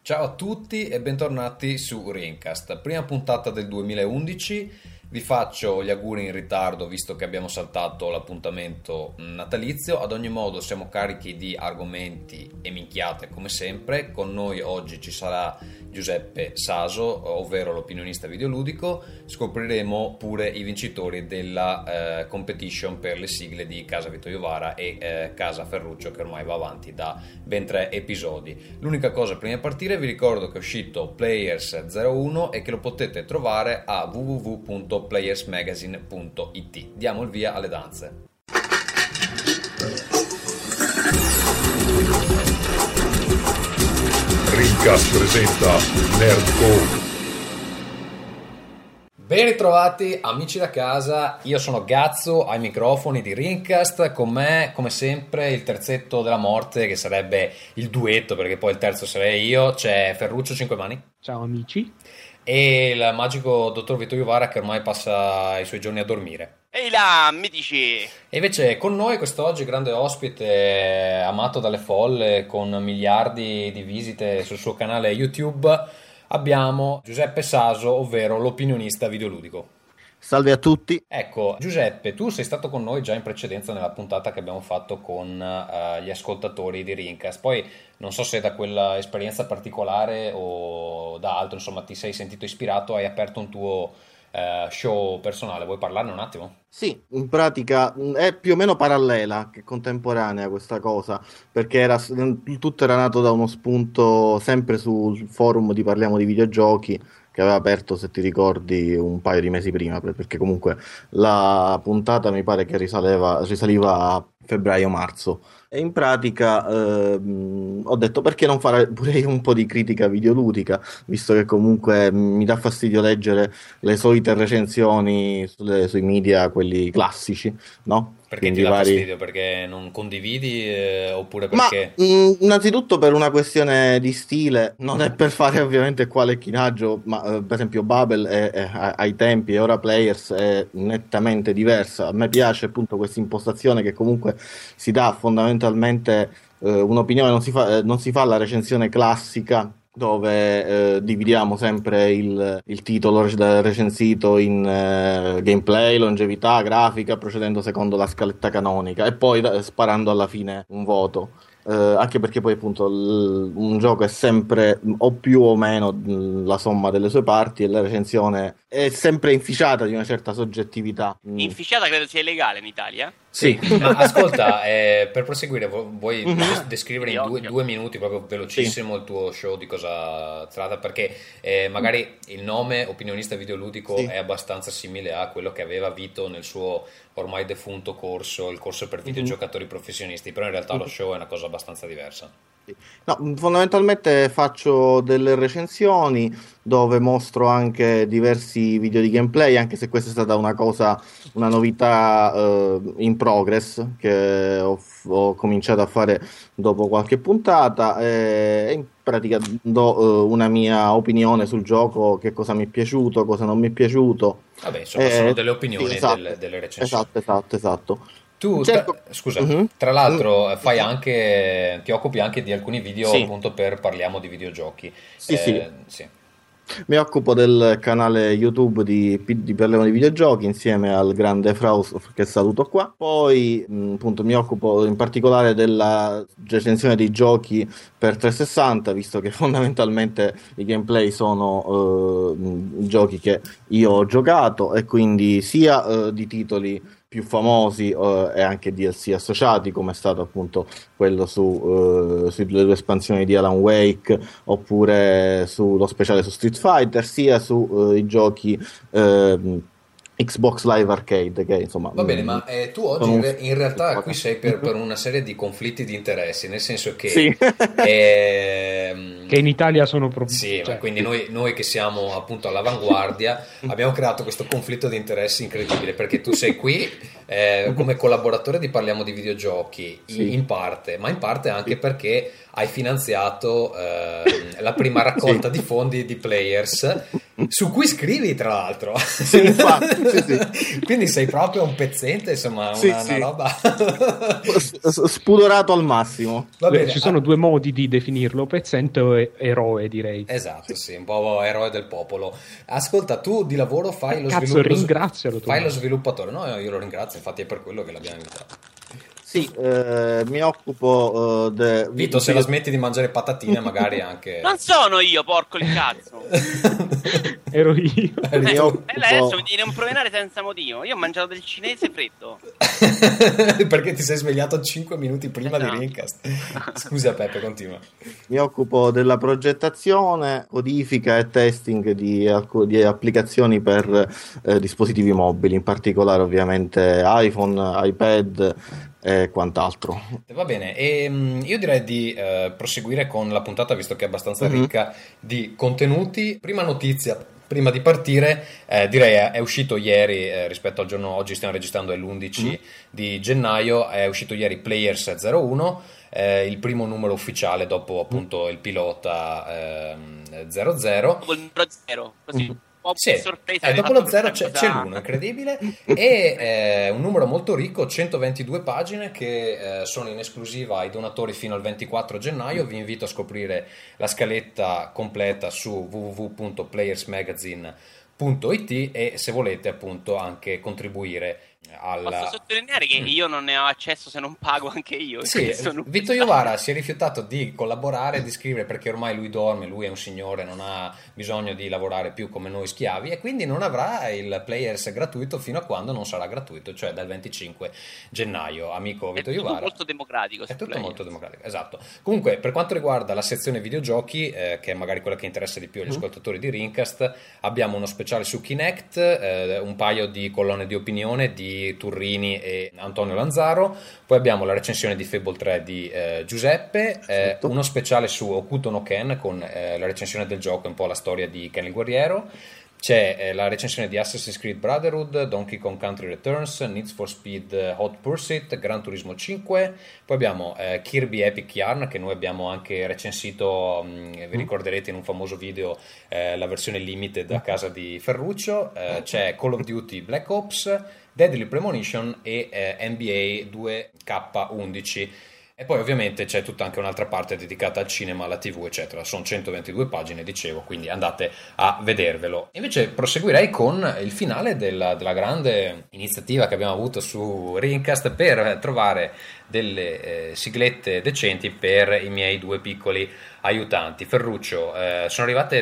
Ciao a tutti e bentornati su Rincast, prima puntata del 2011. Vi faccio gli auguri in ritardo visto che abbiamo saltato l'appuntamento natalizio. Ad ogni modo siamo carichi di argomenti e minchiate come sempre. Con noi oggi ci sarà Giuseppe Saso, ovvero l'opinionista videoludico. Scopriremo pure i vincitori della competition per le sigle di Casa Vittorio Vara e Casa Ferruccio, che ormai va avanti da ben 3 episodi. L'unica cosa prima di partire, vi ricordo che è uscito Players 01 e che lo potete trovare a www.playersmagazine.it. Diamo il via alle danze. Rincast presenta Nerdcore. Ben ritrovati amici da casa, io sono Gazzo ai microfoni di Rincast, con me come sempre il terzetto della morte, che sarebbe il duetto perché poi il terzo sarei io, c'è Ferruccio Cinquemani. Ciao amici. E il magico dottor Vittorio Vara, che ormai passa i suoi giorni a dormire. Ehi là, mi dici? E invece con noi quest'oggi grande ospite, amato dalle folle, con miliardi di visite sul suo canale YouTube, abbiamo Giuseppe Saso, ovvero l'opinionista videoludico. Salve a tutti. Ecco, Giuseppe, tu sei stato con noi già in precedenza nella puntata che abbiamo fatto con gli ascoltatori di Rincast. Poi non so se da quella esperienza particolare o da altro, insomma, ti sei sentito ispirato, hai aperto un tuo show personale. Vuoi parlarne un attimo? Sì, in pratica è più o meno parallela che contemporanea questa cosa, perché tutto era nato da uno spunto sempre sul forum di Parliamo di Videogiochi, che aveva aperto, se ti ricordi, un paio di mesi prima, perché comunque la puntata mi pare che risaliva a febbraio-marzo. E in pratica ho detto perché non fare pure io un po' di critica videoludica, visto che comunque mi dà fastidio leggere le solite recensioni sui media, quelli classici, no? Perché Quindi ti dà fastidio? Perché non condividi oppure Ma perché... innanzitutto per una questione di stile, non è per fare ovviamente qua lecchinaggio, ma per esempio Babel ai tempi e ora Players è nettamente diversa. A me piace appunto questa impostazione che comunque si dà fondamentalmente un'opinione, non si fa la recensione classica dove dividiamo sempre il titolo recensito in gameplay, longevità, grafica, procedendo secondo la scaletta canonica e poi sparando alla fine un voto. Anche perché poi appunto un gioco è sempre o più o meno la somma delle sue parti e la recensione è sempre inficiata di una certa soggettività. Inficiata credo sia illegale in Italia. Sì, ma ascolta, per proseguire, vuoi descrivere in Ovvio. due minuti, proprio velocissimo, il tuo show, di cosa tratta? Perché magari il nome opinionista videoludico è abbastanza simile a quello che aveva Vito nel suo ormai defunto corso, il corso per videogiocatori professionisti, però in realtà lo show è una cosa abbastanza diversa. No, fondamentalmente faccio delle recensioni dove mostro anche diversi video di gameplay, anche se questa è stata una novità in progress che ho cominciato a fare dopo qualche puntata e in pratica do una mia opinione sul gioco, che cosa mi è piaciuto, cosa non mi è piaciuto. Vabbè, insomma, sono delle opinioni, sì, esatto, delle recensioni. Esatto. Tu, Certo. scusa, tra l'altro ti occupi anche di alcuni video appunto per Parliamo di Videogiochi. Sì. Mi occupo del canale YouTube di Parliamo di Videogiochi insieme al grande Fraus, che saluto qua. Poi appunto mi occupo in particolare della recensione dei giochi per 360, visto che fondamentalmente i gameplay sono giochi che io ho giocato e quindi sia di titoli più famosi e anche DLC associati, come è stato appunto quello sulle due espansioni di Alan Wake, oppure sullo speciale su Street Fighter, sia sui giochi Xbox Live Arcade, che insomma va bene, ma tu oggi in realtà qui sei per una serie di conflitti di interessi, nel senso che che in Italia sono sì, cioè, quindi noi che siamo appunto all'avanguardia abbiamo creato questo conflitto di interessi incredibile, perché tu sei qui come collaboratore di Parliamo di Videogiochi in parte, ma in parte anche perché hai finanziato la prima raccolta di fondi di Players, su cui scrivi tra l'altro. Sì, infatti, sì. Quindi sei proprio un pezzente, insomma, una roba spudorato al massimo. Va bene, ci sono due modi di definirlo, pezzente o eroe, direi. Esatto, sì, un po' eroe del popolo. Ascolta, tu di lavoro fai lo ringrazialo tu. Fai lo sviluppatore. No, io lo ringrazio, infatti è per quello che l'abbiamo invitato. Sì, mi occupo Vito, se la smetti di mangiare patatine magari anche... Non sono io, porco il cazzo. Ero io. Adesso mi devi non provenare senza motivo. Io ho mangiato del cinese freddo. Perché ti sei svegliato 5 minuti prima di Rincast. Scusa Peppe, continua. Mi occupo della progettazione, codifica e testing di applicazioni per dispositivi mobili, in particolare ovviamente iPhone, iPad e quant'altro. Va bene, e io direi di proseguire con la puntata, visto che è abbastanza ricca di contenuti. Prima notizia, prima di partire, direi è uscito ieri, rispetto al giorno, oggi stiamo registrando è l'11 di gennaio, è uscito ieri Players 01, il primo numero ufficiale dopo appunto il pilota 00. Dopo il numero 0, così. Sì, dopo lo 0 c'è l'1, incredibile, e un numero molto ricco, 122 pagine che sono in esclusiva ai donatori fino al 24 gennaio. Vi invito a scoprire la scaletta completa su www.playersmagazine.it e se volete appunto anche contribuire Posso sottolineare che io non ne ho accesso se non pago anche io. Sì, Vito Iovara si è rifiutato di collaborare, di scrivere, perché ormai lui dorme, lui è un signore, non ha bisogno di lavorare più come noi schiavi, e quindi non avrà il Players gratuito fino a quando non sarà gratuito, cioè dal 25 gennaio. Amico Vito Iovara. È tutto molto democratico. È tutto molto democratico, esatto. Comunque, per quanto riguarda la sezione videogiochi, che è magari quella che interessa di più agli ascoltatori di Rincast, abbiamo uno speciale su Kinect, un paio di colonne di opinione di Turrini e Antonio Lanzaro, poi abbiamo la recensione di Fable 3 di Giuseppe, uno speciale su Hokuto no Ken con la recensione del gioco, un po' la storia di Ken il Guerriero. C'è la recensione di Assassin's Creed Brotherhood, Donkey Kong Country Returns, Need for Speed Hot Pursuit, Gran Turismo 5, poi abbiamo Kirby Epic Yarn, che noi abbiamo anche recensito, vi ricorderete in un famoso video, la versione limited a casa di Ferruccio. C'è Call of Duty Black Ops, Deadly Premonition e NBA 2K11. E poi ovviamente c'è tutta anche un'altra parte dedicata al cinema, alla TV, eccetera. Sono 122 pagine, dicevo, quindi andate a vedervelo. Invece proseguirei con il finale della grande iniziativa che abbiamo avuto su Rincast per trovare delle siglette decenti per i miei due piccoli aiutanti. Ferruccio, sono arrivate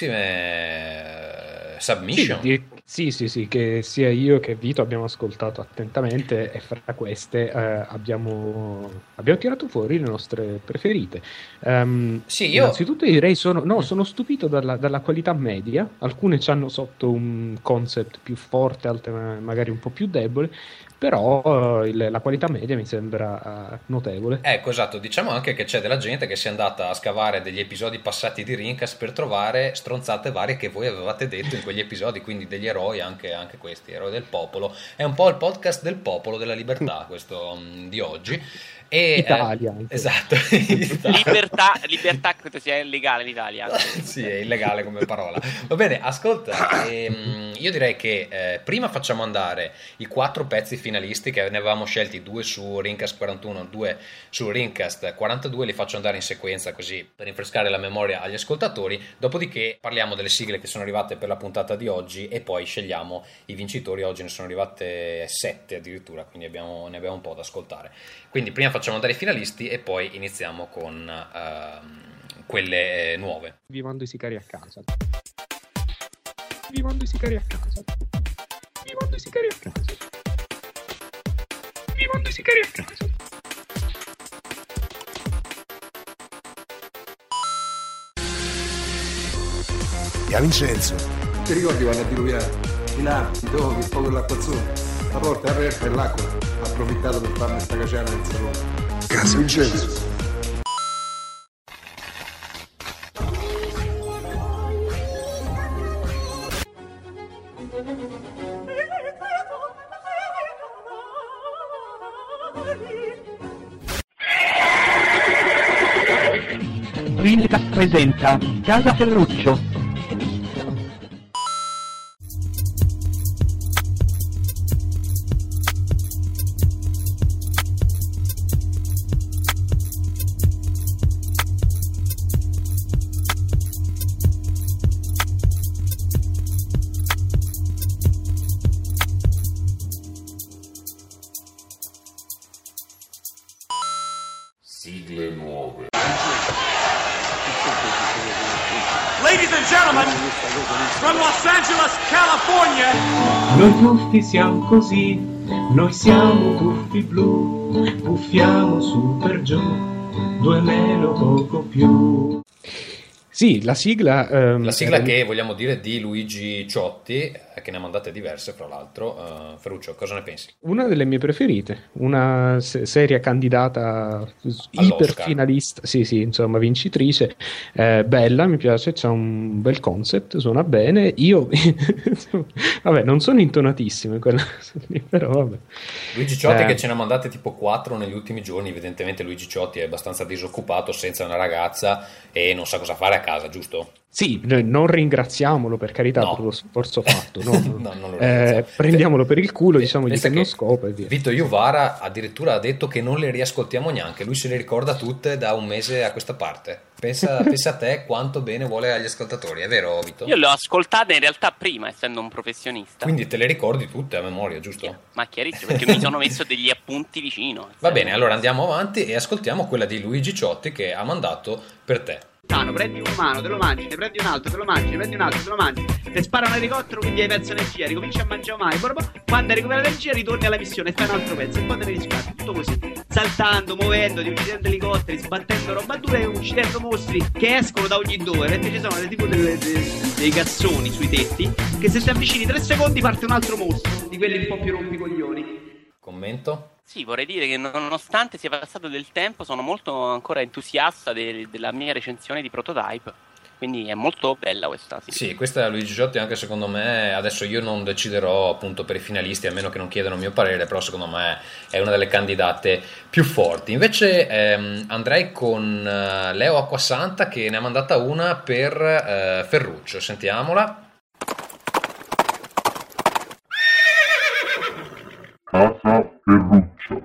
tantissime submission. Sì, che sia io che Vito abbiamo ascoltato attentamente, e fra queste abbiamo tirato fuori le nostre preferite. Sì, io innanzitutto direi sono stupito dalla qualità media. Alcune ci hanno sotto un concept più forte, altre magari un po' più debole, però la qualità media mi sembra notevole. Ecco, esatto, diciamo anche che c'è della gente che si è andata a scavare degli episodi passati di Rincast per trovare stronzate varie che voi avevate detto in quegli episodi, quindi degli eroi, anche questi, eroi del popolo. È un po' il podcast del popolo, della libertà, questo di oggi. E, Italia. Esatto. Libertà credo sia illegale in Italia. Sì, è illegale come parola. Va bene, ascolta, io direi che prima facciamo andare i 4 pezzi finalisti, che ne avevamo scelti 2 su Rincast 41, 2 su Rincast 42, li faccio andare in sequenza così per rinfrescare la memoria agli ascoltatori, dopodiché parliamo delle sigle che sono arrivate per la puntata di oggi e poi scegliamo i vincitori. Oggi ne sono arrivate 7 addirittura, quindi ne abbiamo un po' da ascoltare. Quindi prima facciamo andare i finalisti e poi iniziamo con quelle nuove. Vi mando i sicari a casa. Vi mando i sicari a casa. Vi mando i sicari a casa. Vi mando i sicari a casa. E Vincenzo, ti ricordi quando a diluviare? I lampi, i doghi, il fuoco dell'acquazzone, la porta è aperta e l'acqua ha approfittato per farmi sta caciana nel salone. Casa Vincenzo. Rincast presenta Casa Ferruccio. Ladies and gentlemen, from Los Angeles, California. Noi tuffi siamo così, noi siamo tuffi blu, puffiamo su per giù, 2 meno poco più. Sì, la sigla... la sigla che vogliamo dire di Luigi Ciotti, che ne ha mandate diverse fra l'altro. Ferruccio, cosa ne pensi? Una delle mie preferite, una seria candidata iperfinalista, sì, insomma vincitrice, bella, mi piace, c'ha un bel concept, suona bene, io vabbè, non sono intonatissimo in quella però vabbè. Luigi Ciotti che ce ne ha mandate tipo 4 negli ultimi giorni, evidentemente Luigi Ciotti è abbastanza disoccupato, senza una ragazza e non sa cosa fare a casa, giusto? Sì, non ringraziamolo per carità per lo sforzo fatto, no? Non lo prendiamolo per il culo, diciamogli che non scopa e via. Vito Iuvara addirittura ha detto che non le riascoltiamo neanche, lui se le ricorda tutte da un mese a questa parte. Pensa a te quanto bene vuole agli ascoltatori, è vero Vito? Io le ho ascoltate in realtà prima, essendo un professionista. Quindi te le ricordi tutte a memoria, giusto? Ma chiarissimo, perché mi sono messo degli appunti vicino. Va bene, allora andiamo avanti e ascoltiamo quella di Luigi Ciotti che ha mandato per te. Prendi un umano, te lo mangi, ne prendi un altro, te lo mangi, ne prendi un altro, te lo mangi, ti spara un elicottero, quindi hai perso energia, ricominci a mangiare umani, quando hai recuperato energia ritorni alla missione e fai un altro pezzo e poi te ne riscatti, tutto così, saltando, muovendoti, uccidendo elicotteri, sbattendo roba dura e uccidendo mostri che escono da ogni dove, perché ci sono tipo dei cassoni sui tetti che se ti avvicini 3 secondi parte un altro mostro, di quelli un po' più rompicoglioni. Commento? Sì, vorrei dire che nonostante sia passato del tempo sono molto ancora entusiasta della mia recensione di Prototype, quindi è molto bella questa. Sì, questa è Luigi Ciotti, anche secondo me, adesso io non deciderò appunto per i finalisti a meno che non chiedano il mio parere, però secondo me è una delle candidate più forti. Invece andrei con Leo Acquasanta che ne ha mandata una per Ferruccio, sentiamola. Casa Ferruccio.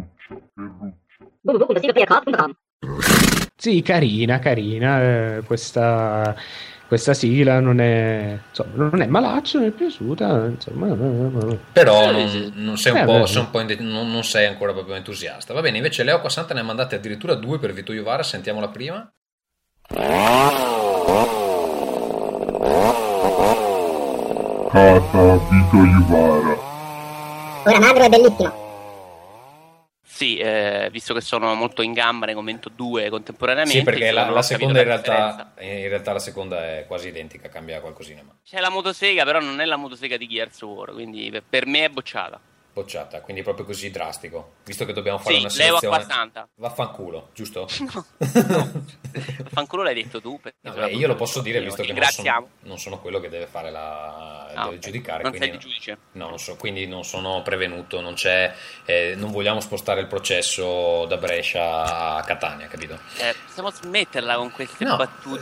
Sì, carina, questa sigla non è malaccia, mi è piaciuta, insomma. Però non sei ancora proprio entusiasta. Va bene, invece Leo Acquasanta ne ha mandate addirittura 2 per Vito Iuvara, sentiamo la prima. Casa Vito Iuvara. Ora magro è bellissimo. Sì, visto che sono molto in gamba, ne commento 2 contemporaneamente. Sì, perché la seconda in realtà la seconda è quasi identica, cambia qualcosina. Ma... C'è la motosega, però non è la motosega di Gears of War, quindi per me è bocciata. Bocciata, quindi proprio così drastico. Visto che dobbiamo fare una selezione. Leo Acquasanta. Vaffanculo, giusto? No. Vaffanculo l'hai detto tu. Io lo posso dire visto che non sono quello che deve fare deve giudicare. Non sei il giudice. No, non so, quindi non sono prevenuto, non vogliamo spostare il processo da Brescia a Catania, capito? Possiamo smetterla con queste battute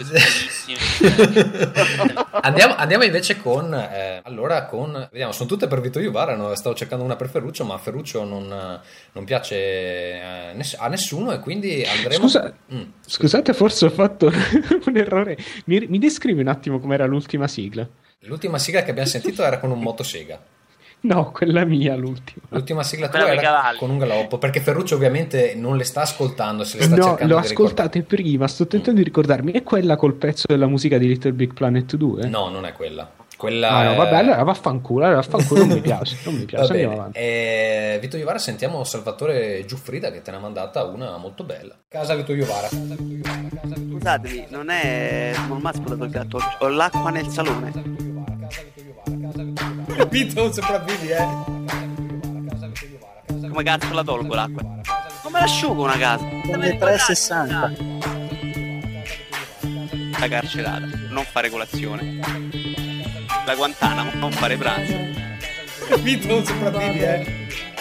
andiamo invece con vediamo, sono tutte per Vito Iuvara, stavo cercando una per Ferruccio, ma Ferruccio non piace a nessuno e quindi andremo... Scusate, forse ho fatto un errore. Mi descrivi un attimo com'era l'ultima sigla? L'ultima sigla che abbiamo sentito era con un motosega. No, quella mia l'ultima sigla tua era con un galoppo, perché Ferruccio ovviamente non le sta ascoltando, se le sta cercando di ricordare. No, l'ho ascoltate prima, sto tentando di ricordarmi. È quella col pezzo della musica di Little Big Planet 2? No, non è quella. Vabbè, allora vaffanculo, non mi piace, andiamo avanti. Vito Iuvara, sentiamo Salvatore Giuffrida che te ne ha mandata una molto bella. Casa Vito Iuvara. Scusatemi, non è Small Mascolo del gatto, ho l'acqua nel salone. Vito, non sopravvivi, Come cazzo la tolgo l'acqua? Come l'asciugo una casa? Come 3,60. La carcerata, non fare colazione. La Guantanamo, non fare pranzo. Vito, non sopravvivi,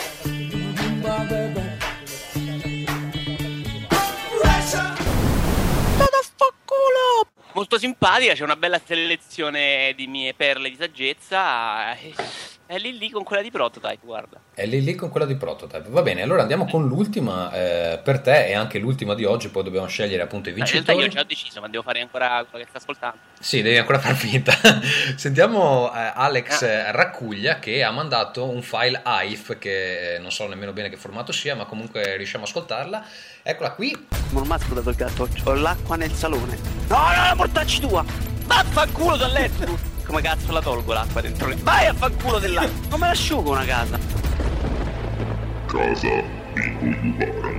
Molto simpatica, c'è una bella selezione di mie perle di saggezza. È lì con quella di Prototype, guarda. È lì con quella di Prototype. Va bene, allora andiamo con l'ultima per te e anche l'ultima di oggi, poi dobbiamo scegliere appunto i vincitori. In realtà io già ho deciso, ma devo fare ancora quello che sta ascoltando. Sì, devi ancora far finta. Sentiamo Alex Raccuglia che ha mandato un file AIF che non so nemmeno bene che formato sia, ma comunque riusciamo a ascoltarla. Eccola qui. Ormai scusa il gatto, ho l'acqua nel salone. No, la portacci tua. Vaffanculo dal letto! Come cazzo la tolgo l'acqua dentro? Vai a fanculo dell'acqua! Come l'asciugo una casa? Casa Vito Iuvara.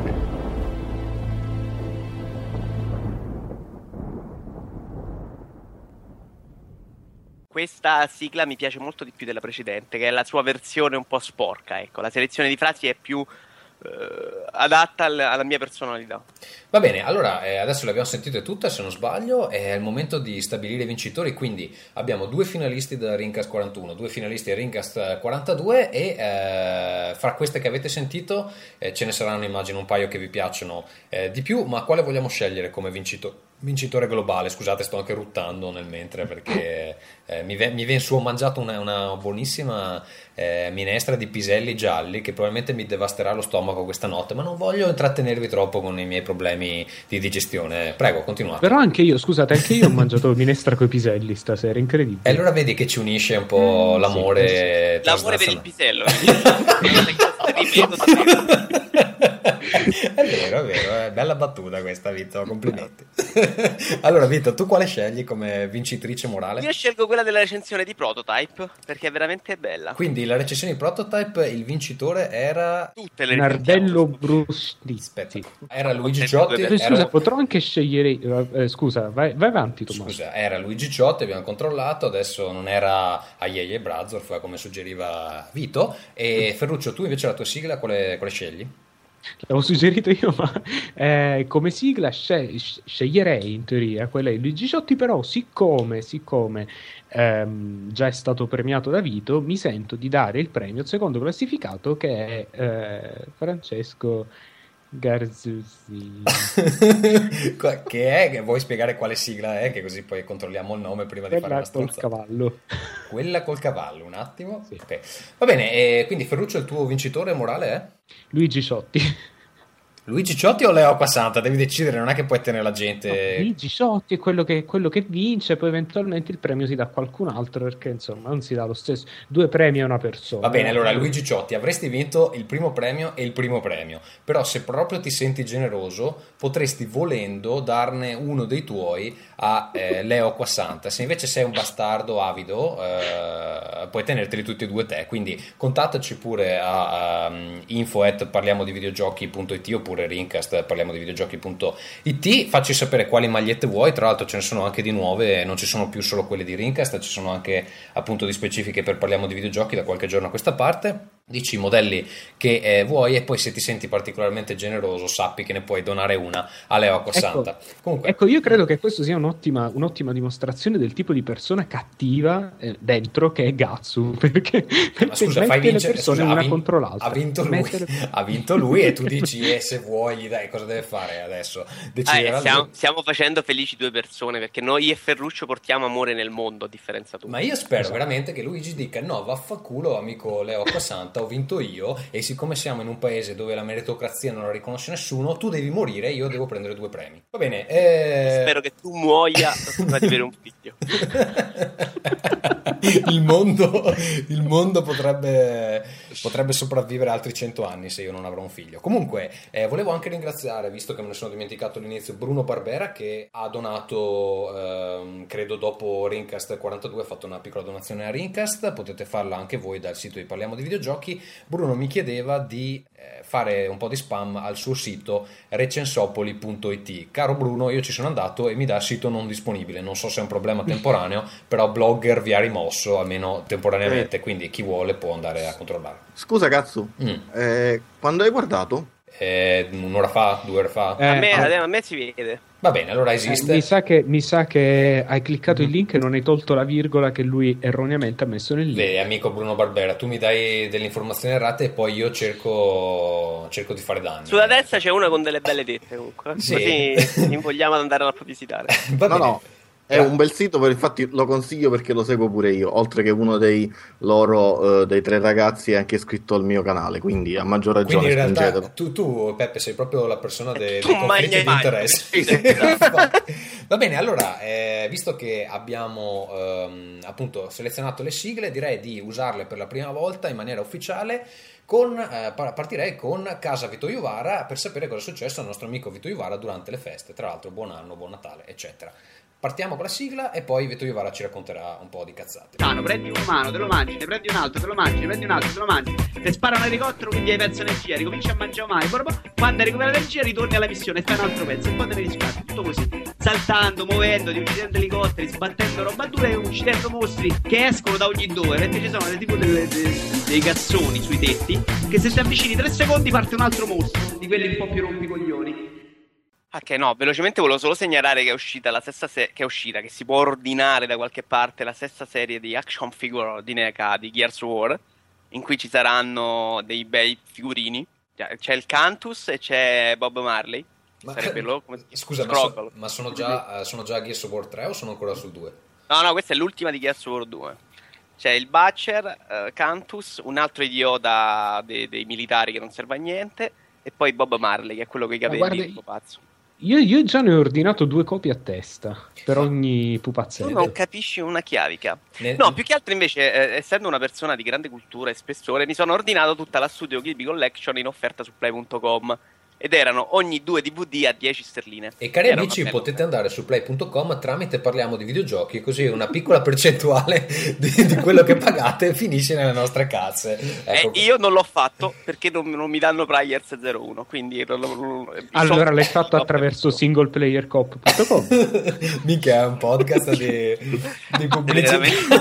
Questa sigla mi piace molto di più della precedente, che è la sua versione un po' sporca, ecco. La selezione di frasi è più adatta alla mia personalità. Va bene, allora adesso le abbiamo sentite tutte, se non sbaglio, è il momento di stabilire i vincitori, quindi abbiamo 2 finalisti da Rincast 41, 2 finalisti da Rincast 42 e fra queste che avete sentito ce ne saranno, immagino, un paio che vi piacciono di più, ma quale vogliamo scegliere come vincitore globale? Scusate, sto anche ruttando nel mentre perché mi viene su, ho mangiato una buonissima minestra di piselli gialli che probabilmente mi devasterà lo stomaco questa notte, ma non voglio intrattenervi troppo con i miei problemi di digestione. Prego, continuate. Però anche io ho mangiato minestra coi piselli stasera, incredibile. E allora vedi che ci unisce un po' l'amore. Sì. L'amore per il pisello. È vero, è bella battuta questa, Vito, complimenti. Allora, Vito, tu quale scegli come vincitrice morale? Io scelgo quella della recensione di Prototype, perché è veramente bella. Quindi la recensione di Prototype, il vincitore era... Tutte le Nardello Brusti. Aspetta, era Luigi Ciotti. Scusa, potrò anche scegliere... scusa, vai avanti, Tommaso. Scusa, era Luigi Ciotti, abbiamo controllato, adesso non era Aieie Brazorf, come suggeriva Vito. E Ferruccio, tu invece la tua sigla quale scegli? L'avevo suggerito io, ma come sigla sceglierei in teoria quella di Luigi Ciotti, però siccome già è stato premiato da Vito, mi sento di dare il premio al secondo classificato, che è Francesco Garzuzzi. Che vuoi spiegare quale sigla è, che così poi controlliamo il nome prima di fare una stronzata? Quella col cavallo, un attimo. Sì. Okay. Va bene, quindi Ferruccio, il tuo vincitore morale è? Luigi Ciotti. Luigi Ciotti o Leo Acquasanta? Devi decidere, non è che puoi tenere la gente... No, Luigi Ciotti è quello che vince, poi eventualmente il premio si dà a qualcun altro, perché insomma non si dà lo stesso, 2 premi a una persona. Va bene, allora Luigi Ciotti, avresti vinto il primo premio e il primo premio, però se proprio ti senti generoso potresti, volendo, darne uno dei tuoi a Leo Acquasanta. Se invece sei un bastardo avido, puoi tenerteli tutti e 2 te, quindi contattaci pure a info@parliamodivideogiochi.it oppure Rincast parliamo di videogiochi.it, facci sapere quali magliette vuoi, tra l'altro ce ne sono anche di nuove, non ci sono più solo quelle di Rincast, ci sono anche appunto di specifiche per parliamo di videogiochi da qualche giorno a questa parte. Dici i modelli che vuoi e poi se ti senti particolarmente generoso sappi che ne puoi donare una a Leo Acquasanta. Ecco, io credo che questo sia un'ottima dimostrazione del tipo di persona cattiva dentro che è Gatsu, perché scusa, fai vincere le persone una contro l'altra. Ha vinto lui e tu dici se vuoi dai, cosa deve fare adesso? Stiamo facendo felici 2 persone, perché noi e Ferruccio portiamo amore nel mondo, a differenza tua. Ma io spero veramente che Luigi dica no, vaffanculo amico Leo Acquasanta, ho vinto io e siccome siamo in un paese dove la meritocrazia non la riconosce nessuno, tu devi morire e io devo prendere 2 premi. Va bene, spero che tu muoia prima di avere un figlio. il mondo potrebbe sopravvivere altri 100 anni se io non avrò un figlio. Comunque volevo anche ringraziare, visto che me ne sono dimenticato all'inizio, Bruno Barbera, che ha donato credo dopo Rincast 42 ha fatto una piccola donazione a Rincast. Potete farla anche voi dal sito di Parliamo di Videogiochi. Bruno mi chiedeva di fare un po' di spam al suo sito recensopoli.it. Caro Bruno, io ci sono andato e mi dà il sito non disponibile, non so se è un problema temporaneo, però Blogger vi ha rimosso almeno temporaneamente, quindi chi vuole può andare a controllare. Scusa cazzo, quando hai guardato? Un'ora fa, 2 ore fa? A me si vede. Va bene, allora esiste. Mi sa che hai cliccato il link e non hai tolto la virgola che lui erroneamente ha messo nel link. Beh, amico Bruno Barbera, tu mi dai delle informazioni errate e poi io cerco di fare danni. Sulla destra c'è una con delle belle tette comunque, sì. Così invogliamo ad andare a visitare. No. È un bel sito, infatti lo consiglio perché lo seguo pure io, oltre che uno dei 3 ragazzi è anche iscritto al mio canale, quindi a maggior ragione. Quindi in realtà tu Peppe sei proprio la persona dei conflitti di interesse. Va bene, allora visto che abbiamo appunto selezionato le sigle, direi di usarle per la prima volta in maniera ufficiale. Partirei con Casa Vito Iuvara per sapere cosa è successo al nostro amico Vito Iuvara durante le feste. Tra l'altro buon anno, buon Natale, eccetera. partiamo con la sigla e poi Vito Iovara ci racconterà un po' di cazzate. Prendi un umano, te lo mangi, ne prendi un altro, te lo mangi, ne prendi un altro, te lo mangi. Se spara un elicottero, quindi hai perso energia, ricominci a mangiare mai. Quando hai recuperato energia, ritorni alla missione e fai un altro pezzo e poi te ne riscatti. Tutto così, saltando, muovendoti, uccidendo elicotteri, sbattendo roba dura e uccidendo mostri che escono da ogni dove, perché ci sono tipo dei cassoni sui tetti che se ti avvicini 3 secondi parte un altro mostro, di quelli un po' più rompicoglioni. Ok, no, velocemente volevo solo segnalare che è uscita la stessa che si può ordinare da qualche parte la stessa serie di action figure di NECA di Gears of War, in cui ci saranno dei bei figurini. C'è il Cantus e c'è Bob Marley. Scusa, ma sono già Gears of War 3 o sono ancora sul 2? No, questa è l'ultima di Gears of War 2. C'è il Butcher, Cantus, un altro idiota dei militari che non serve a niente, e poi Bob Marley, che è quello con i capelli tipo pazzo. Io già ne ho ordinato 2 copie a testa per ogni pupazzetto. Tu non capisci una chiavica. No, più che altro invece, essendo una persona di grande cultura e spessore, mi sono ordinato tutta la Studio Ghibli Collection in offerta su play.com. Ed erano ogni 2 DVD a 10 sterline. E cari amici, potete andare su play.com tramite Parliamo di Videogiochi, così una piccola percentuale di quello che pagate finisce nelle nostre casse. Ecco. Io non l'ho fatto perché non mi danno Players 01, quindi allora l'hai fatto attraverso singleplayercop.com. Mica è un podcast di pubblicità.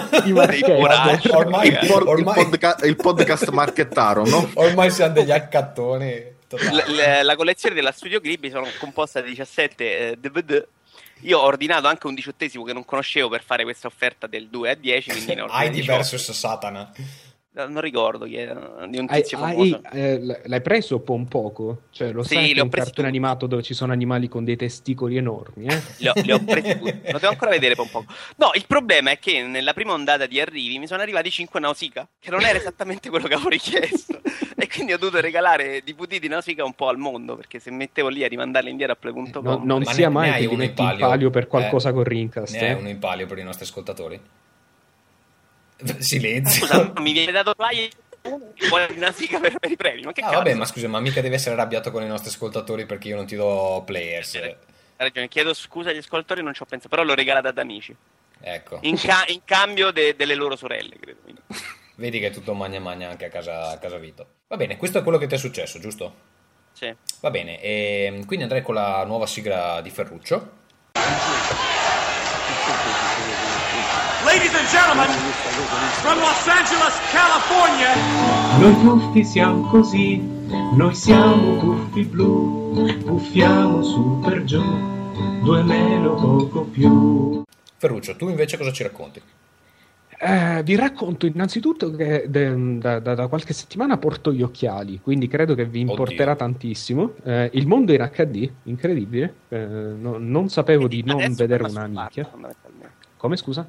Ormai il podcast marchettaro, no? Ormai siamo degli accattoni. La collezione della Studio Ghibli sono composta da 17 DVD. Io ho ordinato anche un 18esimo che non conoscevo per fare questa offerta del 2 a 10. Quindi ne ho Heidi versus Satana. Non ricordo chi era, di un tizio famoso. L'hai preso un poco? Cioè, lo sai che è un cartone animato dove ci sono animali con dei testicoli enormi, eh? Li ho presi tutti. Lo devo ancora vedere un po'. No, il problema è che nella prima ondata di arrivi mi sono arrivati 5 Nausicaa, che non era esattamente quello che avevo richiesto. E quindi ho dovuto regalare DVD di Nausicaa un po' al mondo, perché se mettevo lì a rimandarli indietro a play.com non sia mai che li metti in palio per qualcosa con Rincast. Ne hai uno in palio per i nostri ascoltatori? Silenzio. Scusa, mi viene dato Play poi Nausicaa per i premi. Ma che cazzo? Vabbè, ma scusa, ma mica devi essere arrabbiato con i nostri ascoltatori perché io non ti do Players. Hai ragione, chiedo scusa agli ascoltatori, non ci ho pensato, però l'ho regalata ad amici. Ecco. In cambio delle loro sorelle, credo. Vedi che è tutto magna anche a casa Vito. Va bene, questo è quello che ti è successo, giusto? Sì. Va bene, e quindi andrei con la nuova sigla di Ferruccio. Ladies and gentlemen, from Los Angeles, California. Noi tuffi siamo così, noi siamo tuffi blu, puffiamo su per giù, 2 meno poco più. Ferruccio, tu invece cosa ci racconti? Vi racconto innanzitutto che da qualche settimana porto gli occhiali, quindi credo che vi importerà tantissimo. Il mondo in HD, incredibile. Non sapevo di non vedere una nicchia. Come, scusa?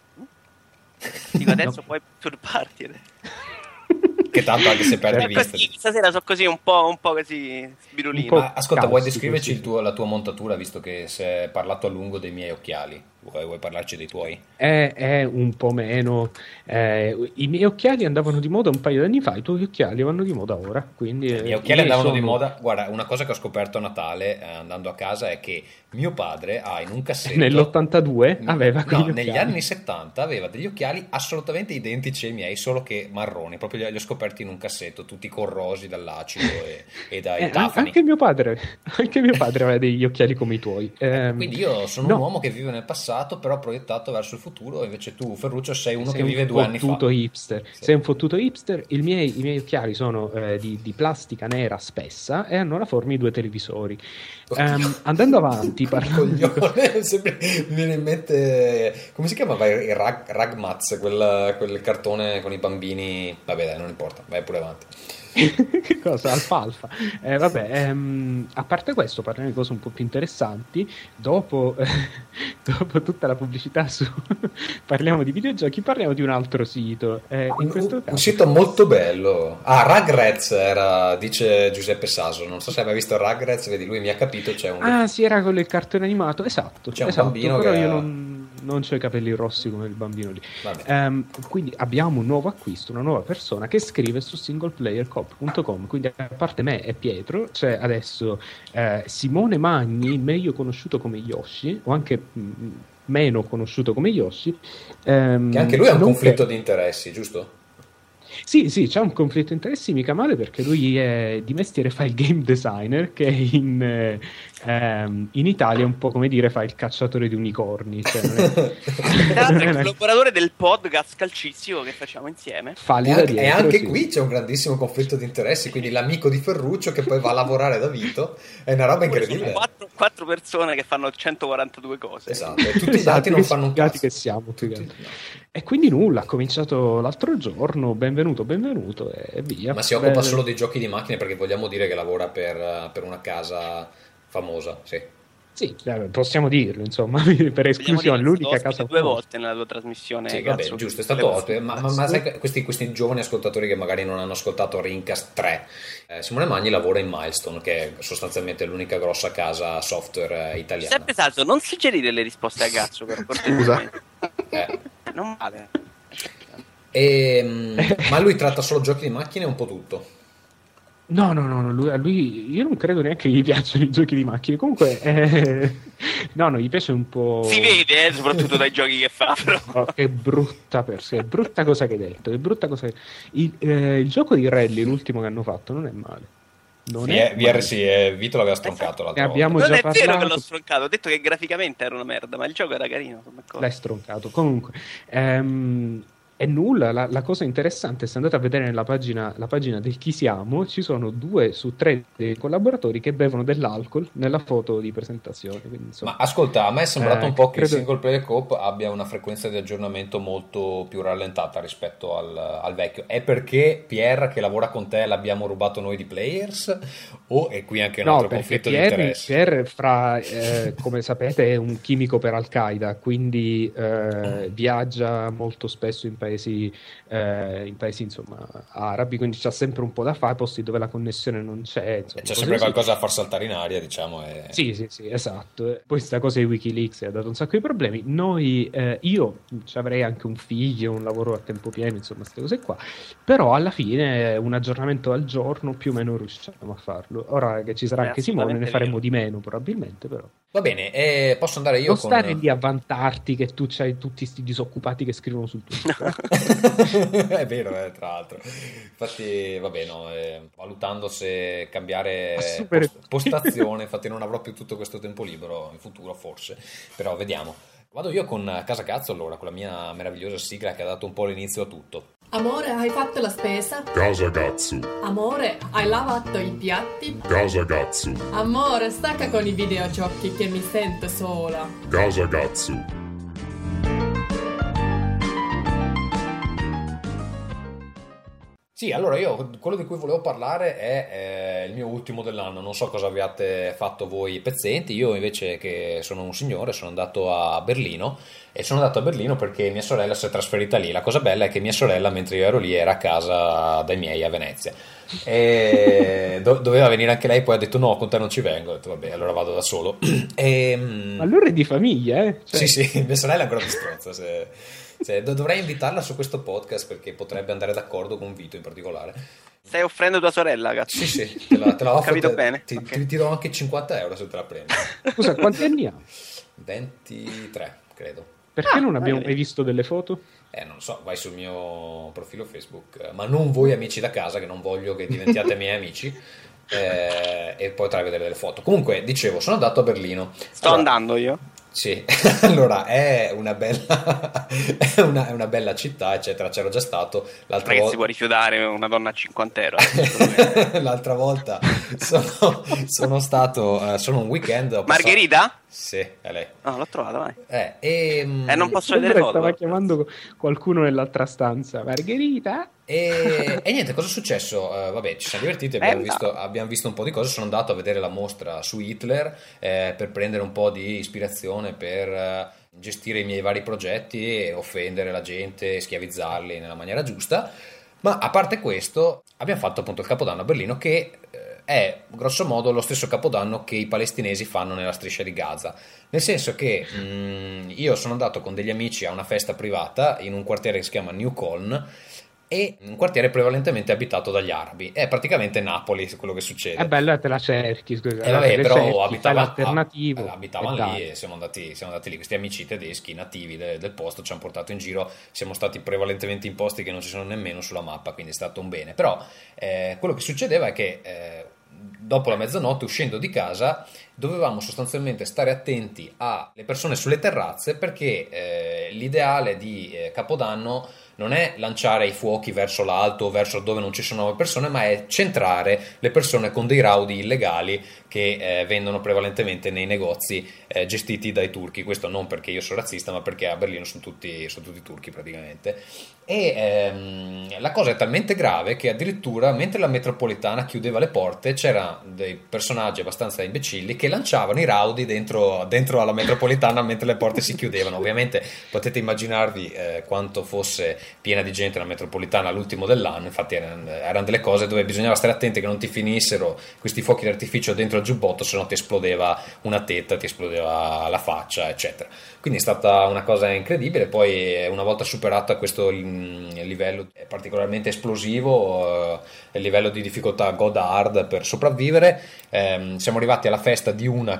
Dico, adesso puoi turbarti. Che tanto anche se perdi vista. Stasera so così un po' così sbirulino. Ma ascolta, vuoi descriverci la tua montatura, visto che si è parlato a lungo dei miei occhiali? Vuoi parlarci dei tuoi? È un po' meno. I miei occhiali andavano di moda un paio di anni fa, i tuoi occhiali vanno di moda ora. Quindi, i miei occhiali andavano di moda. Guarda, una cosa che ho scoperto a Natale andando a casa è che mio padre ha in un cassetto. Nell'82 aveva quegli occhiali. Negli anni 70 aveva degli occhiali assolutamente identici ai miei, solo che marroni. Proprio li ho scoperti in un cassetto, tutti corrosi dall'acido e dai tafani. Anche mio padre aveva degli occhiali come i tuoi. Quindi io sono un uomo che vive nel passato, però proiettato verso il futuro. Invece tu, Ferruccio, sei uno che vive 2 anni fa. Hipster. Sì. Sei un fottuto hipster. I miei occhiali sono di plastica nera spessa e hanno la forma di 2 televisori. Andando avanti, sempre mi viene in mente, come si chiamava il Ragmaz, quel cartone con i bambini. Vabbè, dai, non importa, vai pure avanti. Che cosa? Alfalfa. A parte questo, parliamo di cose un po' più interessanti. Dopo tutta la pubblicità su parliamo di videogiochi, parliamo di un altro sito. In questo caso, un sito molto bello. Rugrats era, dice Giuseppe Saso. Non so se aveva visto Rugrats, vedi, lui mi ha capito. C'è un... sì, era quello il cartone animato. Esatto. C'è un bambino però che io non c'ho i capelli rossi come il bambino lì. Quindi abbiamo un nuovo acquisto, una nuova persona che scrive su singleplayercop.com. Quindi a parte me e Pietro c'è adesso Simone Magni, meglio conosciuto come Yoshi, o anche meno conosciuto come Yoshi. Che anche lui ha un conflitto di interessi, giusto? Sì, c'è un conflitto di interessi, mica male, perché lui è di mestiere fa il game designer, che in Italia è un po' come dire fa il cacciatore di unicorni. Cioè è il collaboratore del podcast calcistico che facciamo insieme. E anche qui c'è un grandissimo conflitto di interessi, quindi l'amico di Ferruccio che poi va a lavorare da Vito, è una roba incredibile. Sono 4 persone che fanno 142 cose. Esatto, e tutti gli altri non fanno un cazzo. Che siamo, e quindi nulla, ha cominciato l'altro giorno, benvenuto e via. Ma si occupa solo dei giochi di macchine, perché vogliamo dire che lavora per una casa famosa, sì. Sì, possiamo dirlo, insomma, per esclusione, l'unica casa 2 volte nella tua trasmissione. Sì, vabbè, giusto, è stato ospite, ma sai, questi giovani ascoltatori che magari non hanno ascoltato Rincast 3, Simone Magni lavora in Milestone, che è sostanzialmente l'unica grossa casa software italiana. Sempre salto, non suggerire le risposte a cazzo, però. Scusa. Non vale. Ma lui tratta solo giochi di macchine o un po' tutto? No, lui io non credo neanche che gli piacciono i giochi di macchine. Comunque, no, gli piace un po'. Si vede, soprattutto dai giochi che fa. Però. Oh, che brutta cosa che hai detto. Che brutta cosa che... il gioco di Rally, l'ultimo che hanno fatto, non è male. Vito l'aveva stroncato l'altra volta. Abbiamo non già è parlato. vero che l'ho stroncato, ho detto che graficamente era una merda, ma il gioco era carino. L'hai stroncato. Comunque, è nulla, la cosa interessante, se andate a vedere nella la pagina del Chi Siamo, ci sono 2 su 3 dei collaboratori che bevono dell'alcol nella foto di presentazione. Quindi, insomma, ma ascolta, a me è sembrato un po' che il Single Player Coop abbia una frequenza di aggiornamento molto più rallentata rispetto al vecchio. È perché Pierre, che lavora con te, l'abbiamo rubato noi di Players? O è qui anche un altro conflitto di interessi? Pierre, come sapete, è un chimico per Al-Qaeda, quindi viaggia molto spesso in paesi insomma arabi, quindi c'ha sempre un po' da fare, posti dove la connessione non c'è, insomma, c'è sempre qualcosa da far saltare in aria, diciamo. Sì, esatto. Poi sta cosa di Wikileaks ha dato un sacco di problemi. Io ci avrei anche un figlio, un lavoro a tempo pieno, insomma, queste cose qua, però alla fine un aggiornamento al giorno più o meno riusciamo a farlo. Ora che ci sarà anche Simone ne faremo di meno probabilmente, però va bene. Posso andare io non stare lì a vantarti che tu c'hai tutti sti disoccupati che scrivono sul tuo è vero, tra l'altro. Infatti, vabbè, valutando se cambiare postazione, infatti non avrò più tutto questo tempo libero in futuro, forse, però vediamo. Vado io con Casa Cazzo, allora, con la mia meravigliosa sigla che ha dato un po' l'inizio a tutto. Amore, hai fatto la spesa? Casa Cazzo. Amore, hai lavato i piatti? Casa Cazzo. Amore, stacca con i videogiochi che mi sento sola. Casa Cazzo. Sì, allora io quello di cui volevo parlare è il mio ultimo dell'anno. Non so cosa abbiate fatto voi pezzenti. Io invece, che sono un signore, sono andato a Berlino, e sono andato a Berlino perché mia sorella si è trasferita lì. La cosa bella è che mia sorella, mentre io ero lì, era a casa dai miei a Venezia, e doveva venire anche lei, poi ha detto no, con te non ci vengo. Ho detto vabbè, allora vado da solo. Allora è di famiglia, Cioè... Sì, mia sorella è ancora più stronza. Dovrei invitarla su questo podcast perché potrebbe andare d'accordo con Vito in particolare. Stai offrendo tua sorella, cazzo? Sì, te la offro. Capito bene? Ti do anche 50 euro se te la prendi. Scusa, quanti anni ha? 23, credo. Perché non abbiamo mai visto delle foto? Non lo so, vai sul mio profilo Facebook, ma non voi amici da casa, che non voglio che diventiate miei amici, e potrai vedere delle foto. Comunque, dicevo, sono andato a Berlino. Sto andando io? Sì, allora è una bella è una bella città, eccetera. C'ero già stato l'altra volta. Si può rifiutare una donna a 50 euro. L'altra volta sono stato sono un weekend. Margherita? Sì, è lei. No, l'ho trovata, vai. Non posso vedere foto. Stava chiamando qualcuno nell'altra stanza. Margherita? E niente, cosa è successo? Vabbè, ci siamo divertiti, abbiamo visto un po' di cose. Sono andato a vedere la mostra su Hitler per prendere un po' di ispirazione per gestire i miei vari progetti e offendere la gente, schiavizzarli nella maniera giusta. Ma a parte questo, abbiamo fatto appunto il Capodanno a Berlino, che è grosso modo lo stesso Capodanno che i palestinesi fanno nella striscia di Gaza, nel senso che io sono andato con degli amici a una festa privata in un quartiere che si chiama New Cologne, e un quartiere prevalentemente abitato dagli arabi. È praticamente Napoli quello che succede. È bello, te la cerchi, scusa. Vabbè, però abitavano lì e siamo andati lì. Questi amici tedeschi nativi del posto ci hanno portato in giro, siamo stati prevalentemente in posti che non ci sono nemmeno sulla mappa, quindi è stato un bene. Però quello che succedeva è che dopo la mezzanotte, uscendo di casa, dovevamo sostanzialmente stare attenti alle persone sulle terrazze, perché l'ideale di Capodanno non è lanciare i fuochi verso l'alto o verso dove non ci sono persone, ma è centrare le persone con dei raudi illegali che vendono prevalentemente nei negozi gestiti dai turchi. Questo non perché io sono razzista, ma perché a Berlino sono tutti turchi praticamente. E la cosa è talmente grave che addirittura mentre la metropolitana chiudeva le porte c'erano dei personaggi abbastanza imbecilli che lanciavano i raudi dentro alla metropolitana mentre le porte si chiudevano. Ovviamente potete immaginarvi quanto fosse piena di gente la metropolitana all'ultimo dell'anno. Infatti erano delle cose dove bisognava stare attenti che non ti finissero questi fuochi d'artificio dentro il giubbotto, se no ti esplodeva una tetta, ti esplodeva la faccia, eccetera. Quindi è stata una cosa incredibile. Poi una volta superato questo livello particolarmente esplosivo, il livello di difficoltà God Hard per sopravvivere, siamo arrivati alla festa di una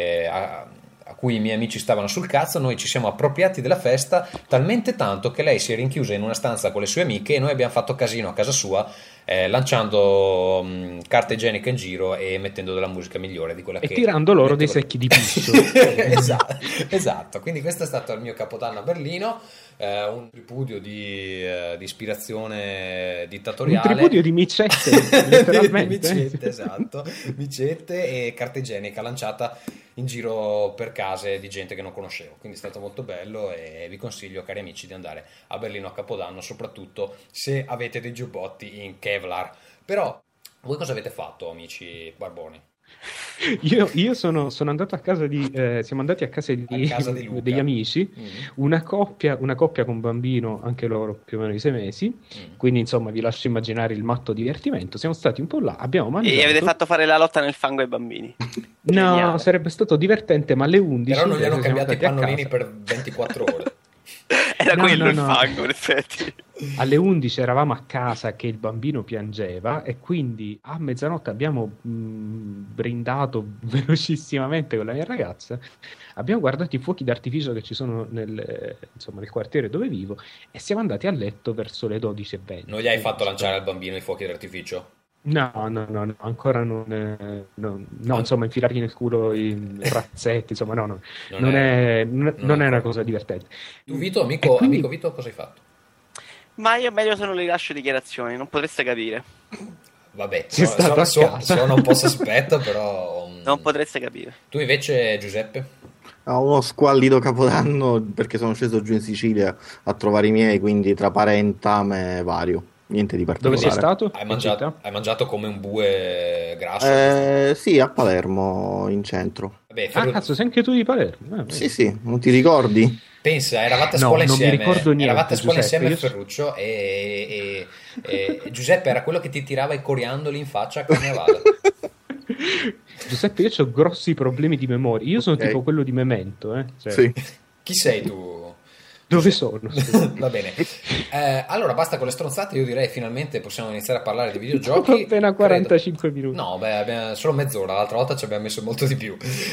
a cui i miei amici stavano sul cazzo. Noi ci siamo appropriati della festa talmente tanto che lei si è rinchiusa in una stanza con le sue amiche e noi abbiamo fatto casino a casa sua, lanciando carta igienica in giro e mettendo della musica migliore di quella e tirando loro dei secchi di pisto. esatto, quindi questo è stato il mio Capodanno a Berlino, un tripudio di ispirazione dittatoriale, un tripudio di micette letteralmente. Micette, esatto, micette e carta igienica lanciata in giro per case di gente che non conoscevo. Quindi è stato molto bello e vi consiglio, cari amici, di andare a Berlino a Capodanno, soprattutto se avete dei giubbotti in Kevlar. Però voi cosa avete fatto, amici barboni? Io sono andato a casa siamo andati a casa degli amici, una coppia con bambino, anche loro più o meno di 6 mesi, quindi insomma vi lascio immaginare il matto divertimento. Siamo stati un po' là, abbiamo mangiato. E avete fatto fare la lotta nel fango ai bambini? No, Geniale. sarebbe stato divertente, ma alle 11 però non gli hanno cambiato i pannolini per 24 ore. Era quello il fango, in effetti. Alle 11 eravamo a casa che il bambino piangeva e quindi a mezzanotte abbiamo brindato velocissimamente con la mia ragazza, abbiamo guardato i fuochi d'artificio che ci sono nel quartiere dove vivo e siamo andati a letto verso le 12:20. Non gli hai fatto lanciare al bambino i fuochi d'artificio? No, ancora non, insomma, infilargli nel culo i razzetti, insomma, non è una cosa divertente. Tu, Vito, amico Vito, cosa hai fatto? Ma io meglio se non le lascio dichiarazioni, non potreste capire. Vabbè, sono un po' sospetto, però non potreste capire. Tu invece, Giuseppe? Uno squallido Capodanno perché sono sceso giù in Sicilia a trovare i miei, quindi tra parentame vario. Niente di particolare. Dove sei stato? Hai mangiato come un bue grasso? Sì, a Palermo, in centro. Vabbè, cazzo, sei anche tu di Palermo? Sì, non ti ricordi? Pensa, eravate a scuola insieme. Non mi ricordo niente, eravate a scuola Giuseppe, insieme a Ferruccio e Giuseppe era quello che ti tirava i coriandoli in faccia a Carnevale. Giuseppe, io ho grossi problemi di memoria. Io sono tipo quello di Memento, Sì. Chi sei tu? Dove sono? Va bene. Allora basta con le stronzate. Io direi finalmente possiamo iniziare a parlare di videogiochi. Ho appena 45 minuti. No, abbiamo solo mezz'ora. L'altra volta ci abbiamo messo molto di più.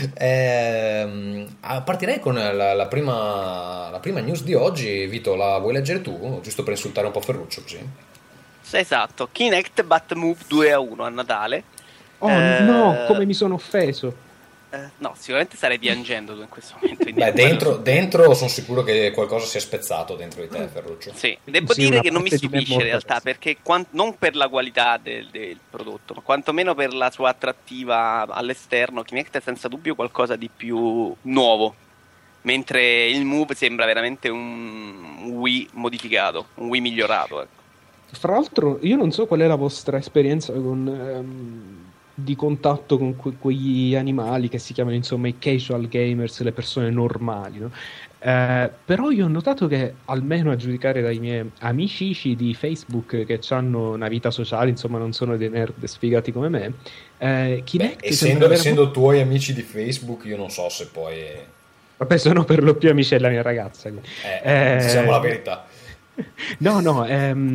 Partirei con la prima news di oggi. Vito, la vuoi leggere tu? Giusto per insultare un po' Ferruccio, così. Sì, esatto. Kinect Batmove 2-1 a Natale. Oh no, come mi sono offeso. No, sicuramente starei piangendo tu in questo momento. Beh, dentro sono sicuro che qualcosa sia spezzato dentro di te, Ferruccio. Sì, devo dire che non mi stupisce in realtà, perché non per la qualità del prodotto, ma quantomeno per la sua attrattiva all'esterno. Kinect è senza dubbio qualcosa di più nuovo, mentre il Move sembra veramente un Wii modificato, un Wii migliorato, ecco. Fra l'altro, io non so qual è la vostra esperienza di contatto con quegli animali che si chiamano insomma i casual gamers, le persone normali, no? Però io ho notato che, almeno a giudicare dai miei amici di Facebook che hanno una vita sociale, insomma non sono dei nerd sfigati come me, essendo tuoi amici di Facebook, io non so se poi vabbè, sono per lo più amici della mia ragazza, diciamo la verità. No,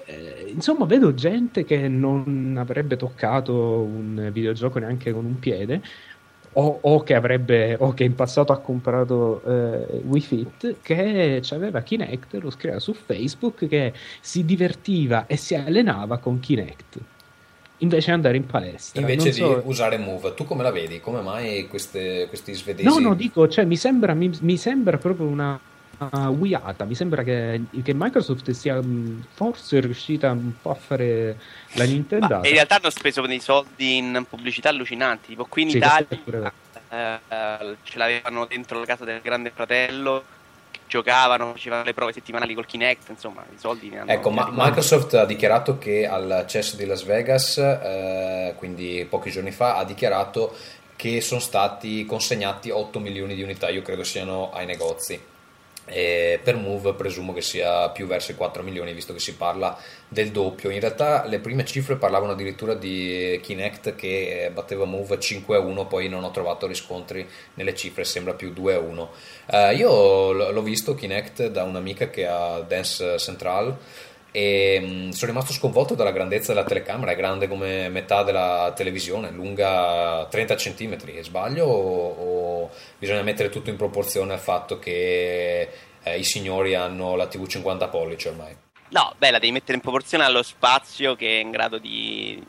insomma, vedo gente che non avrebbe toccato un videogioco neanche con un piede, o che in passato ha comprato Wii Fit, che aveva Kinect, lo scriveva su Facebook, che si divertiva e si allenava con Kinect invece di andare in palestra, invece di usare Move. Tu come la vedi? Come mai questi svedesi? No, dico, cioè, mi sembra proprio una wiata. Mi sembra che Microsoft sia forse riuscita un po' a fare la Nintendo. In realtà hanno speso dei soldi in pubblicità allucinanti, tipo qui in Italia ce l'avevano dentro la casa del Grande Fratello, giocavano, facevano le prove settimanali col Kinect, insomma i soldi ne hanno. Ecco, ma Microsoft ha dichiarato che al CES di Las Vegas, quindi pochi giorni fa, ha dichiarato che sono stati consegnati 8 milioni di unità, io credo siano ai negozi. E per Move presumo che sia più verso i 4 milioni, visto che si parla del doppio. In realtà le prime cifre parlavano addirittura di Kinect che batteva Move 5-1, poi non ho trovato riscontri nelle cifre, sembra più 2-1. Io l'ho visto Kinect da un'amica che ha Dance Central e sono rimasto sconvolto dalla grandezza della telecamera. È grande come metà della televisione, lunga 30 cm. Sbaglio o bisogna mettere tutto in proporzione al fatto che i signori hanno la TV 50 pollici ormai? No, beh, la devi mettere in proporzione allo spazio che è in grado di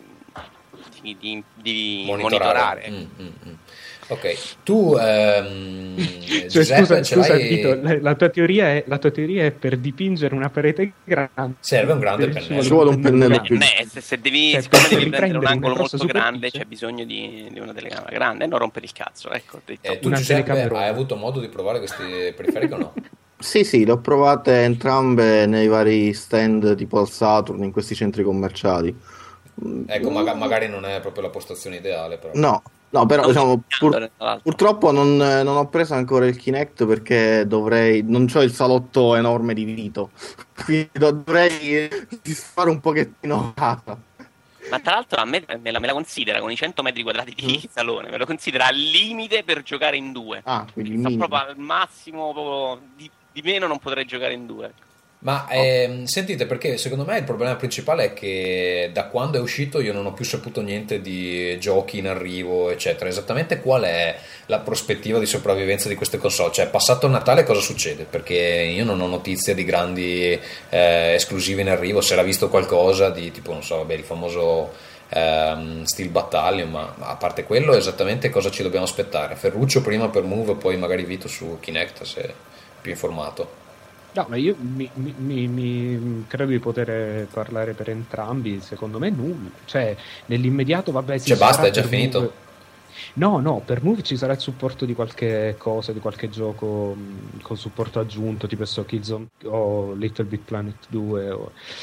monitorare. Ok, tu Giuseppe, scusa Vito, la tua teoria è per dipingere una parete grande serve un grande pennello. Ci vuole un pennello più. Se devi prendere un angolo molto grande, c'è bisogno di una telecamera grande e non rompere il cazzo. Ecco, tu Giuseppe, hai avuto modo di provare questi periferici o no? Sì, le ho provate entrambe nei vari stand tipo al Saturn, in questi centri commerciali. Ecco, magari non è proprio la postazione ideale, però. No, però diciamo, purtroppo non ho preso ancora il Kinect perché non c'ho il salotto enorme di Vito, quindi dovrei fare un pochettino a casa. Ma tra l'altro a me me la considera con i 100 metri quadrati di salone, me lo considera al limite per giocare in due. Quindi sto proprio al massimo, proprio di meno non potrei giocare in due. Ma sentite, perché secondo me il problema principale è che da quando è uscito io non ho più saputo niente di giochi in arrivo, eccetera. Esattamente qual è la prospettiva di sopravvivenza di queste console? Cioè, passato il Natale cosa succede? Perché io non ho notizia di grandi esclusive in arrivo. Se era visto qualcosa di tipo, non so, vabbè, il famoso Steel Battalion, ma a parte quello esattamente cosa ci dobbiamo aspettare? Ferruccio prima per Move, poi magari Vito su Kinect se è più informato. No, ma io mi credo di poter parlare per entrambi. Secondo me nulla. Cioè, nell'immediato, vabbè, cioè basta, è già finito? Move. No, per Move ci sarà il supporto di qualche cosa, di qualche gioco con supporto aggiunto, tipo Killzone o Little Big Planet 2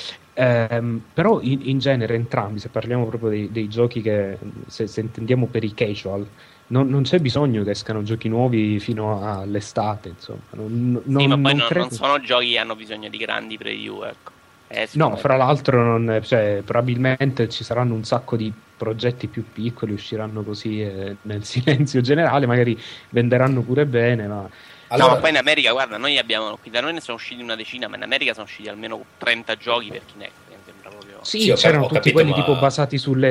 però in genere entrambi, se parliamo proprio dei giochi che se intendiamo per i casual, non c'è bisogno che escano giochi nuovi fino all'estate, insomma. Ma poi non sono giochi che hanno bisogno di grandi preview, ecco. No, fra l'altro probabilmente ci saranno un sacco di progetti più piccoli, usciranno così nel silenzio generale, magari venderanno pure bene, ma... Allora... No, ma poi in America, guarda, noi abbiamo, qui da noi ne sono usciti una decina, ma in America sono usciti almeno 30 giochi per Kinect. Sì, c'erano tutti quelli tipo basati sulle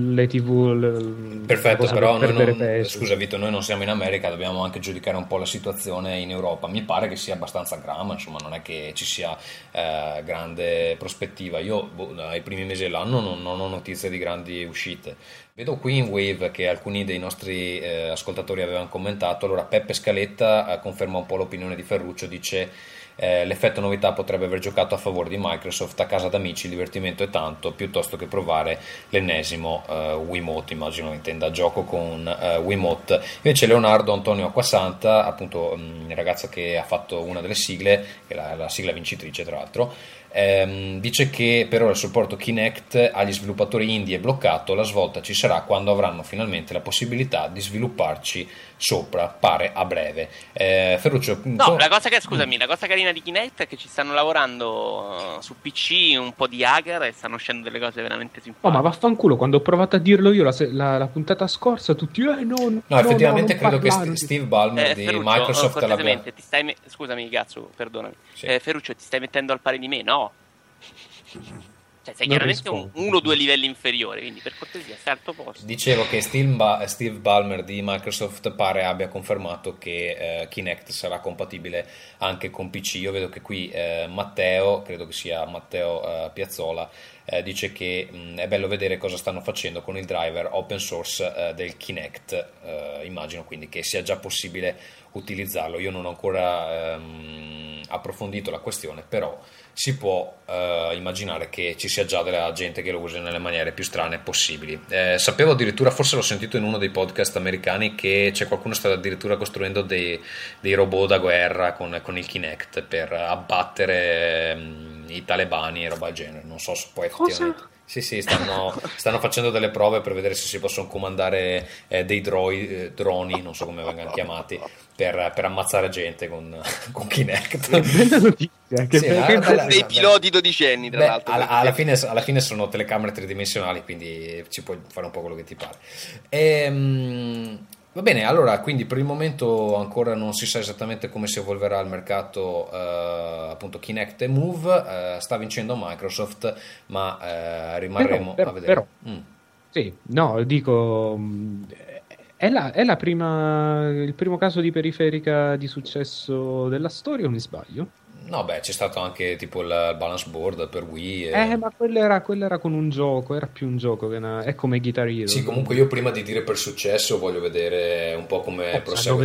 TV. Perfetto, però scusa Vito, noi non siamo in America, dobbiamo anche giudicare un po' la situazione in Europa. Mi pare che sia abbastanza grama, insomma, non è che ci sia grande prospettiva. Io ai primi mesi dell'anno non ho notizie di grandi uscite. Vedo qui in Wave che alcuni dei nostri ascoltatori avevano commentato. Allora Peppe Scaletta conferma un po' l'opinione di Ferruccio, dice l'effetto novità potrebbe aver giocato a favore di Microsoft. A casa d'amici il divertimento è tanto, piuttosto che provare l'ennesimo Wiimote, immagino intenda gioco con Wiimote. Invece Leonardo Antonio Acquasanta, appunto ragazza che ha fatto una delle sigle, che è la sigla vincitrice tra l'altro, dice che per ora il supporto Kinect agli sviluppatori indie è bloccato, la svolta ci sarà quando avranno finalmente la possibilità di svilupparci sopra, pare a breve. Ferruccio, la cosa carina di Kinect è che ci stanno lavorando su PC un po' di hacker e stanno uscendo delle cose veramente simpatiche. Ma vaffanculo, quando ho provato a dirlo io la puntata scorsa tutti effettivamente credo che Steve Ballmer di Ferruccio, Microsoft l'abbia... scusami cazzo, perdonami, sì. Ferruccio, ti stai mettendo al pari di me? No, Cioè, sei chiaramente uno o due livelli inferiore, quindi per cortesia, stai al tuo posto. Dicevo che Steve Ballmer di Microsoft pare abbia confermato che Kinect sarà compatibile anche con PC. Io vedo che qui Matteo, credo che sia Matteo Piazzola, dice che è bello vedere cosa stanno facendo con il driver open source del Kinect. Immagino quindi che sia già possibile utilizzarlo. Io non ho ancora approfondito la questione, però si può immaginare che ci sia già della gente che lo usa nelle maniere più strane possibili. Sapevo addirittura, forse l'ho sentito in uno dei podcast americani, che c'è qualcuno che sta addirittura costruendo dei robot da guerra con il Kinect per abbattere i talebani e roba del genere. Non so se poi effettivamente... Sì, stanno facendo delle prove per vedere se si possono comandare dei droni, non so come vengano chiamati, per ammazzare gente con Kinect. Bella notizia. Dei piloti dodicenni, tra l'altro. Alla fine sono telecamere tridimensionali, quindi ci puoi fare un po' quello che ti pare. Va bene, allora, quindi per il momento ancora non si sa esattamente come si evolverà il mercato, appunto Kinect e Move. Sta vincendo Microsoft, ma rimarremo a vedere. Sì, no, dico, è la prima, il primo caso di periferica di successo della storia, o mi sbaglio? No, beh, c'è stato anche tipo il balance board per Wii. Ma quello era con un gioco, era più un gioco che è come Guitar Hero. Sì, comunque io prima di dire per successo voglio vedere un po' come prosegue.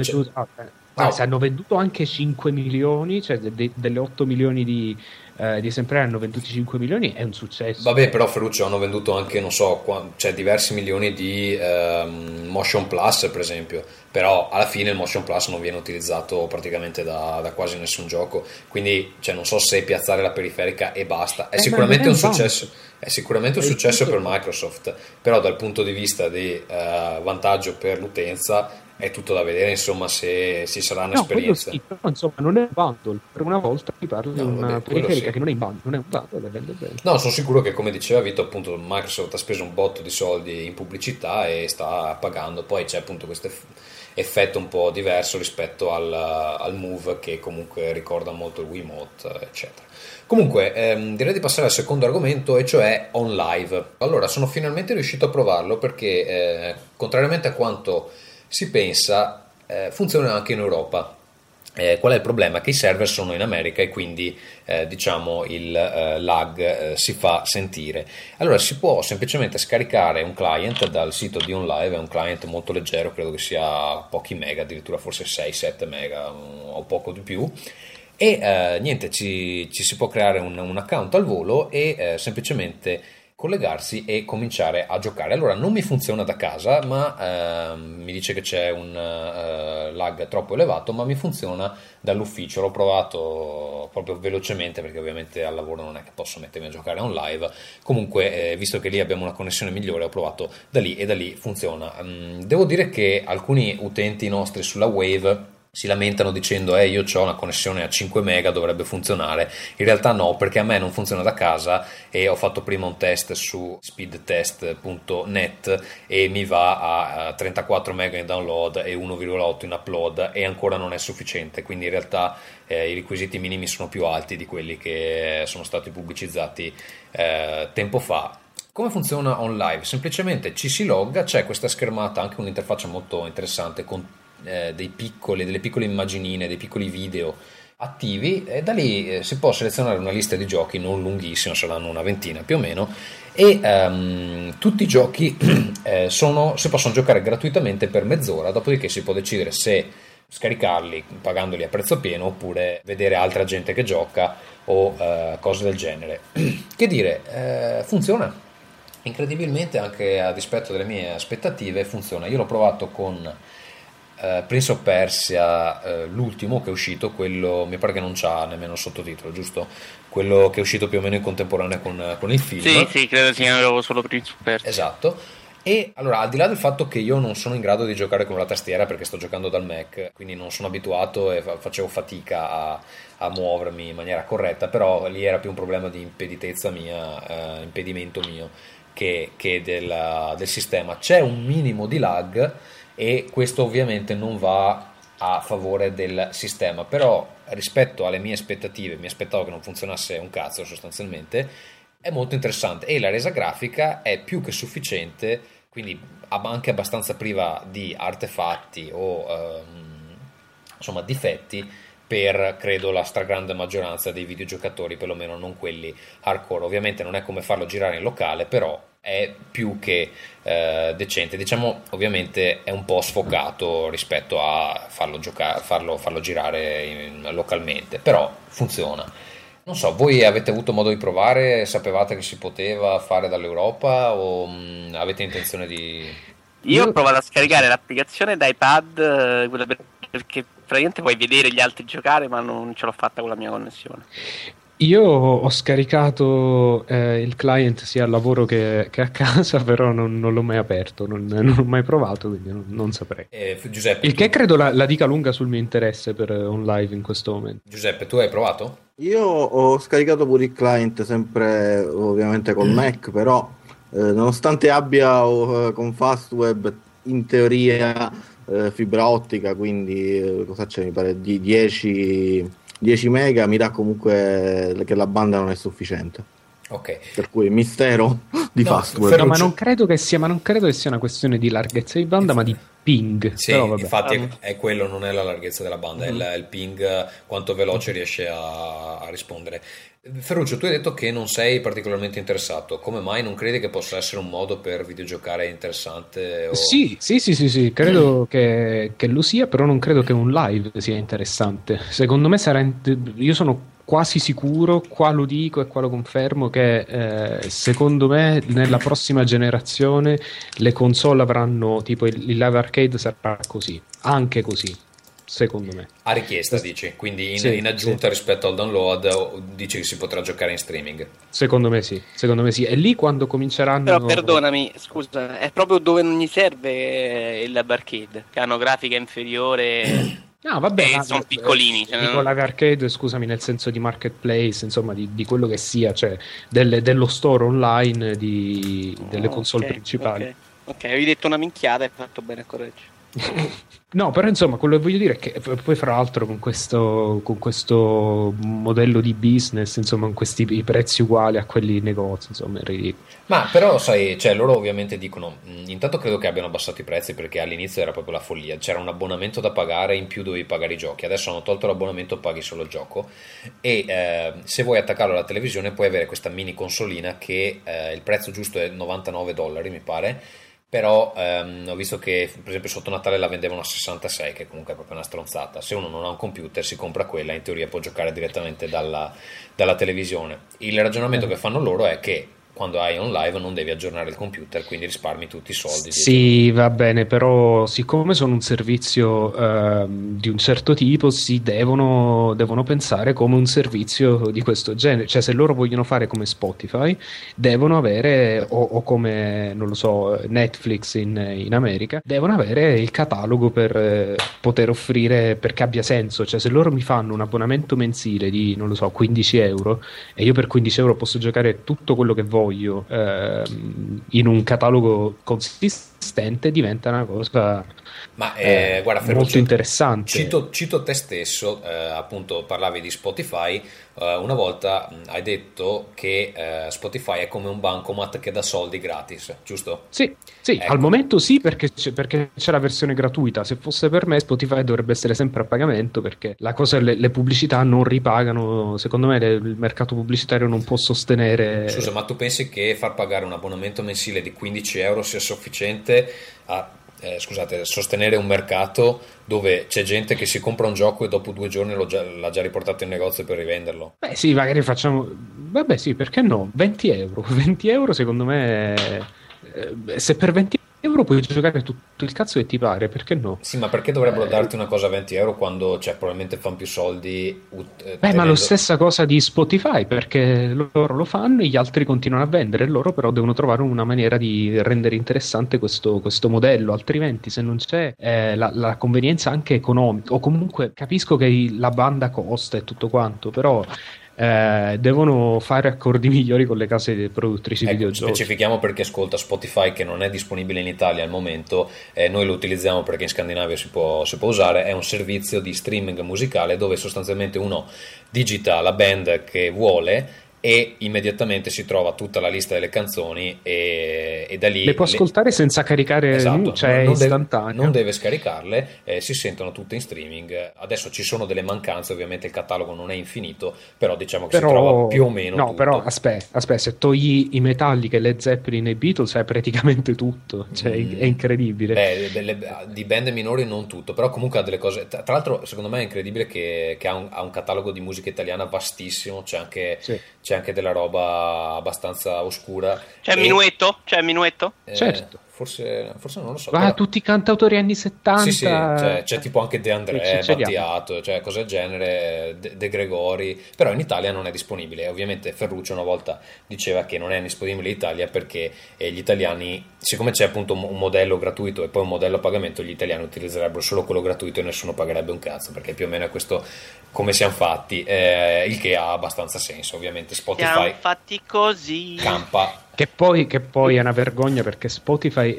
Se hanno venduto anche 5 milioni, cioè delle 8 milioni di esemplari hanno venduto 5 milioni, è un successo. Vabbè, però Ferruccio, hanno venduto anche, non so, cioè diversi milioni di Motion Plus, per esempio, però alla fine il Motion Plus non viene utilizzato praticamente da quasi nessun gioco, quindi cioè, non so se piazzare la periferica e basta. È sicuramente un successo. È sicuramente un successo per Microsoft, però dal punto di vista di vantaggio per l'utenza è tutto da vedere, insomma, se ci sarà un'esperienza. Sì, però, insomma, non è un bundle. Per una volta ti parlo di una periferica che non è in bundle, non è un bundle, vende bene. No, sono sicuro che, come diceva Vito, appunto Microsoft ha speso un botto di soldi in pubblicità e sta pagando. Poi c'è appunto questo effetto un po' diverso rispetto al Move, che comunque ricorda molto il Wiimote, eccetera. Comunque, direi di passare al secondo argomento, e cioè OnLive. Allora, sono finalmente riuscito a provarlo perché, contrariamente a quanto si pensa, funziona anche in Europa. Qual è il problema? Che i server sono in America e quindi diciamo il lag si fa sentire. Allora si può semplicemente scaricare un client dal sito di OnLive, è un client molto leggero, credo che sia pochi mega, addirittura forse 6-7 mega o poco di più. E niente, ci si può creare un account al volo e semplicemente collegarsi e cominciare a giocare. Allora non mi funziona da casa, ma mi dice che c'è un lag troppo elevato, ma mi funziona dall'ufficio. L'ho provato proprio velocemente perché ovviamente al lavoro non è che posso mettermi a giocare OnLive. Comunque visto che lì abbiamo una connessione migliore, ho provato da lì e da lì funziona. Devo dire che alcuni utenti nostri sulla Wave si lamentano dicendo io ho una connessione a 5 mega, dovrebbe funzionare. In realtà no, perché a me non funziona da casa e ho fatto prima un test su speedtest.net e mi va a 34 mega in download e 1,8 in upload e ancora non è sufficiente, quindi in realtà i requisiti minimi sono più alti di quelli che sono stati pubblicizzati tempo fa. Come funziona OnLive? Semplicemente ci si logga, c'è questa schermata, anche un'interfaccia molto interessante con delle piccole immaginine, dei piccoli video attivi, e da lì si può selezionare una lista di giochi non lunghissima, saranno una ventina più o meno, e tutti i giochi si possono giocare gratuitamente per mezz'ora, dopodiché si può decidere se scaricarli pagandoli a prezzo pieno oppure vedere altra gente che gioca o cose del genere. Che dire, funziona incredibilmente, anche a dispetto delle mie aspettative funziona. Io l'ho provato con Prince of Persia, l'ultimo che è uscito, quello mi pare che non c'ha nemmeno sottotitolo, giusto? Quello che è uscito più o meno in contemporanea con il film. Sì, credo sia solo Prince of Persia. Esatto. E allora, al di là del fatto che io non sono in grado di giocare con la tastiera perché sto giocando dal Mac, quindi non sono abituato e facevo fatica a muovermi in maniera corretta, però lì era più un problema di impedimento mio che del sistema. C'è un minimo di lag e questo ovviamente non va a favore del sistema, però rispetto alle mie aspettative, mi aspettavo che non funzionasse un cazzo sostanzialmente, è molto interessante e la resa grafica è più che sufficiente, quindi anche abbastanza priva di artefatti o insomma difetti per, credo, la stragrande maggioranza dei videogiocatori, perlomeno non quelli hardcore. Ovviamente non è come farlo girare in locale, però è più che decente. Diciamo, ovviamente è un po' sfocato rispetto a farlo girare localmente, però funziona. Non so, voi avete avuto modo di provare? Sapevate che si poteva fare dall'Europa o avete intenzione di... Io ho provato a scaricare l'applicazione da iPad, quella perché praticamente puoi vedere gli altri giocare, ma non ce l'ho fatta con la mia connessione. Io ho scaricato il client sia al lavoro che a casa, però non l'ho mai aperto, non ho mai provato, quindi non saprei. Giuseppe, il che credo la dica lunga sul mio interesse per un live in questo momento. Giuseppe, tu hai provato? Io ho scaricato pure il client, sempre ovviamente col Mac, però nonostante abbia con Fastweb in teoria fibra ottica, quindi cosa c'è, mi pare di 10 mega, mi dà comunque che la banda non è sufficiente. Ok. Per cui mistero di Fastweb. No, ma non credo che sia una questione di larghezza di banda, ma di ping. Sì, però vabbè. infatti è quello, non è la larghezza della banda, è il ping, quanto veloce riesce a rispondere. Ferruccio, tu hai detto che non sei particolarmente interessato. Come mai non credi che possa essere un modo per videogiocare interessante? O... Sì, credo che lo sia, però non credo che un live sia interessante. Secondo me io sono quasi sicuro, qua lo dico e qua lo confermo, che secondo me nella prossima generazione le console avranno, tipo il live arcade sarà così, anche così, secondo me. A richiesta, dici? Quindi in aggiunta rispetto al download, dici che si potrà giocare in streaming? Secondo me sì. E lì quando cominceranno... Però perdonami, scusa, è proprio dove non gli serve il live arcade, che hanno grafica inferiore... No, vabbè, sono piccolini. Dico live arcade, scusami, nel senso di marketplace, insomma, di quello che sia, cioè dello store online delle console principali. Ok, avevi detto una minchiata e hai fatto bene a correggere. No, però insomma, quello che voglio dire è che poi fra l'altro con questo modello di business, insomma, con questi i prezzi uguali a quelli negozi, insomma, è ridicolo. Ma però sai, cioè loro ovviamente dicono, intanto credo che abbiano abbassato i prezzi perché all'inizio era proprio la follia, c'era un abbonamento da pagare, in più dovevi pagare i giochi, adesso hanno tolto l'abbonamento, paghi solo il gioco e se vuoi attaccarlo alla televisione puoi avere questa mini consolina che il prezzo giusto è $99 mi pare. Però ho visto che per esempio sotto Natale la vendevano a 66, che comunque è proprio una stronzata. Se uno non ha un computer si compra quella, in teoria può giocare direttamente dalla televisione. Il ragionamento che fanno loro è che quando hai on live non devi aggiornare il computer, quindi risparmi tutti i soldi. Sì, va bene, però siccome sono un servizio di un certo tipo, si devono pensare come un servizio di questo genere. Cioè, se loro vogliono fare come Spotify, devono avere, o come, non lo so, Netflix in America, devono avere il catalogo per poter offrire, perché abbia senso. Cioè, se loro mi fanno un abbonamento mensile di, non lo so, €15 e io per €15 posso giocare tutto quello che voglio in un catalogo consistente, diventa una cosa guarda, molto interessante. Cito te stesso, appunto parlavi di Spotify, una volta hai detto che Spotify è come un bancomat che dà soldi gratis, giusto? Sì, ecco. Al momento sì, perché c'è la versione gratuita. Se fosse per me Spotify dovrebbe essere sempre a pagamento, perché la cosa, le pubblicità non ripagano, secondo me il mercato pubblicitario non può sostenere. Scusa, ma tu pensi che far pagare un abbonamento mensile di €15 sia sufficiente a sostenere un mercato dove c'è gente che si compra un gioco e dopo 2 giorni l'ha già riportato in negozio per rivenderlo? Beh sì, magari facciamo, vabbè sì, perché no, €20 secondo me, se per €20 puoi giocare tutto il cazzo che ti pare, perché no? Sì, ma perché dovrebbero darti una cosa a €20 quando probabilmente fanno più soldi? Ma la stessa cosa di Spotify, perché loro lo fanno e gli altri continuano a vendere, loro però devono trovare una maniera di rendere interessante questo modello, altrimenti se non c'è la convenienza anche economica, o comunque capisco che la banda costa e tutto quanto, però devono fare accordi migliori con le case produttrici di videogiochi. Specifichiamo perché ascolta Spotify, che non è disponibile in Italia al momento, noi lo utilizziamo perché in Scandinavia si può usare. È un servizio di streaming musicale dove sostanzialmente uno digita la band che vuole e immediatamente si trova tutta la lista delle canzoni e da lì le può ascoltare senza caricare, esatto, cioè istantaneo. non deve scaricarle, si sentono tutte in streaming. Adesso ci sono delle mancanze, ovviamente il catalogo non è infinito, però diciamo che si trova più o meno tutto. Però aspetta, se togli i Metallica, le Zeppelin e i Beatles è praticamente tutto, cioè è incredibile. Di band minori non tutto, però comunque ha delle cose. Tra l'altro secondo me è incredibile che ha un catalogo di musica italiana vastissimo, c'è anche della roba abbastanza oscura. C'è Minuetto? Certo. Forse non lo so. Ma tutti i cantautori anni 70. Sì, c'è tipo anche De André, Battiato, cioè cose del genere, De Gregori, però in Italia non è disponibile. Ovviamente Ferruccio una volta diceva che non è disponibile in Italia perché gli italiani, siccome c'è appunto un modello gratuito e poi un modello a pagamento, gli italiani utilizzerebbero solo quello gratuito e nessuno pagherebbe un cazzo, perché più o meno è questo come siamo fatti, il che ha abbastanza senso. Ovviamente Spotify siamo fatti così, campa. Che poi è una vergogna, perché Spotify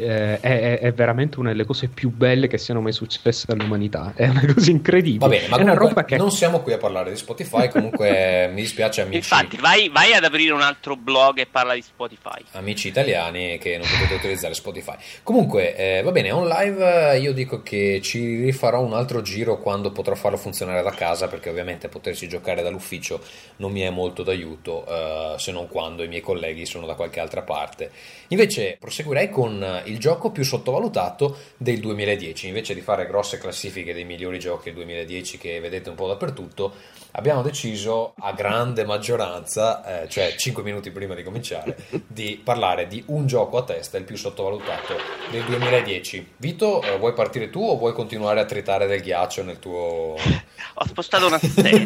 è veramente una delle cose più belle che siano mai successe all'umanità. È una cosa incredibile. Va bene, ma è una roba che non siamo qui a parlare di Spotify. Comunque mi dispiace, amici. Infatti, vai ad aprire un altro blog che parla di Spotify. Amici italiani che non potete utilizzare Spotify. Comunque, va bene, on live io dico che ci rifarò un altro giro quando potrò farlo funzionare da casa, perché ovviamente poterci giocare dall'ufficio non mi è molto d'aiuto, se non quando i miei colleghi sono da qualche altra parte. Invece proseguirei con il gioco più sottovalutato del 2010. Invece di fare grosse classifiche dei migliori giochi del 2010 che vedete un po' dappertutto, abbiamo deciso a grande maggioranza, cioè 5 minuti prima di cominciare, di parlare di un gioco a testa, il più sottovalutato del 2010. Vito, vuoi partire tu o vuoi continuare a tritare del ghiaccio nel tuo... Ho spostato una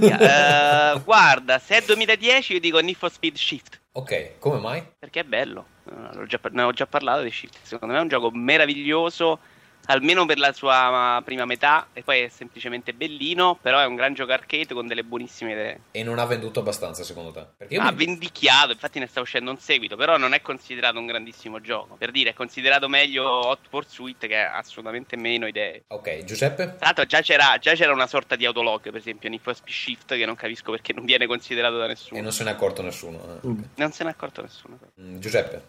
sedia. Guarda, se è 2010 io dico Need for Speed Shift. Ok, come mai? Perché è bello, ne ho già parlato di Shift. Secondo me è un gioco meraviglioso, almeno per la sua prima metà, e poi è semplicemente bellino, però è un gran gioco arcade con delle buonissime idee. E non ha venduto abbastanza, secondo te? Perché ha vendicchiato, infatti ne sta uscendo un seguito, però non è considerato un grandissimo gioco. Per dire, è considerato meglio Hot Pursuit, che ha assolutamente meno idee. Ok, Giuseppe? Tra l'altro già c'era una sorta di autolog, per esempio Need for Speed Shift, che non capisco perché non viene considerato da nessuno. E non se ne è accorto nessuno. Okay. Non se ne è accorto nessuno. Giuseppe?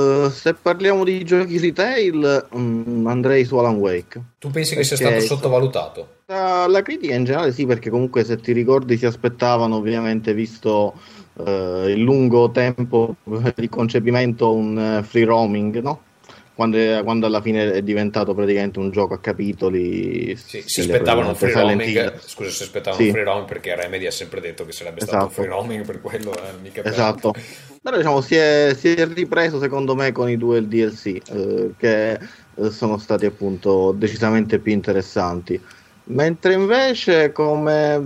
Se parliamo di giochi retail, andrei su Alan Wake. Tu pensi che sia stato sottovalutato? La critica in generale sì, perché comunque se ti ricordi si aspettavano, ovviamente visto il lungo tempo di concepimento, un free roaming, no? Quando alla fine è diventato praticamente un gioco a capitoli. Sì, si aspettavano un free roaming. Scusa, si aspettavano un free roaming perché Remedy ha sempre detto che sarebbe stato un free roaming, per quello mica esatto. Però diciamo si è ripreso secondo me con i due DLC che sono stati appunto decisamente più interessanti. Mentre invece come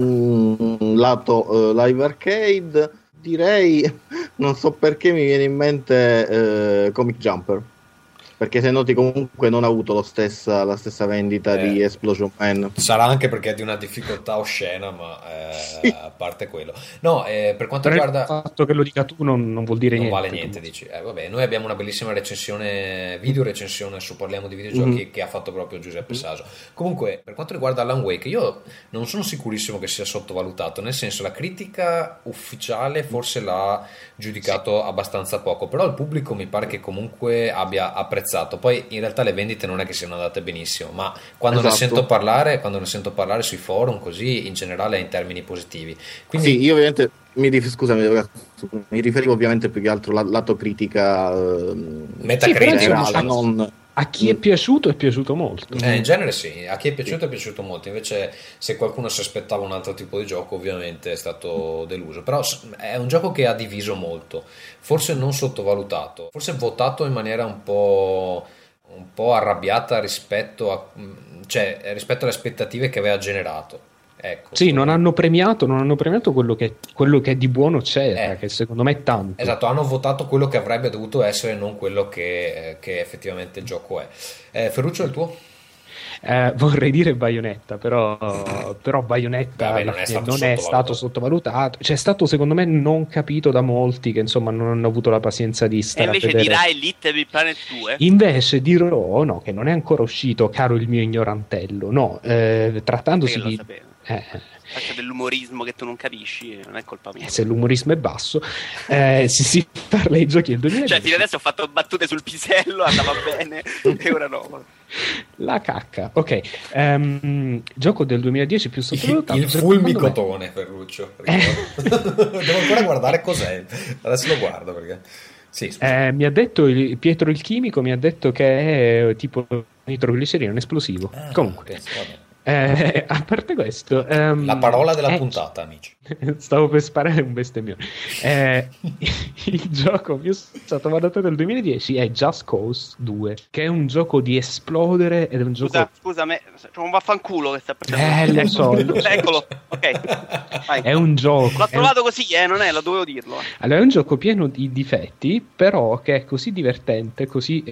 lato live arcade direi, non so perché mi viene in mente Comic Jumper, perché se noti comunque non ha avuto la stessa vendita di Explosion Man. Sarà anche perché è di una difficoltà oscena, ma sì. A parte quello, no, per quanto riguarda il fatto che lo dica tu non vuol dire non niente. Vale niente, dici. Vabbè, noi abbiamo una bellissima video recensione su Parliamo di Videogiochi che ha fatto proprio Giuseppe Saso. Comunque, per quanto riguarda Alan Wake, io non sono sicurissimo che sia sottovalutato, nel senso, la critica ufficiale forse l'ha giudicato abbastanza poco, però il pubblico mi pare che comunque abbia apprezzato. Poi in realtà le vendite non è che siano andate benissimo, ma quando ne sento parlare sui forum così, in generale è in termini positivi. Quindi sì, io ovviamente mi riferivo ovviamente più che altro lato critica metacritica, a chi è piaciuto molto. In genere sì, a chi è piaciuto molto. Invece se qualcuno si aspettava un altro tipo di gioco, ovviamente è stato deluso. Però è un gioco che ha diviso molto, forse non sottovalutato, forse votato in maniera un po' arrabbiata rispetto alle aspettative che aveva generato. Ecco. Sì, non hanno premiato quello che di buono c'era, che secondo me è tanto. Esatto, hanno votato quello che avrebbe dovuto essere, non quello che effettivamente il gioco è. Ferruccio, il tuo? Vorrei dire Bayonetta, però Bayonetta non è stato sottovalutato. Cioè è stato secondo me non capito da molti che insomma non hanno avuto la pazienza di stare a vedere. E invece dirai Little Planet 2? Invece dirò no, che non è ancora uscito, caro il mio ignorantello. No, trattandosi di Faccia dell'umorismo che tu non capisci, non è colpa mia. Se l'umorismo è basso, si parla di giochi del 2010. Cioè, fino adesso ho fatto battute sul pisello, andava bene, e ora no. La cacca, ok. Gioco del 2010 più sottovalutato. Il fulmicotone, Ferruccio. Devo ancora guardare cos'è. Adesso lo guardo perché. Sì, mi ha detto Pietro il chimico, mi ha detto che è tipo nitroglicerina, un esplosivo. Comunque. A parte questo, la parola della puntata, amici. Stavo per sparare un bestemmione. Il gioco più sottovalutato del 2010 è Just Cause 2, che è un gioco di esplodere ed è un gioco. Scusa, c'è un vaffanculo che sta prendendo. Lo so. Eccolo, ok. Vai. È un gioco. L'ho trovato così, non è, lo dovevo dirlo. Allora, è un gioco pieno di difetti, però che è così divertente, così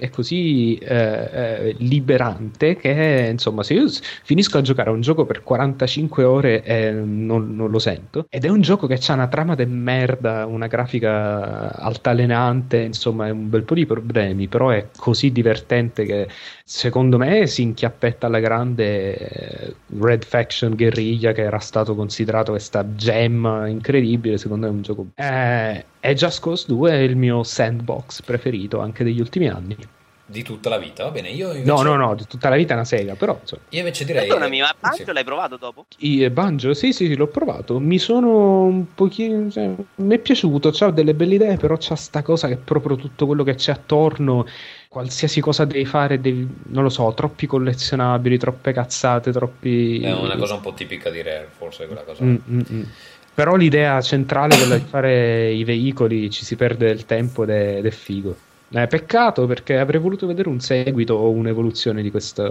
liberante che, insomma, se io finisco a giocare a un gioco per 45 ore non lo sento. Ed è un gioco che ha una trama de merda, una grafica altalenante, insomma, è un bel po' di problemi, però è così divertente che secondo me si inchiappetta alla grande Red Faction Guerriglia, che era stato considerato questa gemma incredibile. Secondo me è un gioco. E Just Cause 2 è il mio sandbox preferito anche degli ultimi anni. Di tutta la vita, va bene. Io invece... No, di tutta la vita è una sega, però insomma. Io invece direi. Perdonami, ma Banjo l'hai provato dopo? Banjo, sì, l'ho provato. Mi sono un pochino. Mi è piaciuto, c'ha delle belle idee, però c'ha sta cosa che proprio tutto quello che c'è attorno, qualsiasi cosa devi fare, non lo so, troppi collezionabili, troppe cazzate, troppi. È una cosa un po' tipica di Rare, forse quella cosa. Però l'idea centrale, quella di fare i veicoli, ci si perde del tempo ed è figo. Peccato, perché avrei voluto vedere un seguito o un'evoluzione di questa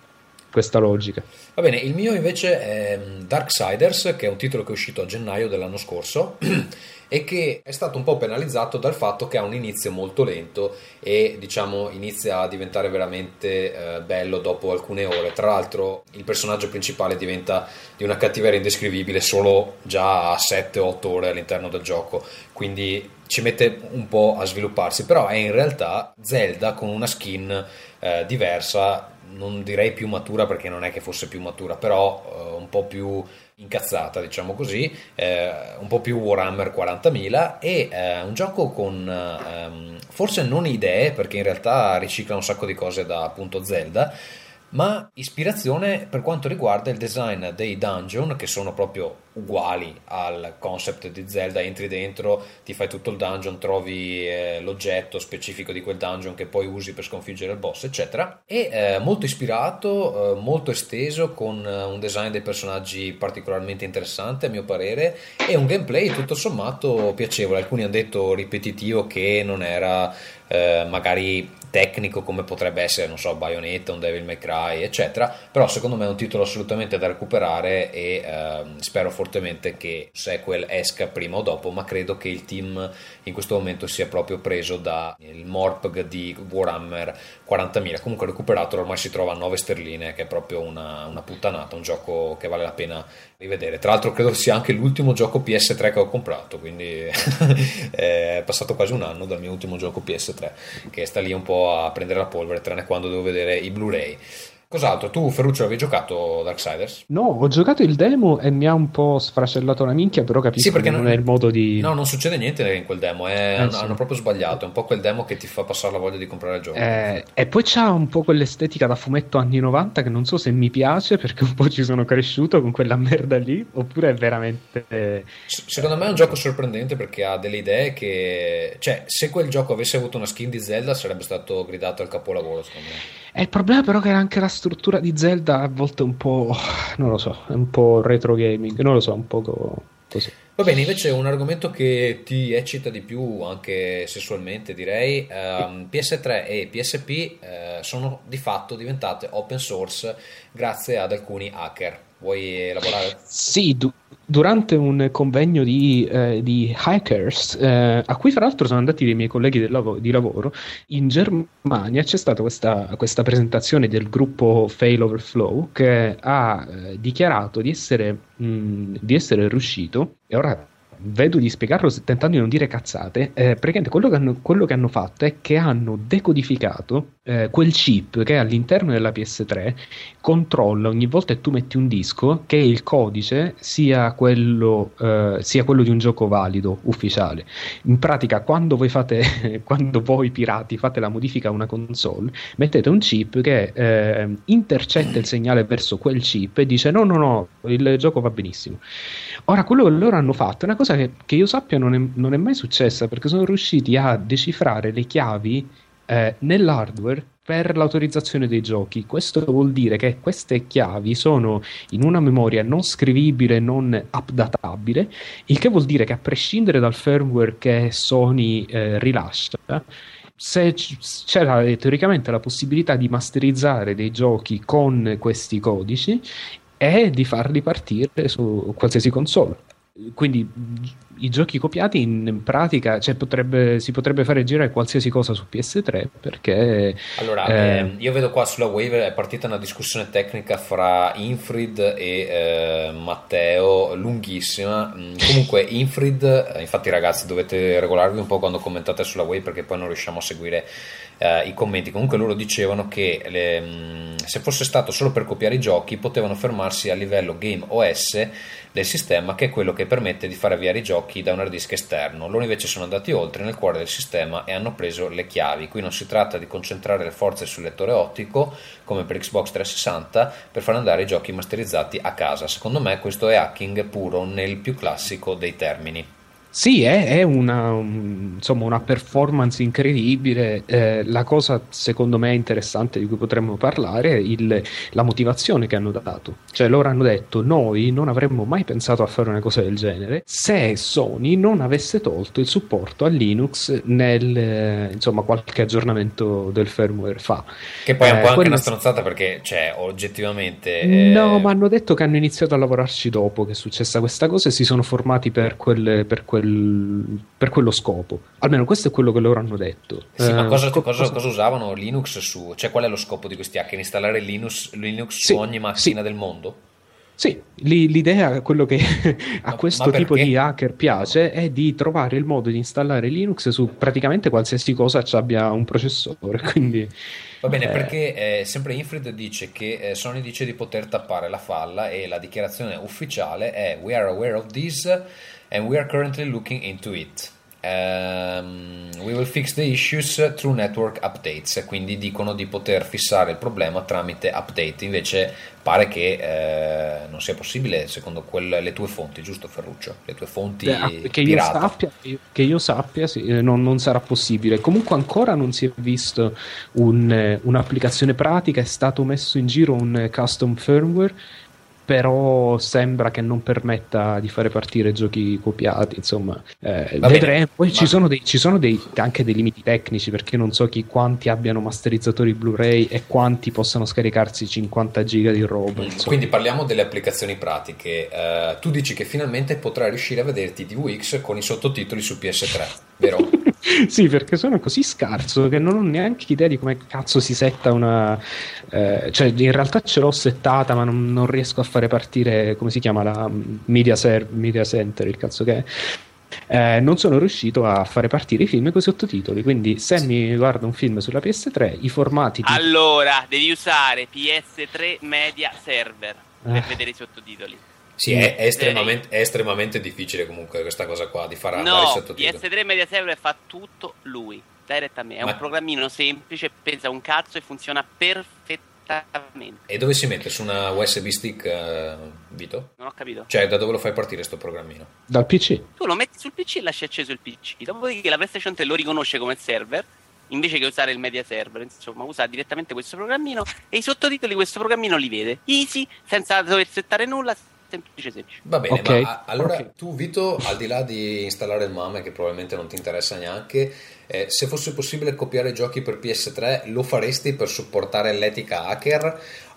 logica. Va bene, il mio invece è Darksiders, che è un titolo che è uscito a gennaio dell'anno scorso e che è stato un po' penalizzato dal fatto che ha un inizio molto lento e, diciamo, inizia a diventare veramente bello dopo alcune ore. Tra l'altro il personaggio principale diventa di una cattiveria indescrivibile solo già a 7-8 ore all'interno del gioco, quindi ci mette un po' a svilupparsi, però è in realtà Zelda con una skin diversa, non direi più matura perché non è che fosse più matura, però un po' più incazzata, diciamo così, un po' più Warhammer 40.000 e un gioco con forse non idee, perché in realtà ricicla un sacco di cose da appunto Zelda, ma ispirazione per quanto riguarda il design dei dungeon, che sono proprio uguali al concept di Zelda. Entri dentro, ti fai tutto il dungeon, trovi l'oggetto specifico di quel dungeon che poi usi per sconfiggere il boss, eccetera, e molto ispirato, molto esteso, con un design dei personaggi particolarmente interessante a mio parere e un gameplay tutto sommato piacevole. Alcuni hanno detto ripetitivo, che non era magari tecnico come potrebbe essere, non so, Bayonetta, un Devil May Cry, eccetera, però secondo me è un titolo assolutamente da recuperare e spero fortemente che sequel esca prima o dopo, ma credo che il team in questo momento sia proprio preso da il Morpg di Warhammer 40.000. Comunque recuperato, ormai si trova a 9 sterline, che è proprio una puttanata, un gioco che vale la pena rivedere. Tra l'altro credo sia anche l'ultimo gioco PS3 che ho comprato, quindi è passato quasi un anno dal mio ultimo gioco PS3, che sta lì un po' a prendere la polvere, tranne quando devo vedere i Blu-ray. Cos'altro? Tu, Ferruccio, avevi giocato Darksiders? No, ho giocato il demo e mi ha un po' sfracellato la minchia, però capisco che non è il modo di... No, non succede niente in quel demo, hanno proprio sbagliato, è un po' quel demo che ti fa passare la voglia di comprare il gioco. E poi c'ha un po' quell'estetica da fumetto anni 90 che non so se mi piace, perché un po' ci sono cresciuto con quella merda lì, oppure è veramente... Secondo me è un gioco sorprendente perché ha delle idee che... Cioè, se quel gioco avesse avuto una skin di Zelda sarebbe stato gridato al capolavoro, secondo me. Il problema però che era anche la struttura di Zelda a volte un po', non lo so, è un po' retro gaming, non lo so, un po' così. Va bene, invece un argomento che ti eccita di più, anche sessualmente direi, PS3 e PSP sono di fatto diventate open source grazie ad alcuni hacker. Vuoi elaborare? Sì, durante un convegno di hackers, a cui fra l'altro sono andati dei miei colleghi di lavoro, in Germania c'è stata questa presentazione del gruppo Fail Overflow, che ha dichiarato di essere riuscito, e ora vedo di spiegarlo tentando di non dire cazzate. Praticamente quello che hanno fatto è che hanno decodificato quel chip che all'interno della PS3 controlla ogni volta che tu metti un disco che il codice sia quello di un gioco valido, ufficiale. In pratica, quando voi pirati fate la modifica a una console, mettete un chip che intercetta il segnale verso quel chip e dice no, il gioco va benissimo. Ora, quello che loro hanno fatto è una cosa che io sappia non è mai successa, perché sono riusciti a decifrare le chiavi nell'hardware per l'autorizzazione dei giochi. Questo vuol dire che queste chiavi sono in una memoria non scrivibile, non updatabile, il che vuol dire che a prescindere dal firmware che Sony rilascia, se c'era teoricamente la possibilità di masterizzare dei giochi con questi codici e di farli partire su qualsiasi console. Quindi i giochi copiati in pratica, cioè si potrebbe fare girare qualsiasi cosa su PS3, perché allora io vedo qua sulla Wave è partita una discussione tecnica fra Infrid e Matteo lunghissima. Comunque Infrid, infatti ragazzi dovete regolarvi un po' quando commentate sulla Wave, perché poi non riusciamo a seguire i commenti. Comunque loro dicevano che se fosse stato solo per copiare i giochi potevano fermarsi a livello Game OS del sistema, che è quello che permette di far avviare i giochi da un hard disk esterno. Loro invece sono andati oltre nel cuore del sistema e hanno preso le chiavi. Qui non si tratta di concentrare le forze sul lettore ottico come per Xbox 360 per far andare i giochi masterizzati a casa. Secondo me questo è hacking puro nel più classico dei termini. Sì, è una performance incredibile. La cosa secondo me interessante di cui potremmo parlare è la motivazione che hanno dato. Cioè loro hanno detto: noi non avremmo mai pensato a fare una cosa del genere se Sony non avesse tolto il supporto a Linux nel qualche aggiornamento del firmware fa. Che poi è un po' anche una stronzata, perché oggettivamente no, ma hanno detto che hanno iniziato a lavorarci dopo che è successa questa cosa e si sono formati per quello scopo. Almeno questo è quello che loro hanno detto. Sì, ma cosa usavano Linux su? Cioè, qual è lo scopo di questi hacker? Installare Linux su ogni macchina del mondo? Sì, l'idea, quello che a questo tipo di hacker piace, è di trovare il modo di installare Linux su praticamente qualsiasi cosa ci abbia un processore. Quindi va bene, perché sempre Infrid dice che Sony dice di poter tappare la falla, e la dichiarazione ufficiale è: "We are aware of this and we are currently looking into it. We will fix the issues through network updates." Quindi dicono di poter fissare il problema tramite update. Invece pare che non sia possibile, secondo le tue fonti, giusto Ferruccio? Le tue fonti pirata. Che io sappia sì, non sarà possibile. Comunque ancora non si è visto un'applicazione pratica. È stato messo in giro un custom firmware, però sembra che non permetta di fare partire giochi copiati. Insomma, vedremo. Poi ci sono anche dei limiti tecnici, perché non so quanti abbiano masterizzatori Blu-ray e quanti possano scaricarsi 50 giga di roba. Quindi parliamo delle applicazioni pratiche. Tu dici che finalmente potrai riuscire a vederti DivX con i sottotitoli su PS3, vero? Sì, perché sono così scarso che non ho neanche idea di come cazzo si setta una... cioè in realtà ce l'ho settata, ma non riesco a fare partire, come si chiama, la Media Center, il cazzo che è. Non sono riuscito a fare partire i film con i sottotitoli, quindi se mi guardo un film sulla PS3, i formati allora devi usare PS3 Media Server per vedere i sottotitoli. Sì, è estremamente difficile comunque questa cosa qua di fare andare i sottotitoli. PS3 Media Server fa tutto lui direttamente. È un programmino semplice, pesa un cazzo e funziona perfettamente. E dove si mette? Su una USB stick, Vito? Non ho capito. Cioè, da dove lo fai partire sto programmino? Dal PC. Tu lo metti sul PC e lasci acceso il PC. Dopodiché la PlayStation 3 lo riconosce come server, invece che usare il media server. Insomma, usa direttamente questo programmino e i sottotitoli di questo programmino li vede. Easy, senza dover settare nulla. Semplice. Va bene, okay. Ma allora tu, Vito, al di là di installare il MAME, che probabilmente non ti interessa neanche, se fosse possibile copiare giochi per PS3 lo faresti per supportare l'etica hacker,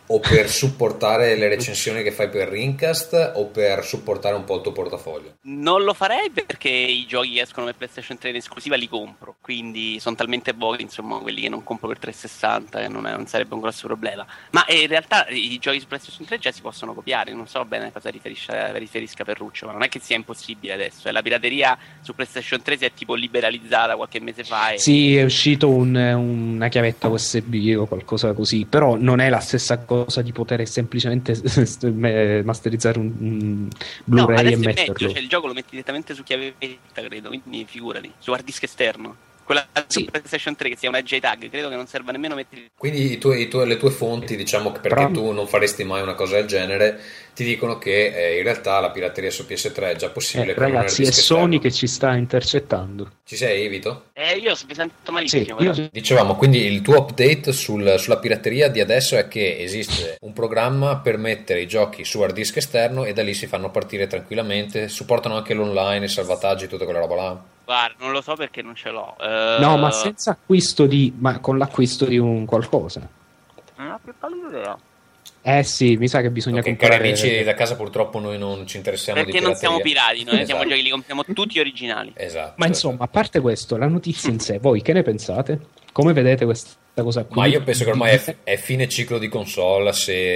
o per supportare le recensioni che fai per Rincast o per supportare un po' il tuo portafoglio? Non lo farei perché i giochi che escono per PlayStation 3 in esclusiva li compro, quindi sono talmente pochi, insomma, quelli che non compro per 360 che non sarebbe un grosso problema. Ma in realtà i giochi su PlayStation 3 già si possono copiare, non so bene a cosa riferisca Ferruccio, ma non è che sia impossibile adesso. La pirateria su PlayStation 3 si è tipo liberalizzata qualche mese fa. Sì, è uscito una chiavetta USB o qualcosa così, però non è la stessa cosa di poter semplicemente masterizzare un Blu-ray e metterlo. Meglio, cioè il gioco lo metti direttamente su chiavetta, credo, quindi figurati, su hard disk esterno. Quella su PlayStation 3 che sia una JTAG, credo che non serva nemmeno mettere. Quindi le tue fonti, diciamo che perché tu non faresti mai una cosa del genere, ti dicono che in realtà la pirateria su PS3 è già possibile. Ragazzi, è Sony che ci sta intercettando. Ci sei, Vito? Io mi sento malissimo. Sì, Dicevamo, quindi il tuo update sulla pirateria di adesso è che esiste un programma per mettere i giochi su hard disk esterno e da lì si fanno partire tranquillamente, supportano anche l'online, i salvataggi, tutta quella roba là. Guarda, non lo so perché non ce l'ho. No, ma senza ma con l'acquisto di un qualcosa. Non ho più pallida idea. Sì, mi sa che bisogna comprare. Cari amici da casa, purtroppo noi non ci interessiamo perché di pirateria. Non siamo pirati, noi siamo giochi, li compriamo tutti originali. Esatto. Ma insomma, a parte questo, la notizia in sé, voi che ne pensate? Come vedete questa cosa qui? Ma io penso che ormai è fine ciclo di console,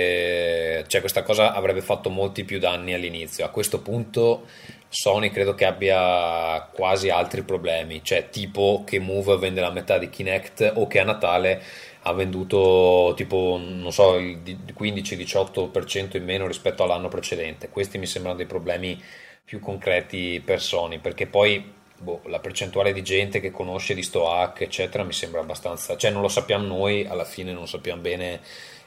cioè questa cosa avrebbe fatto molti più danni all'inizio. A questo punto Sony credo che abbia quasi altri problemi, cioè tipo che Move vende la metà di Kinect o che a Natale ha venduto tipo, non so, il 15-18% in meno rispetto all'anno precedente. Questi mi sembrano dei problemi più concreti per Sony, perché poi la percentuale di gente che conosce di sto hack eccetera mi sembra abbastanza, cioè non lo sappiamo noi, alla fine non sappiamo bene.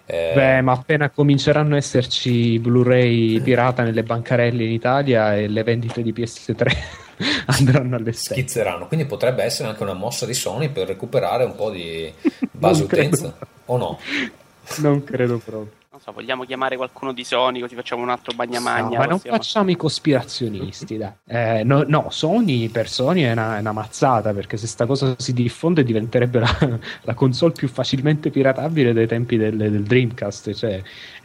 Ma appena cominceranno a esserci Blu-ray pirata nelle bancarelle in Italia e le vendite di PS3 andranno alle stelle. Schizzeranno, quindi potrebbe essere anche una mossa di Sony per recuperare un po' di base utenza, o no? Non credo proprio. Non so, vogliamo chiamare qualcuno di Sony così facciamo un altro bagnamagna? No, ma non facciamo i cospirazionisti, dai. No, Sony per Sony è una mazzata, perché se sta cosa si diffonde diventerebbe la console più facilmente piratabile dai tempi del Dreamcast, cioè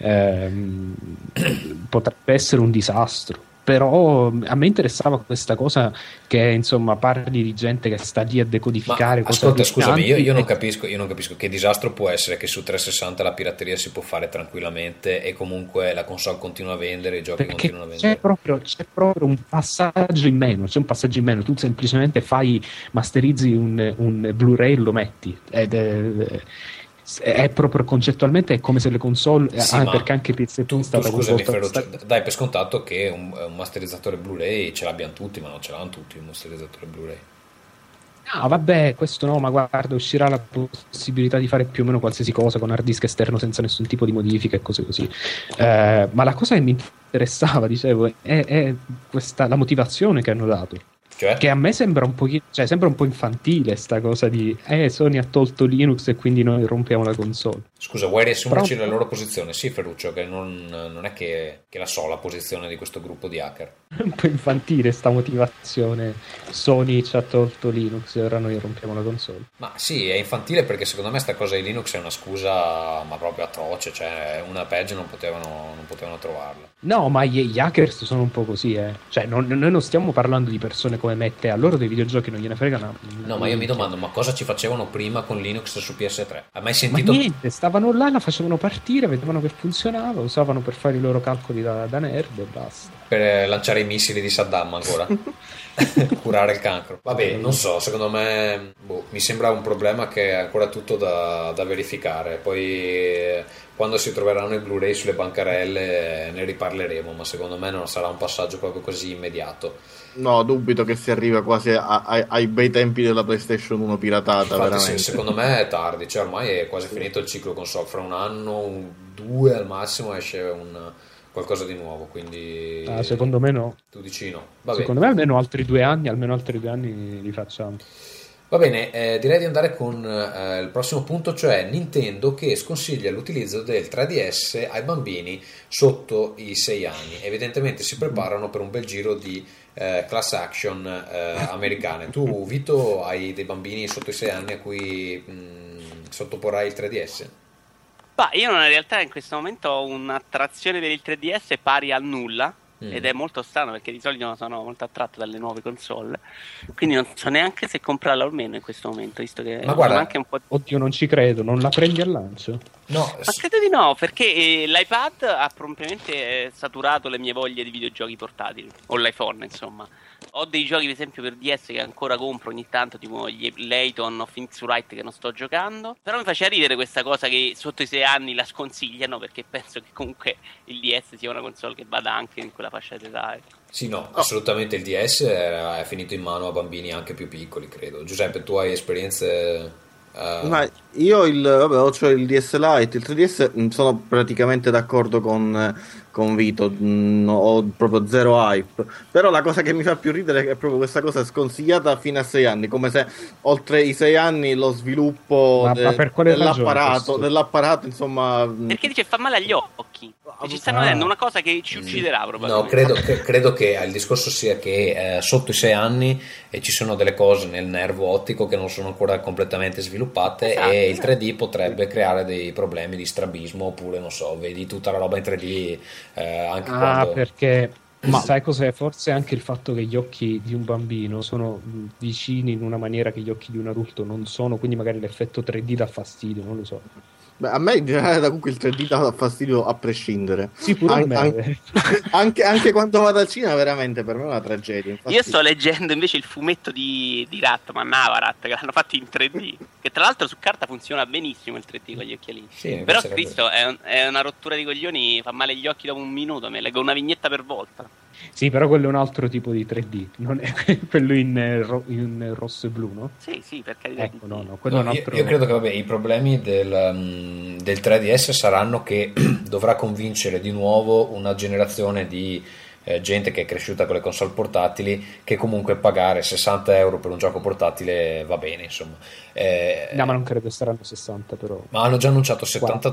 potrebbe essere un disastro. Però a me interessava questa cosa che insomma parli di gente che sta lì a decodificare. Ma ascolta, scusami, io non capisco che disastro può essere che su 360 la pirateria si può fare tranquillamente e comunque la console continua a vendere, i giochi perché continuano a vendere. C'è proprio un passaggio in meno, tu semplicemente masterizzi un Blu-ray e lo metti è proprio concettualmente è come se le console perché anche PS3 tu scusami Ferruccio, dai per scontato che un masterizzatore Blu-ray ce l'abbiano tutti, ma non ce l'hanno tutti un masterizzatore Blu-ray. No, vabbè, questo no, ma guarda, uscirà la possibilità di fare più o meno qualsiasi cosa con hard disk esterno senza nessun tipo di modifica e cose così. Ma la cosa che mi interessava, dicevo, è questa la motivazione che hanno dato. Cioè? Che a me sembra un pochino, cioè sembra un po' infantile sta cosa di Sony ha tolto Linux e quindi noi rompiamo la console. Scusa, vuoi riassumerci la loro posizione? Sì, Ferruccio, che non è che la so la posizione di questo gruppo di hacker. È un po' infantile sta motivazione. Sony ci ha tolto Linux e ora noi rompiamo la console. Ma sì, è infantile perché secondo me sta cosa di Linux è una scusa ma proprio atroce, cioè una peggio non potevano trovarla. No, ma gli hackers sono un po' così, cioè noi non stiamo parlando di persone come me e te, a loro dei videogiochi non gliene frega no, ma io mi domando, ma cosa ci facevano prima con Linux su PS3? Hai mai sentito? Ma niente, stavano là, la facevano partire, vedevano che funzionava, usavano per fare i loro calcoli da nerd e basta. Per lanciare i missili di Saddam ancora curare il cancro. Vabbè, non so, secondo me mi sembra un problema che è ancora tutto da verificare. Poi quando si troveranno i Blu-ray sulle bancarelle ne riparleremo, ma secondo me non sarà un passaggio proprio così immediato. No, dubito che si arriva quasi ai bei tempi della PlayStation 1 piratata. Infatti, veramente. Secondo me è tardi, cioè ormai è quasi finito il ciclo console, fra un anno, 2 al massimo esce qualcosa di nuovo, quindi secondo me no. Tu dici no? Vabbè. Secondo me almeno altri 2 anni li facciamo. Va bene, direi di andare con il prossimo punto, cioè Nintendo che sconsiglia l'utilizzo del 3DS ai bambini sotto i 6 anni. Evidentemente si preparano per un bel giro di class action americane. Tu, Vito, hai dei bambini sotto i 6 anni a cui sottoporrai il 3DS? Bah, io in realtà in questo momento ho un'attrazione per il 3DS pari al nulla. Ed è molto strano perché di solito sono molto attratto dalle nuove console, quindi non so neanche se comprarla o meno in questo momento, visto che ma guarda, anche un po'... Oddio, non ci credo, non la prendi al lancio? No, ma credo di no, perché l'iPad ha propriamente saturato le mie voglie di videogiochi portatili, o l'iPhone insomma. Ho dei giochi per esempio per DS che ancora compro ogni tanto, tipo gli Layton o Phoenix Wright, che non sto giocando. Però mi faceva ridere questa cosa che sotto i 6 anni la sconsigliano, perché penso che comunque il DS sia una console che vada anche in quella fascia d'età. Sì, no, assolutamente il DS è finito in mano a bambini anche più piccoli, credo. Giuseppe, tu hai esperienze... Ma io ho il DS Lite, il 3DS, sono praticamente d'accordo con Vito, ho proprio zero hype, però la cosa che mi fa più ridere è proprio questa cosa sconsigliata fino a 6 anni, come se oltre i 6 anni lo sviluppo dell'apparato insomma... Perché dice fa male agli occhi, e ci stanno vedendo una cosa che ci ucciderà probabilmente. No, credo che il discorso sia che sotto i 6 anni ci sono delle cose nel nervo ottico che non sono ancora completamente sviluppate, esatto, e il 3D potrebbe creare dei problemi di strabismo, oppure non so, vedi tutta la roba in 3D anche quando... perché sai cos'è? Forse anche il fatto che gli occhi di un bambino sono vicini in una maniera che gli occhi di un adulto non sono, quindi magari l'effetto 3D dà fastidio, non lo so. Beh, a me in generale comunque il 3D dà fastidio a prescindere. Sì, pure a me. Anche quando vado al cinema veramente per me è una tragedia. Infatti... Io sto leggendo invece il fumetto di Ratman, Avarat, che l'hanno fatto in 3D, che tra l'altro su carta funziona benissimo il 3D con gli occhialini. Sì, però Cristo è una rottura di coglioni, fa male gli occhi dopo un minuto, mi leggo una vignetta per volta. Sì, però quello è un altro tipo di 3D, non è quello in rosso e blu, no? Sì, per carità. Ecco, no, quello è un altro... Io credo che i problemi del 3DS saranno che dovrà convincere di nuovo una generazione di gente che è cresciuta con le console portatili, che comunque pagare 60 euro per un gioco portatile va bene, insomma. No, ma non credo saranno 60 però. Ma hanno già annunciato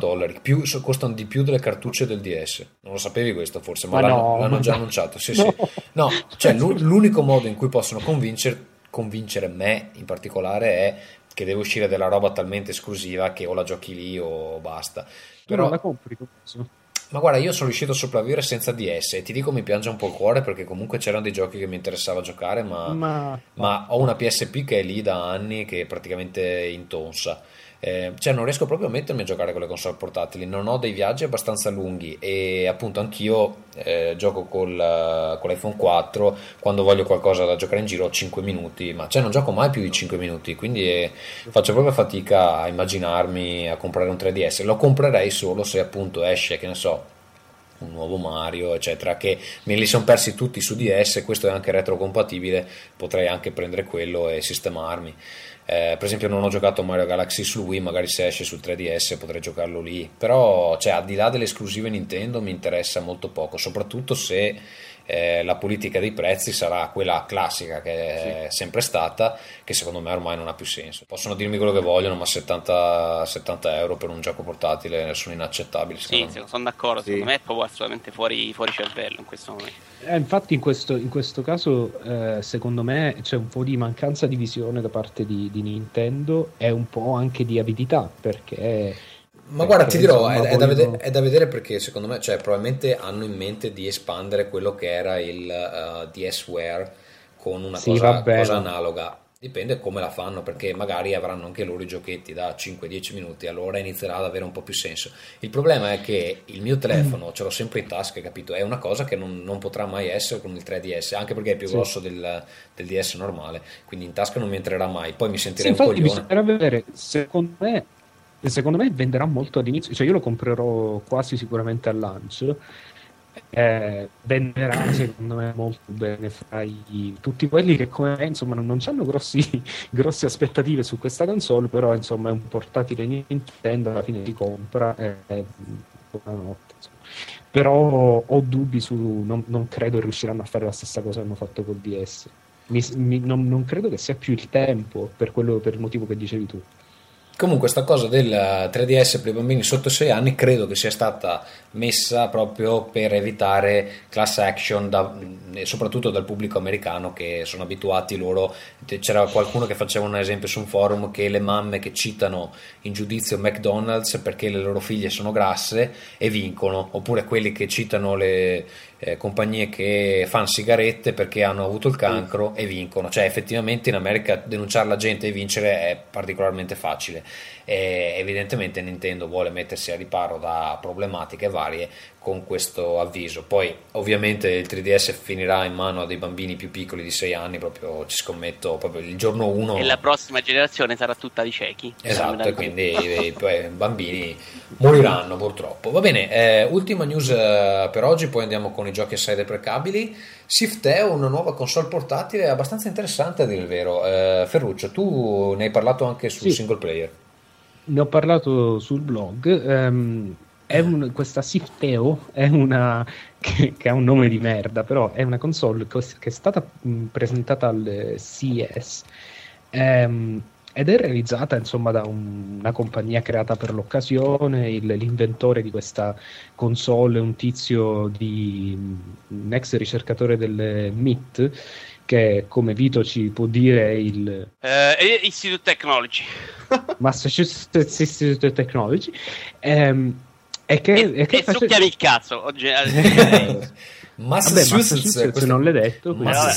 $70, costano di più delle cartucce del DS. Non lo sapevi questo forse, ma l'hanno già annunciato. Sì, no. Sì. No, cioè l'unico modo in cui possono convincere me in particolare è che deve uscire della roba talmente esclusiva che o la giochi lì o basta. Però non la compri tu? Ma guarda, io sono riuscito a sopravvivere senza DS e ti dico mi piange un po' il cuore, perché comunque c'erano dei giochi che mi interessava giocare, ma ho una PSP che è lì da anni, che è praticamente intonsa. Cioè non riesco proprio a mettermi a giocare con le console portatili, non ho dei viaggi abbastanza lunghi e appunto anch'io gioco con l'iPhone 4, quando voglio qualcosa da giocare in giro ho 5 minuti, ma cioè non gioco mai più di 5 minuti, quindi faccio proprio fatica a immaginarmi a comprare un 3DS. Lo comprerei solo se appunto esce, che ne so, un nuovo Mario eccetera, che me li sono persi tutti su DS, questo è anche retrocompatibile, potrei anche prendere quello e sistemarmi. Per esempio non ho giocato Mario Galaxy su Wii, magari se esce sul 3DS potrei giocarlo lì, però cioè, al di là delle esclusive Nintendo mi interessa molto poco, soprattutto se la politica dei prezzi sarà quella classica che è sempre stata, che secondo me ormai non ha più senso. Possono dirmi quello che vogliono, ma 70 euro per un gioco portatile sono inaccettabili. Sì, sono d'accordo, secondo me è proprio assolutamente fuori cervello in questo momento. Infatti in questo caso secondo me c'è un po' di mancanza di visione da parte di Nintendo e un po' anche di avidità, perché... Ma guarda, ti dirò, è da vedere, perché secondo me, cioè, probabilmente hanno in mente di espandere quello che era il DSware con una cosa analoga. Dipende come la fanno, perché magari avranno anche loro i giochetti da 5-10 minuti, allora inizierà ad avere un po' più senso. Il problema è che il mio telefono ce l'ho sempre in tasca, capito? È una cosa che non potrà mai essere con il 3DS, anche perché è più grosso del DS normale, quindi in tasca non mi entrerà mai. Poi mi sentirei un coglione. Bisognerà vedere, secondo me venderà molto all'inizio, cioè io lo comprerò quasi sicuramente al lancio, venderà secondo me molto bene fra tutti quelli che come me insomma non hanno grosse aspettative su questa console, però insomma è un portatile Nintendo, alla fine si compra buonanotte, insomma. Però ho dubbi non credo riusciranno a fare la stessa cosa che hanno fatto col DS. Non credo che sia più il tempo per il motivo che dicevi tu. Comunque sta cosa del 3DS per i bambini sotto 6 anni credo che sia stata messa proprio per evitare class action soprattutto dal pubblico americano, che sono abituati loro. C'era qualcuno che faceva un esempio su un forum che le mamme che citano in giudizio McDonald's perché le loro figlie sono grasse e vincono, oppure quelli che citano le compagnie che fanno sigarette perché hanno avuto il cancro e vincono. Cioè effettivamente in America denunciare la gente e vincere è particolarmente facile. Evidentemente Nintendo vuole mettersi a riparo da problematiche varie con questo avviso. Poi ovviamente il 3DS finirà in mano a dei bambini più piccoli di 6 anni, proprio ci scommetto, proprio il giorno 1, e la prossima generazione sarà tutta di ciechi. Esatto, e quindi i bambini moriranno purtroppo. Va bene, ultima news per oggi, poi andiamo con i giochi assai deprecabili. Sifteo, una nuova console portatile abbastanza interessante a dire il vero. Ferruccio, tu ne hai parlato anche sul single player. Ne ho parlato sul blog. Questa Sifteo è una che ha un nome di merda, però è una console che è stata presentata al CES ed è realizzata insomma da una compagnia creata per l'occasione. L'inventore di questa console è un tizio un ex ricercatore del MIT, che come Vito ci può dire Institute Technology. Massachusetts Institute of Technology. Succhiami il cazzo oggi. Massachusetts non l'hai detto,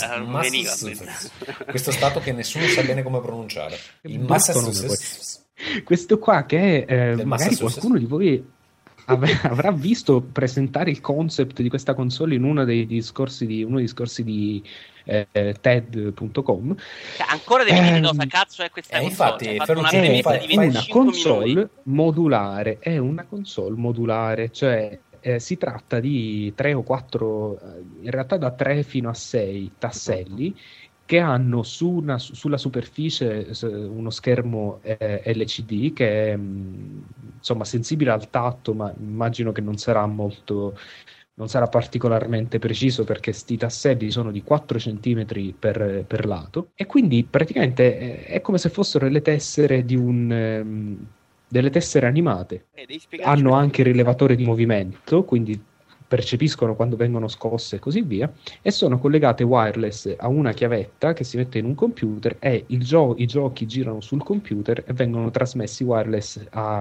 questo stato che nessuno sa bene come pronunciare, il Massachusetts. Questo qua che magari qualcuno di voi avrà visto presentare il concept di questa console in uno dei discorsi di TED.com. Ancora devi dire cosa cazzo è questa console. Infatti, è una console modulare. È una console modulare, cioè si tratta di 3 o 4, in realtà da 3 fino a 6 tasselli che hanno sulla superficie uno schermo LCD che è insomma sensibile al tatto, ma immagino che non sarà particolarmente preciso, perché sti tasselli sono di 4 cm per lato, e quindi praticamente è come se fossero le tessere delle tessere animate. Hanno anche il rilevatore di movimento, quindi percepiscono quando vengono scosse e così via, e sono collegate wireless a una chiavetta che si mette in un computer, e i giochi girano sul computer e vengono trasmessi wireless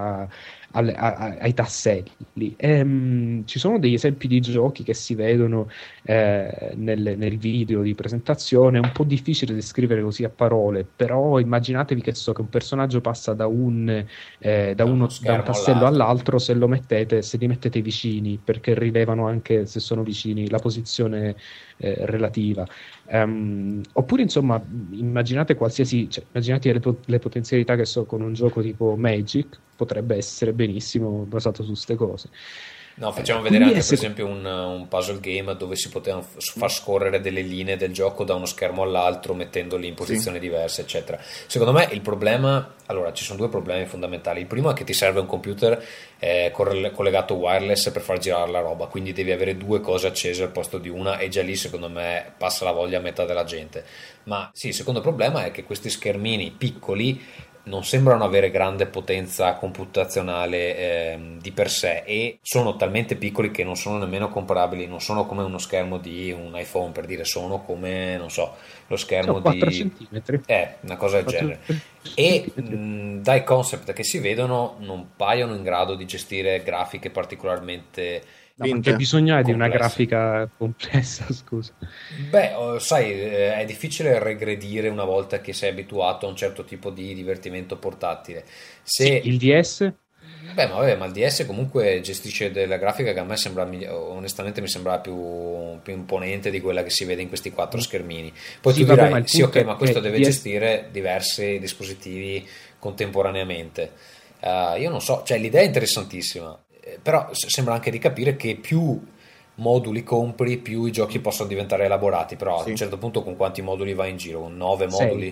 ai tasselli. Ci sono degli esempi di giochi che si vedono nel video di presentazione. È un po' difficile descrivere così a parole, però immaginatevi che un personaggio passa da un tassello all'altro se li mettete vicini, perché rilevano anche se sono vicini la posizione relativa. Oppure insomma immaginate le potenzialità che con un gioco tipo Magic potrebbe essere benissimo basato su queste cose. No, facciamo vedere anche per esempio un puzzle game dove si potevano far scorrere delle linee del gioco da uno schermo all'altro mettendoli in posizioni diverse, eccetera. Secondo me il problema, allora ci sono 2 problemi fondamentali. Il primo è che ti serve un computer collegato wireless per far girare la roba, quindi devi avere 2 cose accese al posto di una, e già lì secondo me passa la voglia a metà della gente. Ma sì, il secondo problema è che questi schermini piccoli non sembrano avere grande potenza computazionale di per sé, e sono talmente piccoli che non sono nemmeno comparabili, non sono come uno schermo di un iPhone, per dire, sono come, non so, lo schermo 4 di centimetri. Una cosa del genere. E dai concept che si vedono non paiono in grado di gestire grafiche particolarmente c'è bisogno di una grafica complessa, scusa. Sai, è difficile regredire una volta che sei abituato a un certo tipo di divertimento portatile. Il DS? Ma il DS comunque gestisce della grafica che a me sembra, onestamente mi sembra più imponente di quella che si vede in questi 4 schermini. Poi tu dirai, sì, ok, ma questo deve gestire diversi dispositivi contemporaneamente. Io non so, cioè l'idea è interessantissima, però sembra anche di capire che più moduli compri, più i giochi possono diventare elaborati. Però a un certo punto con quanti moduli vai in giro? Con 9 moduli?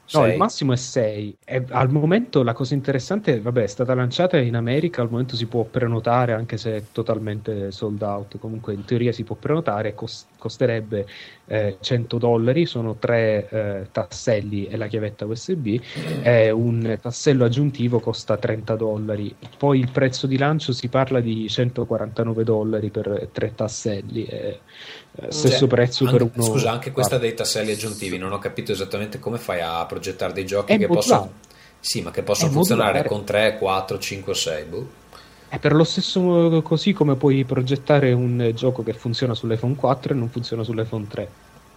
No, 6. il massimo è 6. E al momento la cosa interessante, vabbè, è stata lanciata in America, al momento si può prenotare anche se è totalmente sold out. Comunque in teoria si può prenotare, costerebbe $100, sono 3 tasselli e la chiavetta USB, e un tassello aggiuntivo costa $30. Poi il prezzo di lancio si parla di $149 per 3 tasselli, stesso prezzo anche, per uno. Scusa, anche questa dei tasselli aggiuntivi, non ho capito esattamente come fai a progettare dei giochi che possono, sì, ma che possono funzionare con 3, 4, 5 o 6. È per lo stesso, così come puoi progettare un gioco che funziona sull'iPhone 4 e non funziona sull'iPhone 3.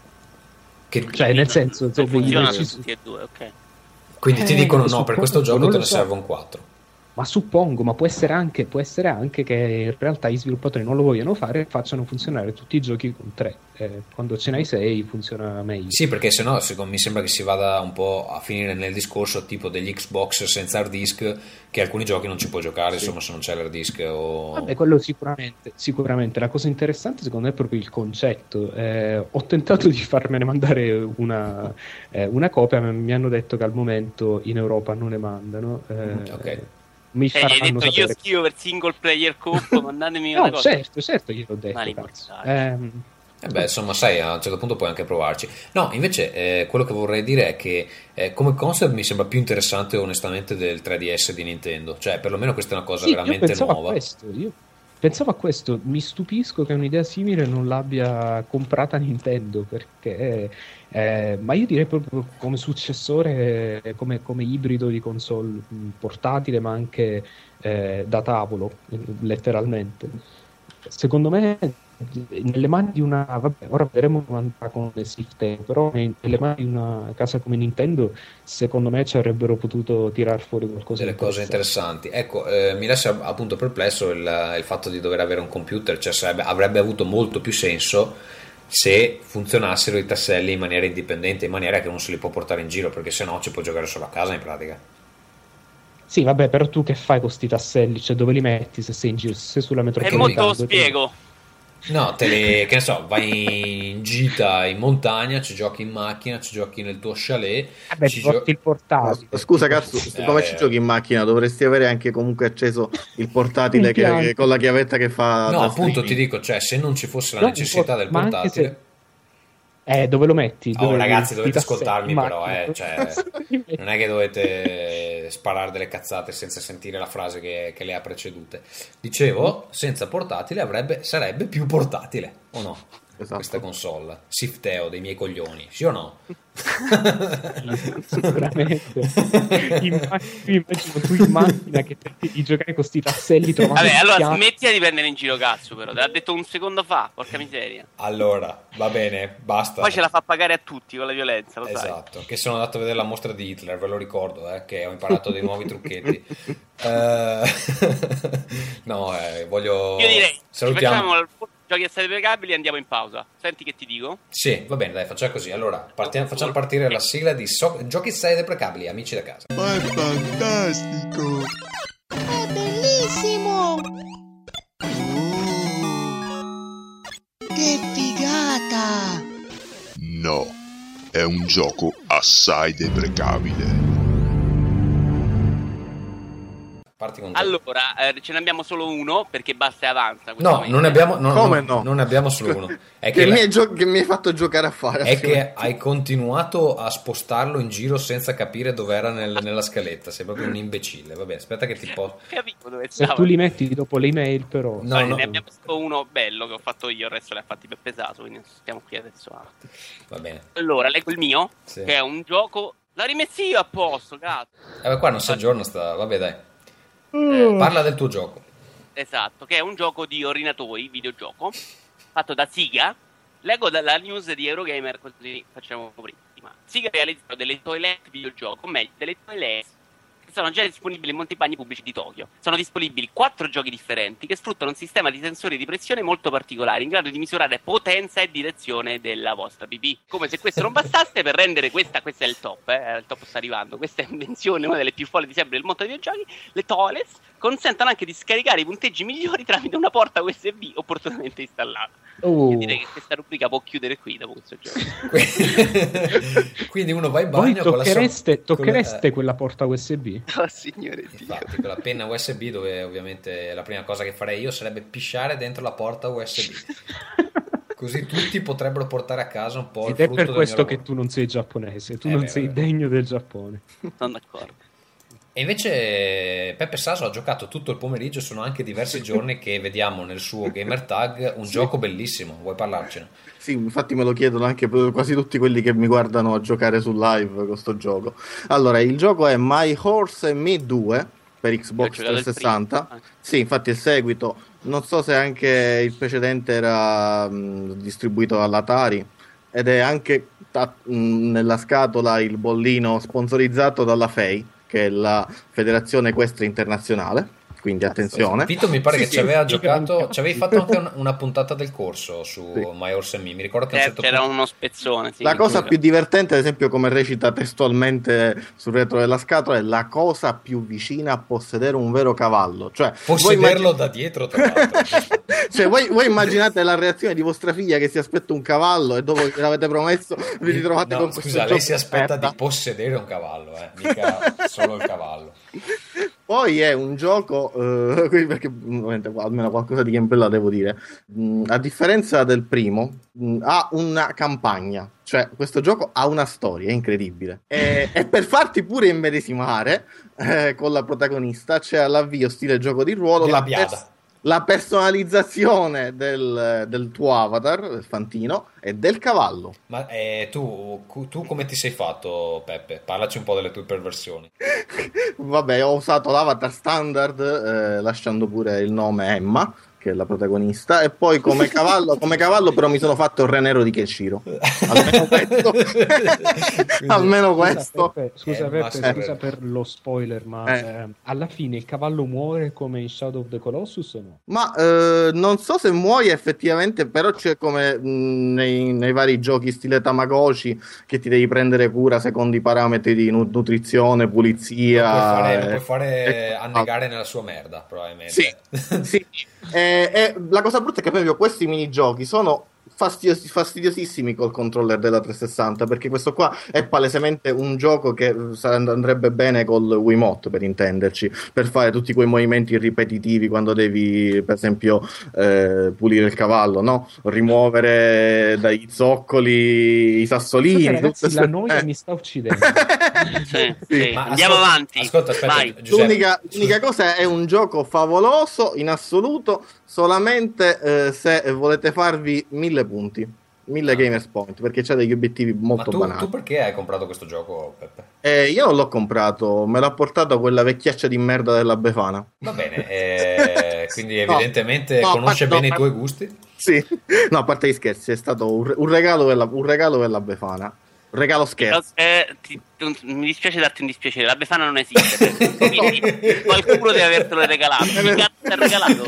Cioè, nel senso, non funzionano tutti e due, ok. Quindi ti dicono no, per questo gioco te ne so. serve un 4. Ma suppongo, ma può essere anche che in realtà i sviluppatori non lo vogliono fare e facciano funzionare tutti i giochi con 3. Quando ce n'hai 6 funziona meglio. Sì, perché sennò mi sembra che si vada un po' a finire nel discorso tipo degli Xbox senza hard disk, che alcuni giochi non ci puoi giocare, sì, insomma, se non c'è l'hard disk o... Vabbè, quello sicuramente. La cosa interessante secondo me è proprio il concetto. Ho tentato di farmene mandare una copia, ma mi hanno detto che al momento in Europa non ne mandano. Ok. Mi gli hai detto sapere. Io scrivo per single player coop, mandatemi una no, cosa. certo, gliel'ho detto. Beh, insomma, sai, a un certo punto puoi anche provarci. No, invece, quello che vorrei dire è che come concept mi sembra più interessante onestamente del 3DS di Nintendo. Cioè, perlomeno questa è una cosa veramente nuova. Io pensavo a questo, mi stupisco che un'idea simile non l'abbia comprata Nintendo, perché ma io direi proprio come successore, come ibrido di console portatile, ma anche da tavolo, letteralmente. Secondo me nelle mani di una, vabbè, ora vedremo come andrà con le Sifte, però nelle mani di una casa come Nintendo secondo me ci avrebbero potuto tirar fuori qualcosa delle cose interessanti. Ecco, mi lascia appunto perplesso il fatto di dover avere un computer, cioè avrebbe avuto molto più senso se funzionassero i tasselli in maniera indipendente, in maniera che non se li può portare in giro, perché sennò ci può giocare solo a casa in pratica. Sì, vabbè, però tu che fai con sti tasselli? Cioè, dove li metti se sei in giro? Se sei sulla metropolitana? È molto spiego. No, che ne so, vai in gita in montagna, ci giochi in macchina, ci giochi nel tuo chalet. Vabbè, ti porti il portatile. Scusa, cazzo, come ci giochi in macchina? Dovresti avere anche comunque acceso il portatile con la chiavetta che fa. No, appunto, ti dico, cioè, se non ci fosse la necessità del portatile. Dove lo metti? Ragazzi, dovete ascoltarmi, però, cioè, non è che dovete sparare delle cazzate senza sentire la frase che le ha precedute. Dicevo, senza portatile sarebbe più portatile, o no? Esatto. Questa console Sifteo dei miei coglioni, sì o no? Sicuramente. Immagino tu in macchina che tenti di giocare con sti tasselli. Vabbè, allora smettila di prendere in giro cazzo, però te l'ha detto un secondo fa, porca miseria. Allora, va bene, basta. Poi ce la fa pagare a tutti con la violenza, lo esatto, sai. Che sono andato a vedere la mostra di Hitler, ve lo ricordo, che ho imparato dei nuovi trucchetti. Voglio... Io direi, salutiamo. Facciamo il giochi a state deprecabili e andiamo in pausa. Senti che ti dico? Sì, va bene, dai, facciamo così. Allora, facciamo partire la sigla di Giochi a state deprecabili, amici da casa. Ma è fantastico! È bellissimo! Che figata! No, è un gioco assai deprecabile. Allora, ce ne abbiamo solo uno perché basta e avanza. No, non abbiamo, come no? Non ne abbiamo solo uno. È che mi hai fatto giocare a fare. È che hai continuato a spostarlo in giro senza capire dove era nella scaletta. Sei proprio un imbecille. Vabbè, aspetta che ti posso. Capivo dove se stava. tu li metti dopo le email, però. No, ne abbiamo solo uno bello che ho fatto io, il resto li ha fatti per pesato. Quindi stiamo qui adesso avanti. Va bene. Allora, leggo il mio, sì, che è un gioco. L'ho rimesso io a posto, cazzo. Qua non si aggiorna sta. Vabbè, dai. Parla del tuo gioco. Esatto, che è un gioco di ordinatori, videogioco fatto da Siga. Leggo dalla news di Eurogamer, così facciamo prima. Siga ha realizzato delle toilet videogioco, o meglio, delle toilet che sono già disponibili in molti bagni pubblici di Tokyo. Sono disponibili 4 giochi differenti che sfruttano un sistema di sensori di pressione molto particolare, in grado di misurare potenza e direzione della vostra pipì. Come se questo non bastasse, per rendere questo è il top, il top sta arrivando, questa è invenzione, una delle più folli di sempre del mondo dei videogiochi, le toilets consentono anche di scaricare i punteggi migliori tramite una porta USB opportunamente installata. Io direi che questa rubrica può chiudere qui dopo questo gioco. Quindi uno va in bagno con tocchereste quella porta USB? Oh signore Dio. Infatti, con la penna USB, dove ovviamente la prima cosa che farei io sarebbe pisciare dentro la porta USB. Così tutti potrebbero portare a casa un po' il frutto del mio lavoro. Ed è per questo che tu non sei giapponese, tu non sei degno del Giappone. Sono d'accordo. E invece Peppe Saso ha giocato tutto il pomeriggio, sono anche diversi giorni che vediamo nel suo gamer tag un gioco bellissimo, vuoi parlarcene? Sì, infatti me lo chiedono anche quasi tutti quelli che mi guardano a giocare su live con sto gioco. Allora, il gioco è My Horse and Me 2 per Xbox 360. Sì, infatti il seguito, non so se anche il precedente era distribuito dall'Atari, ed è anche nella scatola il bollino sponsorizzato dalla FEI, che è la Federazione Equestre Internazionale, quindi attenzione. Vito mi pare che ci aveva giocato, ci avevi fatto anche una puntata del corso su My Horse and Me, mi ricordo che a un certo c'era punto... uno spezzone. Sì, la cosa più divertente, ad esempio, come recita testualmente sul retro della scatola, è la cosa più vicina a possedere un vero cavallo. Cioè, possederlo da dietro, tra l'altro. Cioè, voi immaginate la reazione di vostra figlia che si aspetta un cavallo e dopo che l'avete promesso vi ritrovate con questo scusa, lei si aspetta di possedere un cavallo, mica solo il cavallo. Poi è un gioco perché almeno qualcosa di gameplay la devo dire, a differenza del primo ha una campagna, cioè questo gioco ha una storia, è incredibile, e per farti pure immedesimare con la protagonista c'è all'avvio stile gioco di ruolo la personalizzazione del tuo avatar, del fantino, e del cavallo. Ma tu come ti sei fatto, Peppe? Parlaci un po' delle tue perversioni. Vabbè, ho usato l'avatar standard, lasciando pure il nome Emma, che è la protagonista, e poi come cavallo però mi sono fatto il re nero di Kenshiro. Almeno questo. Almeno questo. Scusa per lo spoiler, ma alla fine il cavallo muore come in Shadow of the Colossus o no? Ma non so se muoie effettivamente, però c'è come nei vari giochi stile Tamagotchi che ti devi prendere cura secondo i parametri di nutrizione, pulizia. Lo puoi fare annegare nella sua merda, probabilmente. Sì. La cosa brutta è che proprio questi minigiochi sono fastidiosissimi col controller della 360, perché questo qua è palesemente un gioco che andrebbe bene col Wiimote, per intenderci, per fare tutti quei movimenti ripetitivi quando devi, per esempio, pulire il cavallo, no? Rimuovere dai zoccoli i sassolini. Ragazzi, la noia mi sta uccidendo. Sì. Ma andiamo avanti. Ascolta, l'unica cosa è un gioco favoloso in assoluto, solamente se volete farvi 1000 punti, 1000 gamers point, perché c'ha degli obiettivi molto banali. Tu perché hai comprato questo gioco, Peppe? Io non l'ho comprato, me l'ha portato quella vecchiaccia di merda della Befana. Va bene, quindi evidentemente conosce bene i tuoi gusti. Sì, no, a parte gli scherzi, è stato un regalo per la Befana. Regalo scherzo. Mi dispiace darti un dispiacere, la Befana non esiste, quindi qualcuno deve avertelo regalato. Chi cazzo ti ha regalato?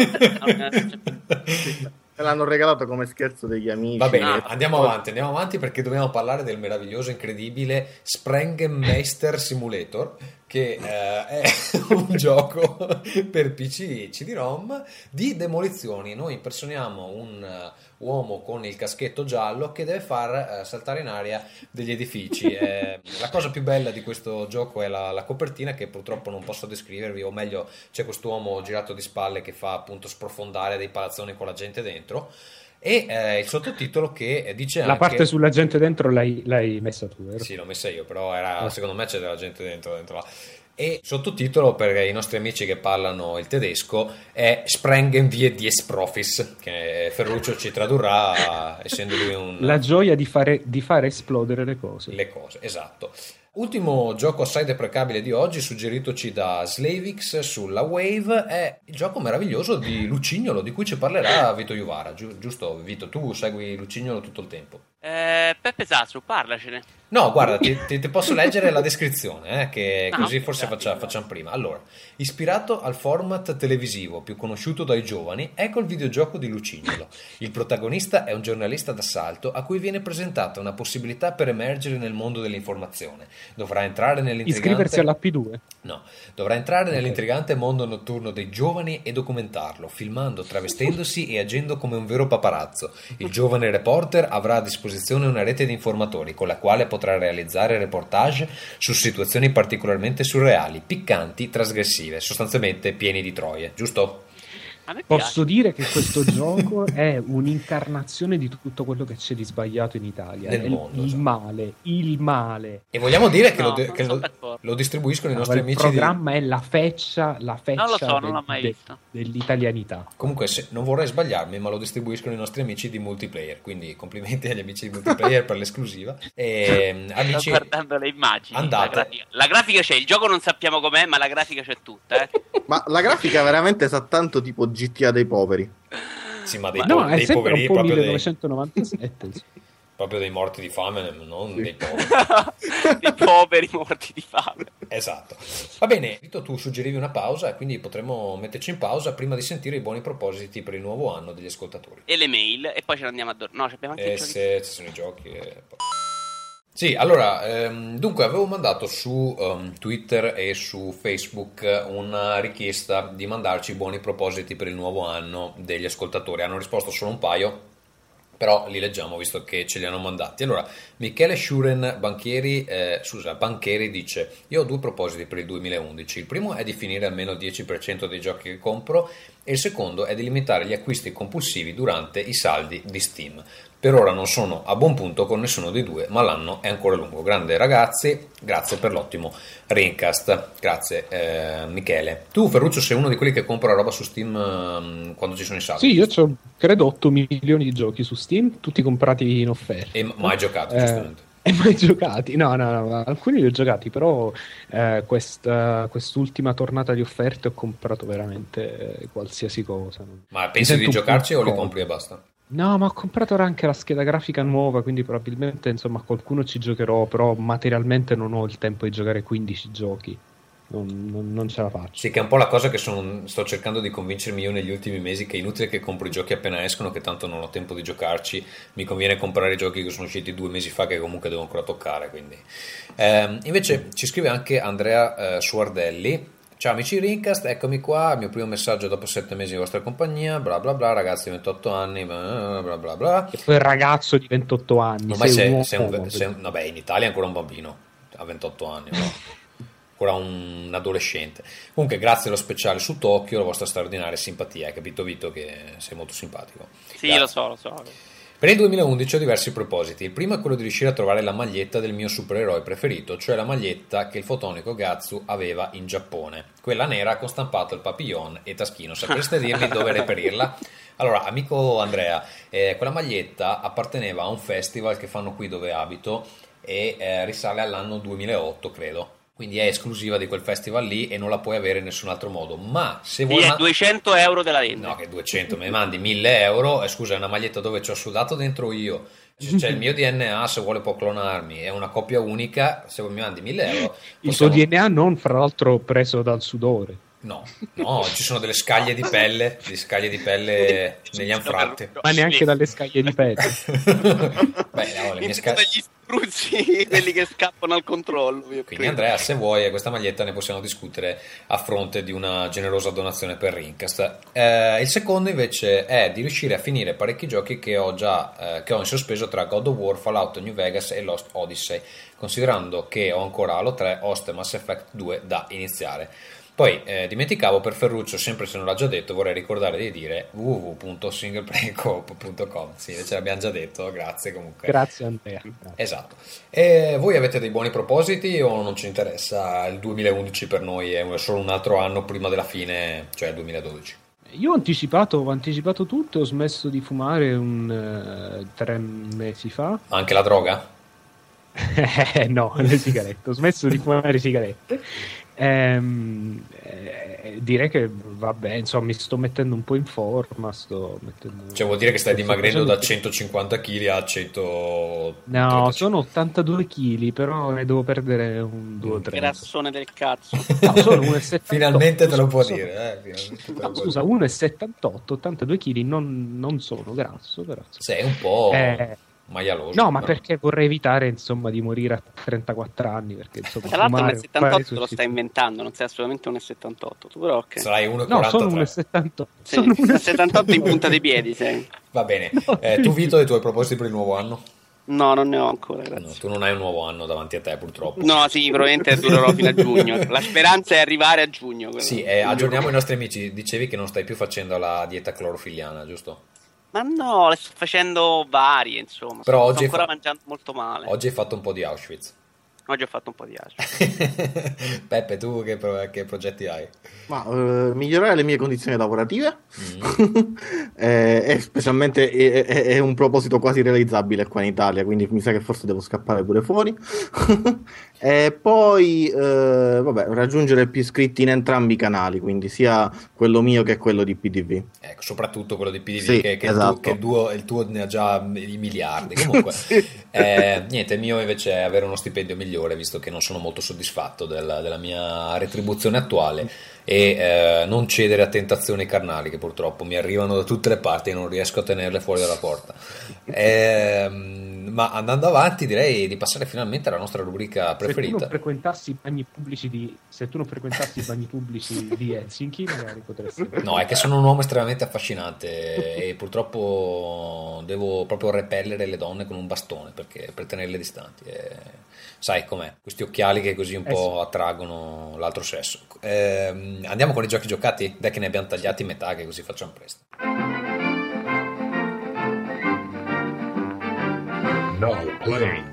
Me l'hanno regalato come scherzo degli amici. Va bene, andiamo avanti perché dobbiamo parlare del meraviglioso, incredibile Sprengenmeister Simulator, che è un gioco per PC CD-ROM di demolizioni. Noi impersoniamo un uomo con il caschetto giallo che deve far saltare in aria degli edifici. La cosa più bella di questo gioco è la copertina, che purtroppo non posso descrivervi, o meglio c'è quest'uomo girato di spalle che fa appunto sprofondare dei palazzoni con la gente dentro, e il sottotitolo che dice la anche... parte sulla gente dentro l'hai messa tu, vero? Sì, l'ho messa io, però secondo me c'è della gente dentro là. E sottotitolo per i nostri amici che parlano il tedesco è Sprengen wir dies Profis, che Ferruccio ci tradurrà, essendo lui la gioia di fare esplodere le cose, esatto. Ultimo gioco assai deprecabile di oggi, suggeritoci da Slavix sulla Wave, è il gioco meraviglioso di Lucignolo, di cui ci parlerà Vito Juvara, giusto Vito? Tu segui Lucignolo tutto il tempo. Peppe Sasu, parlacene. No, guarda, ti posso leggere la descrizione, che così forse facciamo prima. Allora, ispirato al format televisivo più conosciuto dai giovani, ecco il videogioco di Lucignolo. Il protagonista è un giornalista d'assalto a cui viene presentata una possibilità per emergere nel mondo dell'informazione. Dovrà entrare nell'intrigante... Iscriversi alla P2? No, dovrà entrare nell'intrigante mondo notturno dei giovani e documentarlo, filmando, travestendosi e agendo come un vero paparazzo. Il giovane reporter avrà a disposizione una rete di informatori con la quale potrà realizzare reportage su situazioni particolarmente surreali, piccanti, trasgressive, sostanzialmente pieni di troie, giusto? Posso dire che questo gioco è un'incarnazione di tutto quello che c'è di sbagliato in Italia. Nel mondo, il male. E vogliamo dire che lo distribuiscono i nostri amici. Il programma è la feccia non lo so, non l'ho mai visto. Dell'italianità. Comunque, non vorrei sbagliarmi, ma lo distribuiscono i nostri amici di Multiplayer. Quindi complimenti agli amici di Multiplayer per l'esclusiva. Amici, sto guardando le immagini. Andate. La grafica c'è, il gioco non sappiamo com'è, ma la grafica c'è tutta. Ma la grafica veramente sa tanto tipo GTA dei poveri. Sì, ma è sempre poveri, un po' proprio 1997. proprio dei morti di fame, non dei poveri. Dei poveri morti di fame. Esatto. Va bene, Vito, tu suggerivi una pausa e quindi potremmo metterci in pausa prima di sentire i buoni propositi per il nuovo anno degli ascoltatori. E le mail, e poi ce ne andiamo a dormire. No, abbiamo anche i giochi. Se ci sono i giochi. Sì, allora, dunque avevo mandato su Twitter e su Facebook una richiesta di mandarci buoni propositi per il nuovo anno degli ascoltatori. Hanno risposto solo un paio, però li leggiamo visto che ce li hanno mandati. Allora, Michele Schuren Banchieri dice: io ho 2 propositi per il 2011. Il primo è di finire almeno il 10% dei giochi che compro e il secondo è di limitare gli acquisti compulsivi durante i saldi di Steam. Per ora non sono a buon punto con nessuno dei due, ma l'anno è ancora lungo. Grande ragazzi, grazie per l'ottimo Rincast. Grazie Michele. Tu, Ferruccio, sei uno di quelli che compra roba su Steam quando ci sono i saldi? Sì, io ho credo 8 milioni di giochi su Steam, tutti comprati in offerta. E mai giocati, giustamente. E mai giocati? No, alcuni li ho giocati, però quest'ultima tornata di offerte ho comprato veramente qualsiasi cosa. Ma pensi di giocarci o li compri e basta? No, ma ho comprato ora anche la scheda grafica nuova, quindi probabilmente insomma qualcuno ci giocherò, però materialmente non ho il tempo di giocare 15 giochi. Non ce la faccio. Sì, che è un po' la cosa che sto cercando di convincermi io negli ultimi mesi, che è inutile che compro i giochi appena escono, che tanto non ho tempo di giocarci. Mi conviene comprare i giochi che sono usciti 2 mesi fa, che comunque devo ancora toccare, quindi. Invece ci scrive anche Andrea Suardelli. Ciao amici Rincast, eccomi qua, il mio primo messaggio dopo 7 mesi di vostra compagnia, bla bla bla, ragazzi di 28 anni, bla bla bla. E poi il ragazzo di 28 anni, vabbè, in Italia è ancora un bambino, a 28 anni, no? Ancora un adolescente. Comunque grazie allo speciale su Tokyo, la vostra straordinaria simpatia, hai capito Vito che sei molto simpatico. Sì, grazie. lo so. Per il 2011 ho diversi propositi. Il primo è quello di riuscire a trovare la maglietta del mio supereroe preferito, cioè la maglietta che il fotonico Gatsu aveva in Giappone. Quella nera con stampato il papillon e taschino. Sapreste dirmi dove reperirla? Allora, amico Andrea, quella maglietta apparteneva a un festival che fanno qui dove abito e risale all'anno 2008, credo. Quindi è esclusiva di quel festival lì e non la puoi avere in nessun altro modo. Ma se vuoi... è 200 euro della vendita. No, che 200, me ne mandi 1000 euro. Scusa, è una maglietta dove ci ho sudato dentro io. C'è il mio DNA, se vuole può clonarmi. È una coppia unica, se mi mandi 1000 euro... Il suo DNA non, fra l'altro, preso dal sudore. No, ci sono delle scaglie di pelle, negli anfratti. Ma neanche dalle scaglie di pelle. Beh, no, le mie scaglie... dagli spruzzi, quelli che scappano al controllo. Quindi Andrea, se vuoi questa maglietta ne possiamo discutere a fronte di una generosa donazione per Rincast. Il secondo invece è di riuscire a finire parecchi giochi che ho in sospeso tra God of War, Fallout New Vegas e Lost Odyssey, considerando che ho ancora Halo 3, Host e Mass Effect 2 da iniziare. Poi dimenticavo, per Ferruccio, sempre se non l'ha già detto, vorrei ricordare di dire www.singleplaycoop.com. Sì, invece l'abbiamo già detto, grazie comunque. Grazie Andrea. Esatto. E voi avete dei buoni propositi o non ci interessa? Il 2011 per noi è solo un altro anno prima della fine, cioè il 2012. Io ho anticipato tutto, ho smesso di fumare 3 mesi fa. Anche la droga? No, le sigarette. Ho smesso di fumare sigarette. Direi che vabbè, insomma, mi sto mettendo un po' in forma. Cioè, vuol dire che stai dimagrendo da 150 kg a 100. No, sono 82 kg, però ne devo perdere un 2-3. Grassone del cazzo. No, sono 1,78. Finalmente te lo può dire. No, scusa, 1,78, 82 kg non sono grasso, però. Sei un po'. maialoso. No, ma perché vorrei evitare, insomma, di morire a 34 anni, perché insomma, tra l'altro fumare, 1,78 te lo stai inventando, non sei assolutamente 1,78. Tu però ok. Sarai 1,43. No, sono 1,78. Sì, 1,78 in punta dei piedi sei. Va bene. Tu Vito, i tuoi propositi per il nuovo anno? No, non ne ho ancora, grazie. No, tu non hai un nuovo anno davanti a te, purtroppo. No, sì, probabilmente durerò fino a giugno. La speranza è arrivare a giugno. Sì, aggiorniamo i nostri amici. Dicevi che non stai più facendo la dieta clorofiliana, giusto? Ma no, le sto facendo varie, insomma. Però sto ancora mangiando molto male. Oggi hai fatto un po' di Auschwitz. Oggi ho fatto un po' di Auschwitz. Peppe, tu che progetti hai? Ma migliorare le mie condizioni lavorative e specialmente è un proposito quasi realizzabile qua in Italia, quindi mi sa che forse devo scappare pure fuori. E poi raggiungere più iscritti in entrambi i canali, quindi sia quello mio che quello di PDV. Ecco, soprattutto quello di PDV, sì, che esatto. il tuo ne ha già i miliardi. Comunque, sì. Niente, il mio invece è avere uno stipendio migliore, visto che non sono molto soddisfatto della mia retribuzione attuale, e non cedere a tentazioni carnali che purtroppo mi arrivano da tutte le parti e non riesco a tenerle fuori dalla porta. Ma andando avanti, direi di passare finalmente alla nostra rubrica preferita. Se tu non frequentassi i bagni pubblici di Helsinki, magari potresti. No, è che sono un uomo estremamente affascinante e purtroppo devo proprio repellere le donne con un bastone per tenerle distanti. Sai com'è? Questi occhiali che così un po' attraggono l'altro sesso. Andiamo con i giochi giocati? Dai che ne abbiamo tagliati metà, che così facciamo presto. Now playing.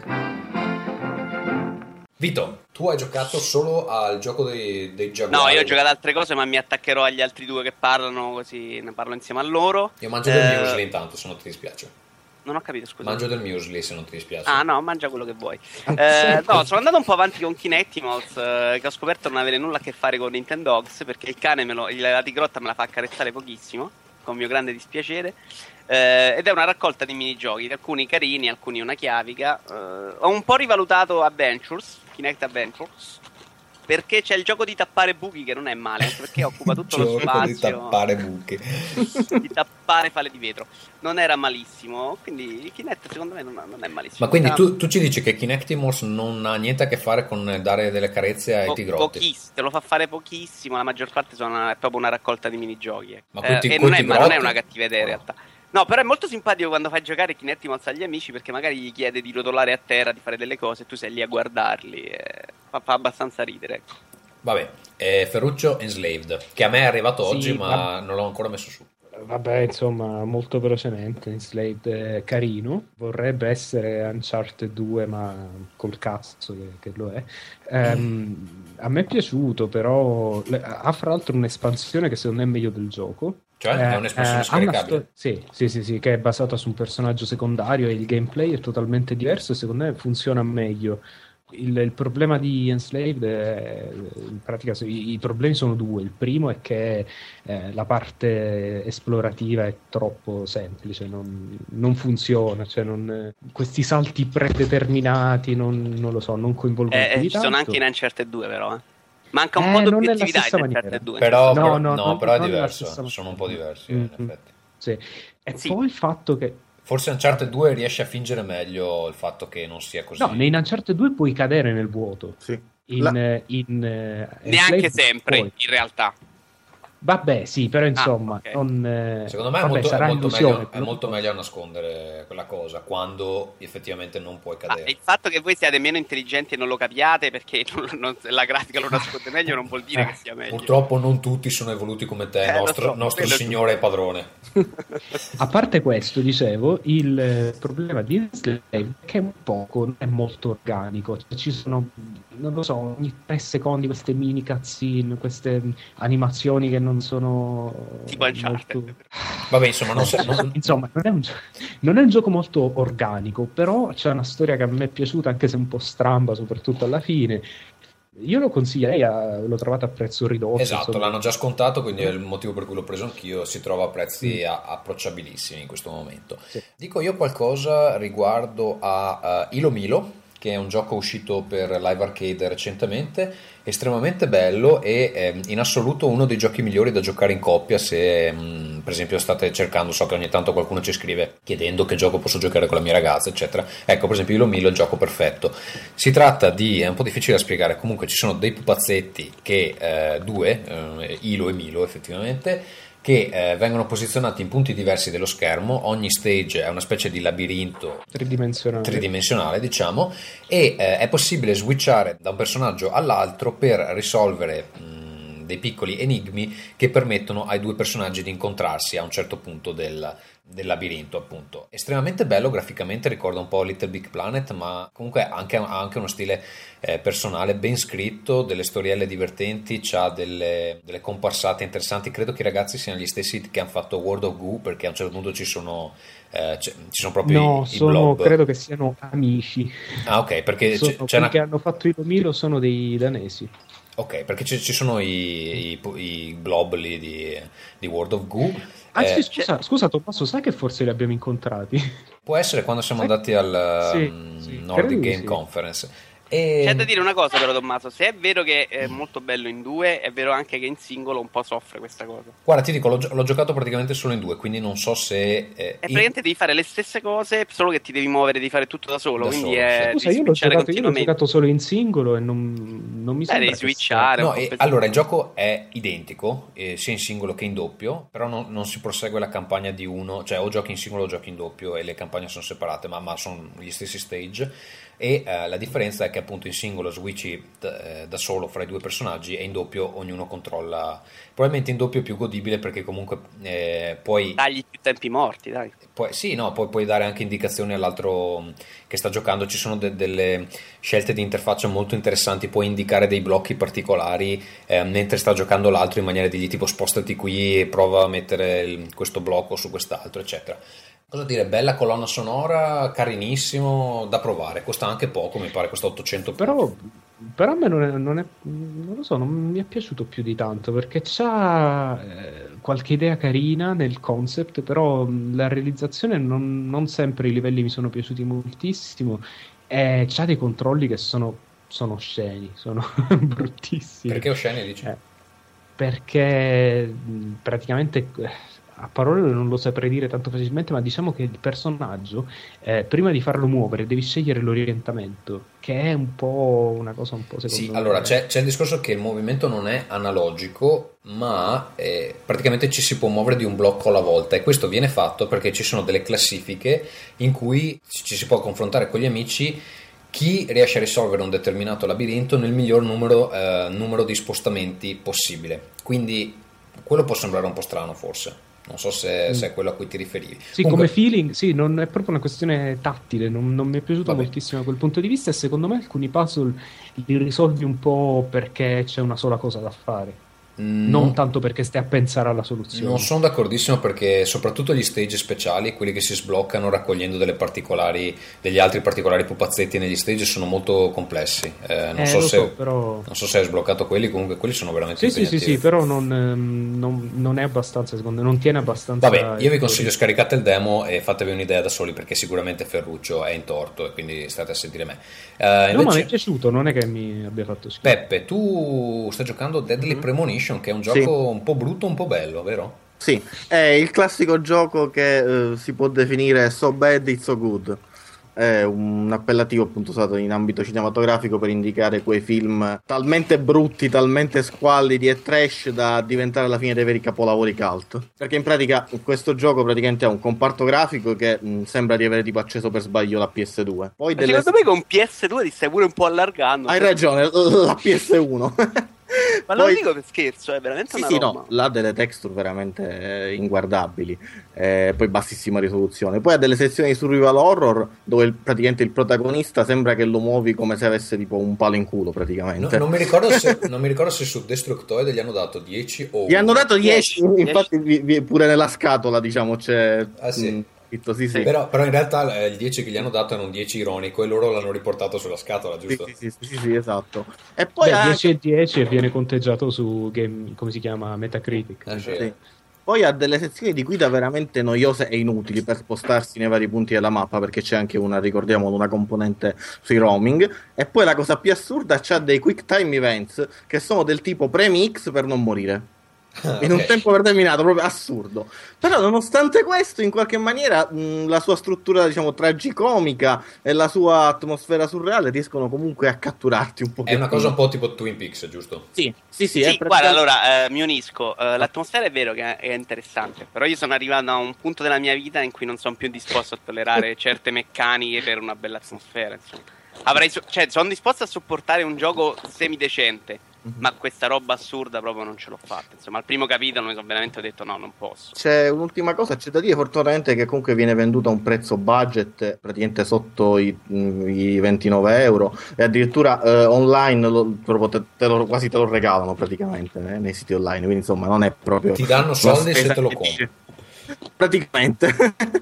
Vito, tu hai giocato solo al gioco dei giaguari? No, io ho giocato altre cose, ma mi attaccherò agli altri due che parlano, così ne parlo insieme a loro. Io mangio del muesli intanto, se non ti dispiace. Non ho capito, scusa. Mangio del muesli, se non ti dispiace. Ah no, mangia quello che vuoi. No, sono andato un po' avanti con Kinectimals, che ho scoperto non avere nulla a che fare con Nintendogs, perché il cane la tigrotta me la fa accarezzare pochissimo, con mio grande dispiacere. Ed è una raccolta di minigiochi, alcuni carini, alcuni una chiavica. Ho un po' rivalutato Adventures, Kinect Adventures, perché c'è il gioco di tappare buchi che non è male, anche perché occupa tutto lo spazio di tappare buchi di tappare fale di vetro. Non era malissimo, quindi Kinect secondo me non è malissimo. Ma quindi tu ci dici che Kinectimals non ha niente a che fare con dare delle carezze ai tigrotti? Pochissimo, te lo fa fare pochissimo, la maggior parte è proprio una raccolta di minigiochi. Ma non è una cattiva idea in realtà. No, però è molto simpatico quando fai giocare Kinectimals agli amici, perché magari gli chiede di rotolare a terra, di fare delle cose e tu sei lì a guardarli. Fa abbastanza ridere, ecco. Vabbè, Ferruccio Enslaved, che a me è arrivato oggi, ma non l'ho ancora messo su. Vabbè, insomma, molto velocemente, Enslaved è carino, vorrebbe essere Uncharted 2, ma col cazzo che lo è. A me è piaciuto, però ha fra l'altro un'espansione che secondo me è meglio del gioco. Cioè è un'espansione scaricabile? Sì, che è basata su un personaggio secondario e il gameplay è totalmente diverso e secondo me funziona meglio. Il problema di Enslaved è, in pratica, i problemi sono due. Il primo è che la parte esplorativa è troppo semplice, non funziona, cioè questi salti predeterminati non lo so, non coinvolgono più di ci sono tanto. anche in Uncharted 2 però manca un po' di obiettività in Uncharted 2. Però è diverso, sono un po' diversi in effetti. Sì. Poi il fatto che forse Uncharted 2 riesce a fingere meglio il fatto che non sia così. No, in Uncharted 2 puoi cadere nel vuoto. Sì. Neanche sempre, in realtà. Vabbè, sì, però insomma, okay. Secondo me è molto meglio a nascondere quella cosa quando effettivamente non puoi cadere. Il fatto che voi siate meno intelligenti e non lo capiate perché la grafica lo nasconde meglio non vuol dire che sia meglio. Purtroppo non tutti sono evoluti come te, nostro signore e padrone. A parte questo, dicevo, il problema di Enslaved è che un poco non è molto organico, cioè, ci sono, non lo so, ogni 3 secondi queste mini cutscene, queste animazioni che non sono tipo Uncharted. Vabbè, insomma, insomma non è un gioco molto organico, però c'è una storia che a me è piaciuta, anche se un po' stramba, soprattutto alla fine. Io lo consiglierei, l'ho trovato a prezzo ridotto. Esatto, insomma. L'hanno già scontato, quindi è il motivo per cui l'ho preso anch'io. Si trova a prezzi approcciabilissimi in questo momento. Sì. Dico io qualcosa riguardo a Ilo Milo, che è un gioco uscito per Live Arcade recentemente, estremamente bello e in assoluto uno dei giochi migliori da giocare in coppia se per esempio state cercando, so che ogni tanto qualcuno ci scrive chiedendo che gioco posso giocare con la mia ragazza, eccetera. Ecco, per esempio Ilo Milo è il gioco perfetto. Si tratta di, è un po' difficile da spiegare, comunque ci sono dei pupazzetti che Ilo e Milo effettivamente, che vengono posizionati in punti diversi dello schermo. Ogni stage è una specie di labirinto tridimensionale, diciamo, e è possibile switchare da un personaggio all'altro per risolvere dei piccoli enigmi che permettono ai due personaggi di incontrarsi a un certo punto del labirinto, appunto. Estremamente bello graficamente, ricorda un po' Little Big Planet, ma comunque ha anche uno stile personale ben scritto, delle storielle divertenti, c'ha delle comparsate interessanti. Credo che i ragazzi siano gli stessi che hanno fatto World of Goo, perché a un certo punto ci sono proprio i blob. Credo che siano amici. Ah, ok, perché quelli che hanno fatto Ilo Milo sono dei danesi. Ok, perché ci sono i blob lì di World of Goo. Anzi, scusa Tommaso, sai che forse li abbiamo incontrati? Può essere quando siamo andati al Nordic Game Conference. C'è da dire una cosa però, Tommaso, se è vero che è molto bello in due, è vero anche che in singolo un po' soffre questa cosa. Guarda, ti dico, l'ho giocato praticamente solo in due, quindi non so se... praticamente devi fare le stesse cose, solo che ti devi muovere, devi fare tutto da solo, quindi Scusa, io l'ho giocato solo in singolo e non mi sembra devi switchare. Allora, il gioco è identico, sia in singolo che in doppio, però non si prosegue la campagna di uno, cioè o giochi in singolo o giochi in doppio e le campagne sono separate, ma sono gli stessi stage. E la differenza è che appunto in singolo switchi da solo fra i due personaggi e in doppio ognuno controlla. Probabilmente in doppio è più godibile perché comunque puoi dagli più tempi morti, dai. Puoi dare anche indicazioni all'altro che sta giocando. Ci sono delle scelte di interfaccia molto interessanti, puoi indicare dei blocchi particolari mentre sta giocando l'altro, in maniera di tipo spostati qui e prova a mettere questo blocco su quest'altro, eccetera. Cosa dire, bella colonna sonora, carinissimo, da provare, costa anche poco, mi pare costa 800 però a me non lo so, non mi è piaciuto più di tanto, perché c'ha qualche idea carina nel concept, però la realizzazione non sempre i livelli mi sono piaciuti moltissimo, e c'ha dei controlli che sono osceni, sono bruttissimi. Perché osceni, dici? Perché praticamente... A parole non lo saprei dire tanto facilmente, ma diciamo che il personaggio, prima di farlo muovere, devi scegliere l'orientamento, che è un po' una cosa un po' secondo me. Sì, allora c'è il discorso che il movimento non è analogico, ma praticamente ci si può muovere di un blocco alla volta, e questo viene fatto perché ci sono delle classifiche in cui ci si può confrontare con gli amici chi riesce a risolvere un determinato labirinto nel miglior numero di spostamenti possibile. Quindi quello può sembrare un po' strano, forse. Non so se è quello a cui ti riferivi. Sì, comunque, come feeling, sì, non è proprio una questione tattile, non mi è piaciuto moltissimo da quel punto di vista, e secondo me alcuni puzzle li risolvi un po' perché c'è una sola cosa da fare. Non tanto perché stai a pensare alla soluzione. Non sono d'accordissimo, perché soprattutto gli stage speciali, quelli che si sbloccano raccogliendo degli altri particolari pupazzetti negli stage, sono molto complessi. Non so se hai sbloccato quelli, comunque quelli sono veramente impegnativi. Sì, però non è abbastanza, secondo me, non tiene abbastanza. Vabbè, io vi consiglio, scaricate il demo e fatevi un'idea da soli, perché sicuramente Ferruccio è in torto e quindi state a sentire me. No, ma mi è piaciuto, non è che mi abbia fatto schifo. Peppe, tu stai giocando Deadly Premonition, che è un gioco un po' brutto, un po' bello, vero? Sì, è il classico gioco che si può definire so bad it's so good. È un appellativo appunto usato in ambito cinematografico per indicare quei film talmente brutti, talmente squallidi e trash da diventare alla fine dei veri capolavori cult. Perché in pratica questo gioco praticamente ha un comparto grafico che sembra di avere tipo acceso per sbaglio la PS2. Poi secondo me con PS2 ti stai pure un po' allargando. Hai ragione, la PS1. Ma non dico per scherzo, è veramente una roba. No, là ha delle texture veramente inguardabili, poi bassissima risoluzione. Poi ha delle sezioni di survival horror dove praticamente il protagonista sembra che lo muovi come se avesse tipo un palo in culo praticamente. Non mi ricordo se su Destructoid gli hanno dato 10 o... Gli hanno dato 10, infatti pure nella scatola diciamo c'è... Ah sì. Sì. Però in realtà il 10 che gli hanno dato era un 10 ironico e loro l'hanno riportato sulla scatola, giusto? Sì, esatto. E poi 10 e 10 viene conteggiato su game, come si chiama, Metacritic. Sì. Poi ha delle sezioni di guida veramente noiose e inutili per spostarsi nei vari punti della mappa, perché c'è anche una componente sui roaming. E poi la cosa più assurda, c'ha dei quick time events che sono del tipo premi X per non morire. in un tempo predeterminato, proprio assurdo. Però nonostante questo, in qualche maniera la sua struttura, diciamo, tragicomica e la sua atmosfera surreale riescono comunque a catturarti un po'. È una cosa un po' tipo Twin Peaks, giusto? Sì, guarda, allora mi unisco. L'atmosfera è vero che è interessante, però io sono arrivato a un punto della mia vita in cui non sono più disposto a tollerare certe meccaniche per una bella atmosfera, insomma. Sono disposto a sopportare un gioco semidecente, ma questa roba assurda proprio non ce l'ho fatta. Insomma, al primo capitolo mi sono veramente detto no, non posso. C'è un'ultima cosa, c'è da dire fortunatamente che comunque viene venduto a un prezzo budget praticamente sotto i 29 euro e addirittura online quasi te lo regalano praticamente nei siti online, quindi insomma non è proprio... Ti danno soldi se te lo compri. Praticamente.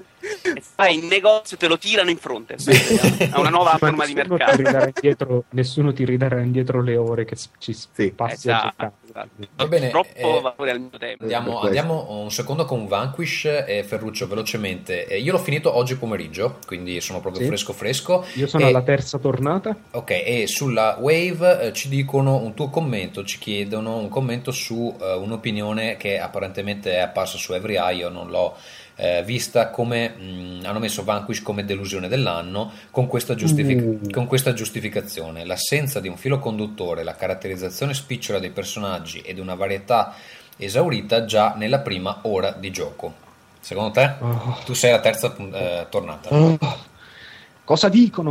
E vai in negozio e te lo tirano in fronte. È una nuova forma di mercato. Nessuno ti ridarà indietro le ore che ci passi a giocare. Va bene, troppo valore al mio tempo. Andiamo un secondo con Vanquish e Ferruccio velocemente. Io l'ho finito oggi pomeriggio, quindi sono proprio fresco. Io sono alla terza tornata. Ok, e sulla Wave ci dicono un tuo commento, ci chiedono un commento su un'opinione che apparentemente è apparsa su Every Eye, io non l'ho vista, come hanno messo Vanquish come delusione dell'anno con questa giustificazione: l'assenza di un filo conduttore, la caratterizzazione spicciola dei personaggi ed una varietà esaurita già nella prima ora di gioco. Secondo te? Tu sei la terza tornata. Cosa dicono?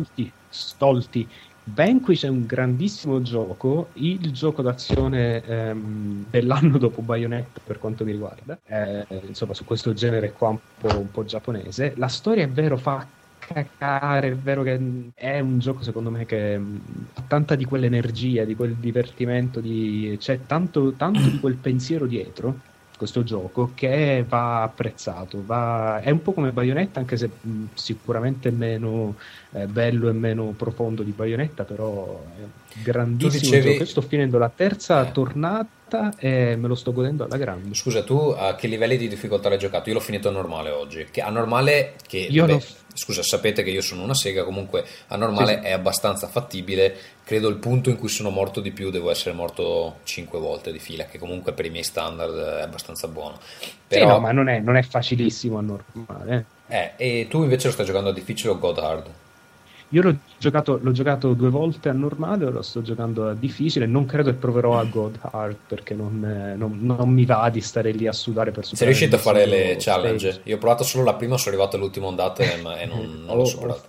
Stolti. Vanquish è un grandissimo gioco, il gioco d'azione dell'anno dopo Bayonetta per quanto mi riguarda, insomma su questo genere qua un po' giapponese. La storia è vero, fa cacare, è vero che è un gioco secondo me che ha tanta di quell'energia, di quel divertimento, c'è tanto di quel pensiero dietro questo gioco che va apprezzato, è un po' come Bayonetta, anche se sicuramente meno bello e meno profondo di Bayonetta, però è grandissimo gioco. Io sto finendo la terza tornata e me lo sto godendo alla grande. Scusa, tu a che livelli di difficoltà l'hai giocato? Io l'ho finito a normale oggi, che a normale scusa, sapete che io sono una sega, comunque a normale è abbastanza fattibile. Credo il punto in cui sono morto di più devo essere morto 5 volte di fila, che comunque per i miei standard è abbastanza buono. Però... no, ma non è facilissimo a normale. E tu invece lo stai giocando a difficile o God Hard? Io l'ho giocato 2 volte a normale, lo sto giocando a difficile. Non credo che proverò a God Hard perché non mi va di stare lì a sudare per superare. Sei riuscito a fare le challenge? Io ho provato solo la prima, sono arrivato all'ultima ondata e non l'ho superato.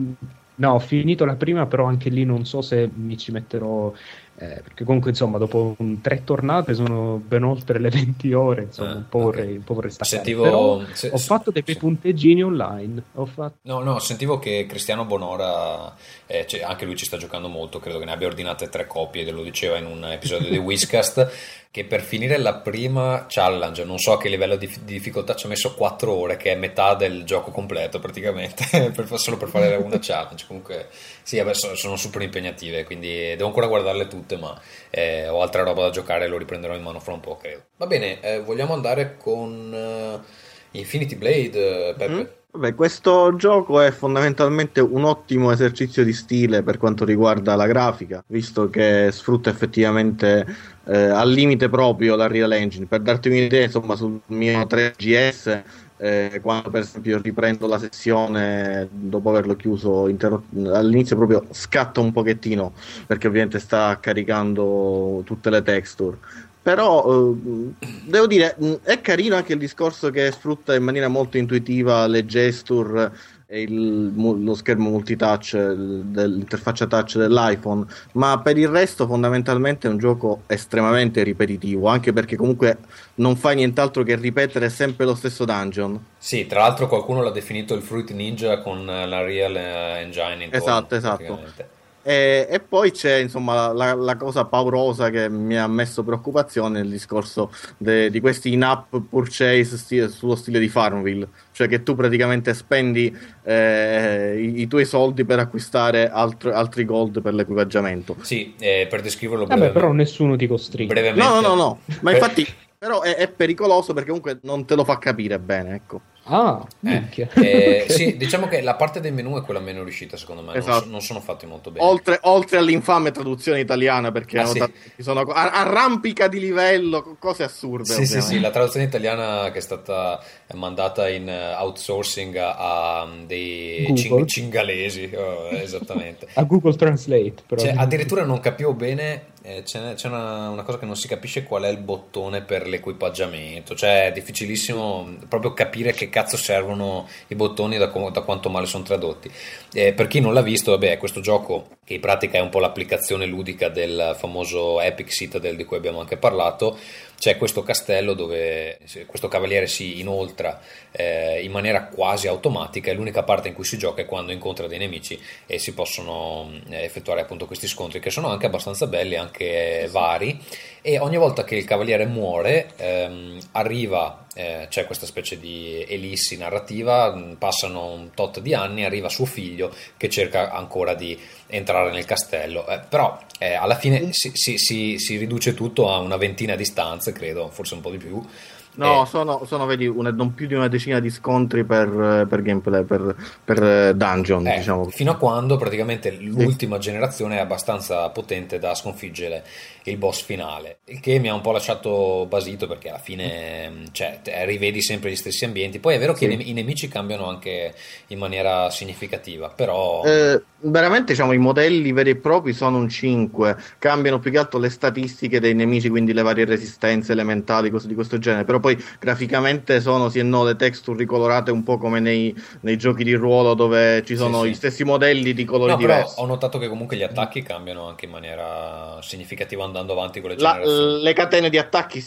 No, ho finito la prima, però anche lì non so se mi ci metterò, perché comunque insomma dopo 3 tornate sono ben oltre le 20 ore, insomma un po' vorrei staccare. Però ho fatto dei punteggini online. No, sentivo che Cristiano Bonora, anche lui ci sta giocando molto, credo che ne abbia ordinate 3 copie, lo diceva in un episodio di Whizcast, che per finire la prima challenge, non so a che livello di difficoltà, ci ha messo 4 ore, che è metà del gioco completo praticamente, solo per fare una challenge. Comunque sì, sono super impegnative, quindi devo ancora guardarle tutte, ma ho altra roba da giocare, lo riprenderò in mano fra un po', credo. Va bene, vogliamo andare con Infinity Blade, Peppe? Vabbè, questo gioco è fondamentalmente un ottimo esercizio di stile per quanto riguarda la grafica, visto che sfrutta effettivamente al limite proprio la Real Engine. Per darti un'idea, insomma, sul mio 3GS, quando per esempio riprendo la sessione dopo averlo chiuso all'inizio, proprio scatta un pochettino perché ovviamente sta caricando tutte le texture. Però devo dire, è carino anche il discorso che sfrutta in maniera molto intuitiva le gesture e lo schermo multitouch dell'interfaccia touch dell'iPhone, ma per il resto fondamentalmente è un gioco estremamente ripetitivo, anche perché comunque non fai nient'altro che ripetere sempre lo stesso dungeon. Sì, tra l'altro qualcuno l'ha definito il Fruit Ninja con la Real Engine intorno. Esatto. E poi c'è insomma la cosa paurosa che mi ha messo preoccupazione, il discorso di questi in-app purchase sullo stile di Farmville, cioè che tu praticamente spendi i tuoi soldi per acquistare altri gold per l'equipaggiamento. Sì, per descriverlo brevemente. Però nessuno ti costringe. No, ma infatti però è pericoloso perché comunque non te lo fa capire bene, ecco. minchia. Okay. Sì, diciamo che la parte dei menu è quella meno riuscita, secondo me. Esatto. Non sono fatti molto bene. Oltre all'infame traduzione italiana, perché sì. ci sono arrampica di livello, cose assurde. Sì, la traduzione italiana che è stata mandata in outsourcing a dei cingalesi, esattamente. A Google Translate, però. Addirittura non capivo bene. C'è una cosa che non si capisce, qual è il bottone per l'equipaggiamento, cioè è difficilissimo proprio capire che cazzo servono i bottoni da quanto male sono tradotti. Per chi non l'ha visto, vabbè, questo gioco che in pratica è un po' l'applicazione ludica del famoso Epic Citadel di cui abbiamo anche parlato. C'è questo castello dove questo cavaliere si inoltra in maniera quasi automatica, e l'unica parte in cui si gioca è quando incontra dei nemici e si possono effettuare appunto questi scontri, che sono anche abbastanza belli, anche vari, e ogni volta che il cavaliere muore arriva, c'è questa specie di elissi narrativa, passano un tot di anni, arriva suo figlio che cerca ancora di entrare nel castello, però alla fine si riduce tutto a una ventina di stanze, credo, forse un po' di più. No, sono vedi, non più di una decina di scontri per gameplay, per dungeon, diciamo. Fino a quando praticamente l'ultima generazione è abbastanza potente da sconfiggere il boss finale, il che mi ha un po' lasciato basito, perché alla fine rivedi sempre gli stessi ambienti. Poi è vero che i nemici cambiano anche in maniera significativa, però veramente, diciamo, i modelli veri e propri sono un 5, cambiano più che altro le statistiche dei nemici, quindi le varie resistenze elementali, cose di questo genere, però poi graficamente sono sì e no le texture ricolorate un po' come nei giochi di ruolo, dove ci sono gli stessi modelli di colori diversi. Però ho notato che comunque gli attacchi cambiano anche in maniera significativa andando avanti con le generazioni. Le catene di attacchi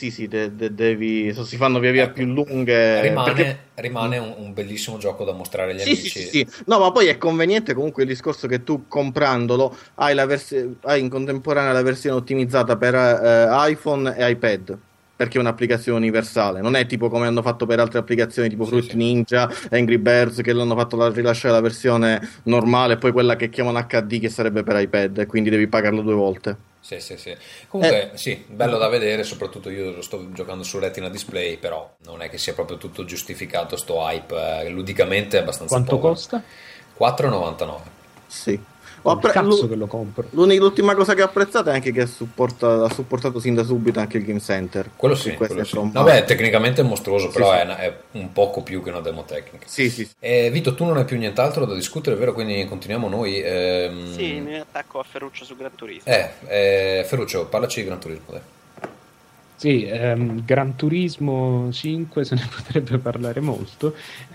si fanno via via più lunghe. Rimane un bellissimo gioco da mostrare agli amici. Sì. No, ma poi è conveniente comunque il discorso che tu, comprandolo, hai in contemporanea la versione ottimizzata per iPhone e iPad, perché è un'applicazione universale, non è tipo come hanno fatto per altre applicazioni tipo Fruit Ninja, Angry Birds, che l'hanno fatto rilasciare la versione normale e poi quella che chiamano HD, che sarebbe per iPad, e quindi devi pagarlo 2 volte. Sì. Comunque bello da vedere, soprattutto io lo sto giocando su Retina Display, però non è che sia proprio tutto giustificato sto hype, ludicamente è abbastanza Quanto costa? 4,99. Sì. Cazzo che lo compro. L'ultima cosa che ho apprezzato è anche che ha supportato sin da subito anche il Game Center. Quello sì. Vabbè, tecnicamente è mostruoso, però è un poco più che una demo tecnica. Sì. Vito, tu non hai più nient'altro da discutere, vero? Quindi continuiamo noi. Sì, mi attacco a Ferruccio su Gran Turismo. Ferruccio, parlaci di Gran Turismo, dai. Sì, Gran Turismo 5 se ne potrebbe parlare molto.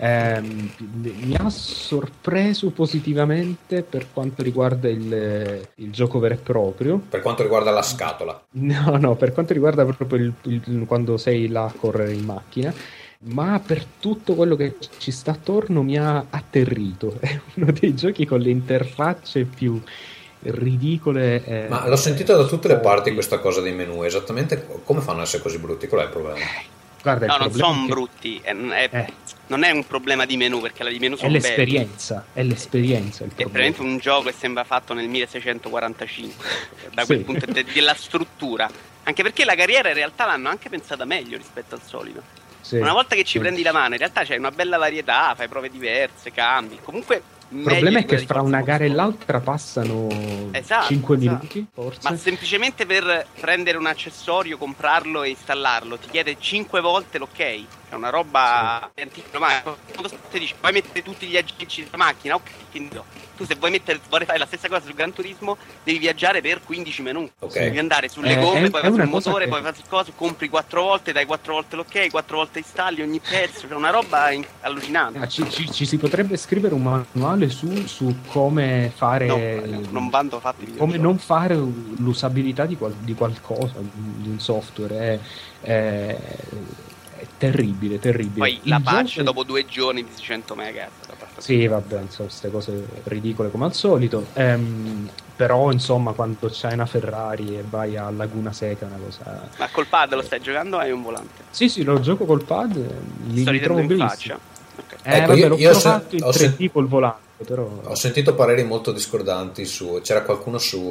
Mi ha sorpreso positivamente per quanto riguarda il gioco vero e proprio. Per quanto riguarda la scatola? No, per quanto riguarda proprio quando sei là a correre in macchina. Ma per tutto quello che ci sta attorno mi ha atterrito. È uno dei giochi con le interfacce più ridicole. Ma l'ho sentito da tutte le parti questa cosa dei menu. Esattamente come fanno ad essere così brutti? Qual è il problema? Guarda, no, non sono brutti, non è un problema di menu, perché i menu sono l'esperienza, belli. È l'esperienza il è veramente un gioco che sembra fatto nel 1645 da quel punto della struttura, anche perché la carriera in realtà l'hanno anche pensata meglio rispetto al solito. Una volta che ci prendi la mano, in realtà c'hai una bella varietà, fai prove diverse, cambi. Comunque il problema è che fra una gara e l'altra passano 5 minuti, forse. Ma semplicemente per prendere un accessorio, comprarlo e installarlo ti chiede 5 volte l'ok. È una roba antica. Ma quando ti dici puoi mettere tutti gli agganci della macchina, ok, quindi no. Tu se vuoi fare la stessa cosa su Gran Turismo devi viaggiare per 15 menu. Devi andare sulle gomme, poi vai sul motore, poi fai cosa, compri 4 volte, dai 4 volte l'ok, 4 volte installi ogni pezzo. C'è una roba allucinante. Ci si potrebbe scrivere un manuale su come fare non vanno fatti come non fare l'usabilità di qualcosa, di un software. È terribile. Poi la patch dopo 2 giorni di 100 mega. Sì, vabbè, insomma, queste cose ridicole come al solito. Però insomma, quando c'hai una Ferrari e vai a Laguna Seca, una cosa. Ma col pad lo stai giocando o hai un volante? Sì, lo gioco col pad. Mi trovo in benissimo. faccia. Okay. L'ho provato in 3D col volante, però. Ho sentito pareri molto discordanti c'era qualcuno su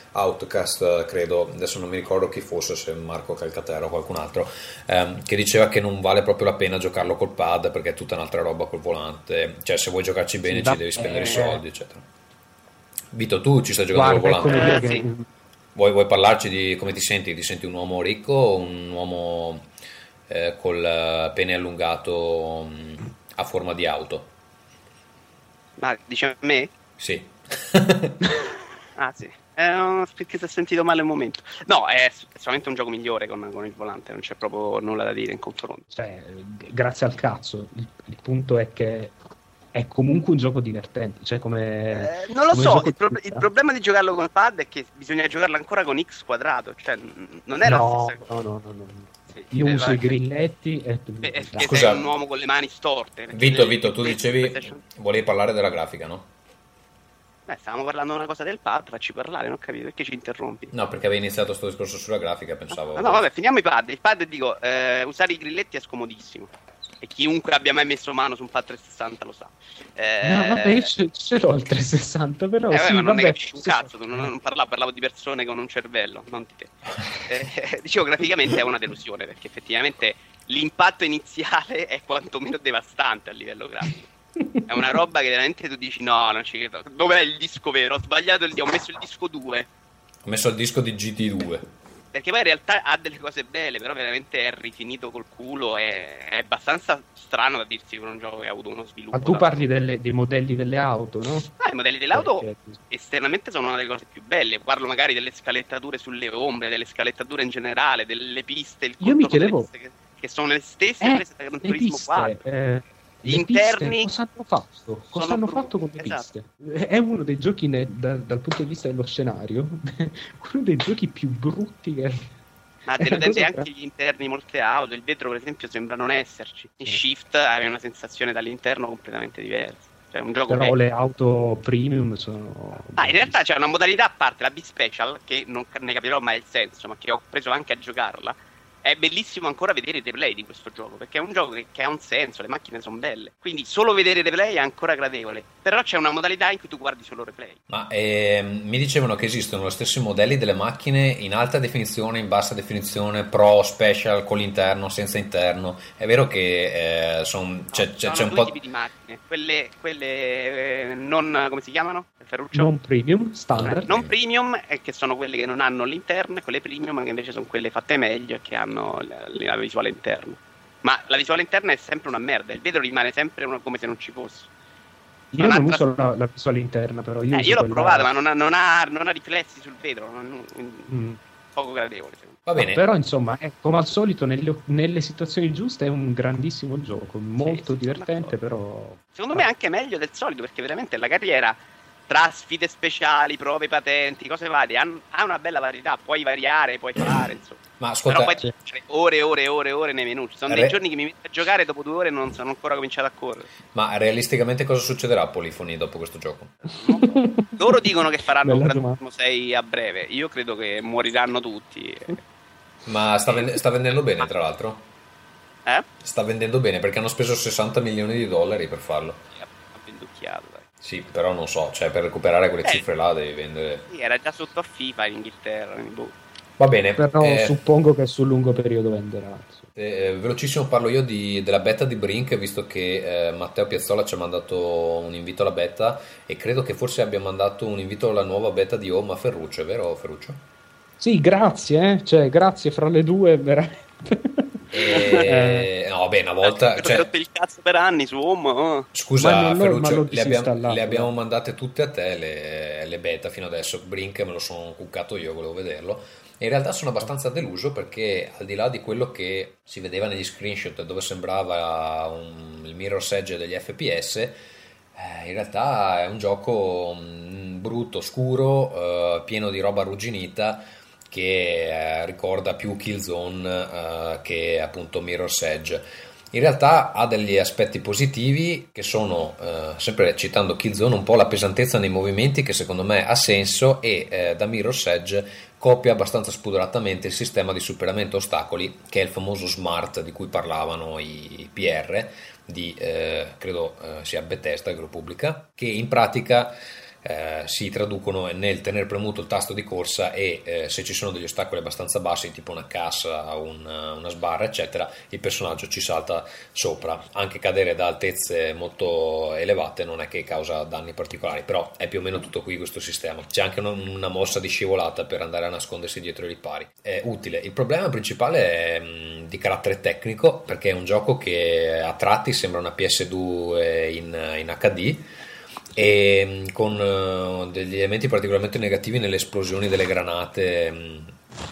Outcast, credo, adesso non mi ricordo chi fosse, se Marco Calcaterra o qualcun altro, che diceva che non vale proprio la pena giocarlo col pad perché è tutta un'altra roba col volante, cioè se vuoi giocarci bene ci devi spendere i soldi, eccetera. Vito, tu ci stai giocando col volante? Sì. Vuoi parlarci di come ti senti? Ti senti un uomo ricco o un uomo col pene allungato a forma di auto? Ma dice a me? Sì. Ah sì, perché si è sentito male un momento. No, è solamente un gioco migliore con il volante, non c'è proprio nulla da dire in confronto. Cioè, grazie al cazzo, il punto è che è comunque un gioco divertente, cioè come non lo come so, gioco il problema di giocarlo con il pad è che bisogna giocarlo ancora con X quadrato, cioè non è la stessa cosa. No. Sì, io uso i grilletti e perché sei un uomo con le mani storte. Vito, tu dicevi volevi parlare della grafica, no? Stavamo parlando di una cosa del pad, facci parlare, non ho capito perché ci interrompi. No, perché avevi iniziato sto discorso sulla grafica, pensavo. No, vabbè, finiamo i pad. Il pad, dico, usare i grilletti è scomodissimo. E chiunque abbia mai messo mano su un pad 360 lo sa. No, vabbè, io ce l'ho il 360, però sì, ma non vabbè, ne capisci un cazzo, tu non parlavo di persone con un cervello, non di te. Dicevo, graficamente è una delusione, perché effettivamente l'impatto iniziale è quantomeno devastante a livello grafico. È una roba che veramente tu dici no, non ci credo. Dov'è il disco vero? Ho sbagliato ho messo il disco 2. Ho messo il disco di GT2. Perché poi in realtà ha delle cose belle, però veramente è rifinito col culo, è abbastanza strano da dirsi per un gioco che ha avuto uno sviluppo. Ma tu parli dei modelli delle auto, no? I modelli delle auto esternamente sono una delle cose più belle. Parlo magari delle scalettature sulle ombre, delle scalettature in generale, delle piste. Io mi chiedevo che sono le stesse prese da Gran Turismo 4. Gli interni cosa hanno fatto con le piste? È uno dei giochi dal punto di vista dello scenario uno dei giochi più brutti che ma te lo denti anche gli interni molte auto, il vetro per esempio sembra non esserci, in Shift hai una sensazione dall'interno completamente diversa, cioè un gioco però le auto premium sono in realtà c'è una modalità a parte, la B-Special, che non ne capirò mai il senso, ma che ho preso anche a giocarla. È bellissimo ancora vedere i replay di questo gioco, perché è un gioco che ha un senso, le macchine sono belle, quindi solo vedere i replay è ancora gradevole. Però c'è una modalità in cui tu guardi solo replay. Ma mi dicevano che esistono lo stesso modelli delle macchine in alta definizione, in bassa definizione, pro, special, con l'interno, senza interno. È vero che c'è un po' tipi di macchine, quelle non, come si chiamano? Ferruccio? Non premium, standard. Non premium, che sono quelle che non hanno l'interno, e quelle premium che invece sono quelle fatte meglio e che hanno la visuale interna. Ma la visuale interna è sempre una merda, il vetro rimane sempre come se non ci fosse. Io non uso la visuale interna, però io l'ho provata, ma non ha riflessi sul vetro, poco gradevole. Va bene. Però insomma, come al solito nelle situazioni giuste è un grandissimo gioco, molto divertente, però secondo me è anche meglio del solito, perché veramente la carriera tra sfide speciali, prove patenti, cose varie, ha una bella varietà, puoi variare, puoi fare, insomma. Ma ascolta, però poi c'è ore e ore nei menu. Ci sono dei giorni che mi metto a giocare e dopo 2 ore non sono ancora cominciato a correre. Ma realisticamente cosa succederà a Polifoni dopo questo gioco? Loro dicono che faranno un Gran Turismo 6 a breve. Io credo che moriranno tutti. Ma sta vendendo bene, tra l'altro? Sta vendendo bene perché hanno speso $60 milioni per farlo. Ha venducchiato, dai. Sì, però non so, cioè per recuperare quelle cifre là devi vendere. Sì, era già sotto a FIFA in Inghilterra. Va bene. Però suppongo che sul lungo periodo venderà. Velocissimo parlo io della beta di Brink, visto che Matteo Piazzolla ci ha mandato un invito alla beta e credo che forse abbia mandato un invito alla nuova beta di Home a Ferruccio, è vero Ferruccio? Sì, grazie, cioè grazie fra le due, veramente. No, beh, una volta ho rotto il cazzo per anni su Home. Scusa Ferruccio, le abbiamo mandate tutte a te le beta fino adesso. Brink me lo sono cuccato io, volevo vederlo. E in realtà sono abbastanza deluso perché al di là di quello che si vedeva negli screenshot dove sembrava il mirror's edge degli FPS, in realtà è un gioco brutto, scuro, pieno di roba arrugginita che ricorda più Killzone che appunto Mirror's Edge. In realtà ha degli aspetti positivi che sono, sempre citando Killzone, un po' la pesantezza nei movimenti che secondo me ha senso e da Mirror's Edge copia abbastanza spudoratamente il sistema di superamento ostacoli che è il famoso SMART di cui parlavano i PR di credo sia Bethesda che lo pubblica, che in pratica si traducono nel tenere premuto il tasto di corsa e se ci sono degli ostacoli abbastanza bassi, tipo una cassa, una sbarra eccetera, il personaggio ci salta sopra. Anche cadere da altezze molto elevate non è che causa danni particolari, però è più o meno tutto qui questo sistema. C'è anche una mossa di scivolata per andare a nascondersi dietro i ripari, è utile. Il problema principale è di carattere tecnico, perché è un gioco che a tratti sembra una PS2 in HD, e con degli elementi particolarmente negativi nelle esplosioni delle granate,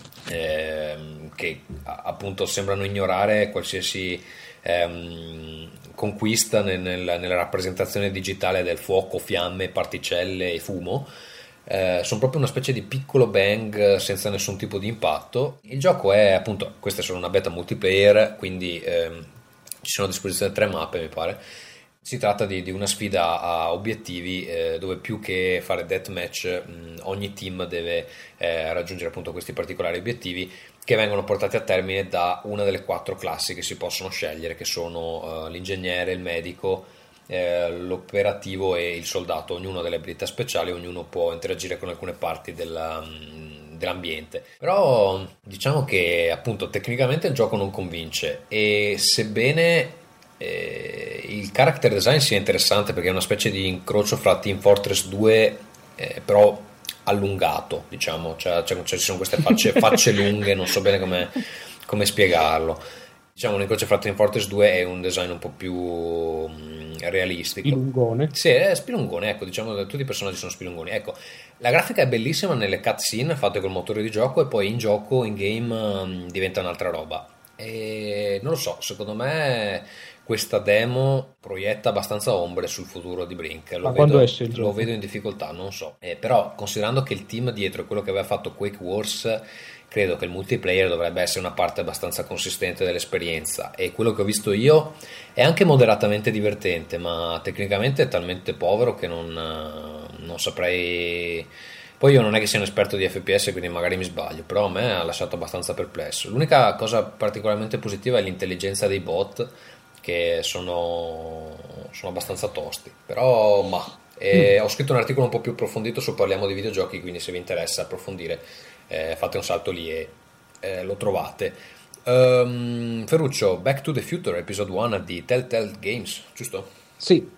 che appunto sembrano ignorare qualsiasi conquista nella rappresentazione digitale del fuoco, fiamme, particelle e fumo. Sono proprio una specie di piccolo bang senza nessun tipo di impatto. Il gioco è appunto, queste sono una beta multiplayer, quindi ci sono a disposizione 3 mappe mi pare. Si tratta di una sfida a obiettivi, dove più che fare deathmatch ogni team deve raggiungere appunto questi particolari obiettivi, che vengono portati a termine da una delle 4 classi che si possono scegliere, che sono l'ingegnere, il medico, l'operativo e il soldato. Ognuno ha delle abilità speciali, ognuno può interagire con alcune parti dell'ambiente. Però diciamo che appunto tecnicamente il gioco non convince, e sebbene il character design sia interessante, perché è una specie di incrocio fra Team Fortress 2 però allungato, diciamo, ci sono queste facce lunghe, non so bene come spiegarlo. Diciamo un incrocio fra Team Fortress 2 e un design un po' più realistico. Spilungone. Sì, è spilungone, ecco, diciamo che tutti i personaggi sono spilungoni. Ecco, la grafica è bellissima nelle cutscene fatte col motore di gioco, e poi in gioco, in game, diventa un'altra roba. E non lo so, secondo me questa demo proietta abbastanza ombre sul futuro di Brink. Quando esce il gioco? Lo vedo in difficoltà, non so. Però considerando che il team dietro è quello che aveva fatto Quake Wars, credo che il multiplayer dovrebbe essere una parte abbastanza consistente dell'esperienza, e quello che ho visto io è anche moderatamente divertente, ma tecnicamente è talmente povero che non saprei. Poi io non è che sia un esperto di FPS, quindi magari mi sbaglio, però a me ha lasciato abbastanza perplesso. L'unica cosa particolarmente positiva è l'intelligenza dei bot, che sono abbastanza tosti, però ho scritto un articolo un po' più approfondito su Parliamo di videogiochi, quindi se vi interessa approfondire fate un salto lì e lo trovate. Ferruccio, Back to the Future Episode 1 di Telltale Games, giusto? Sì.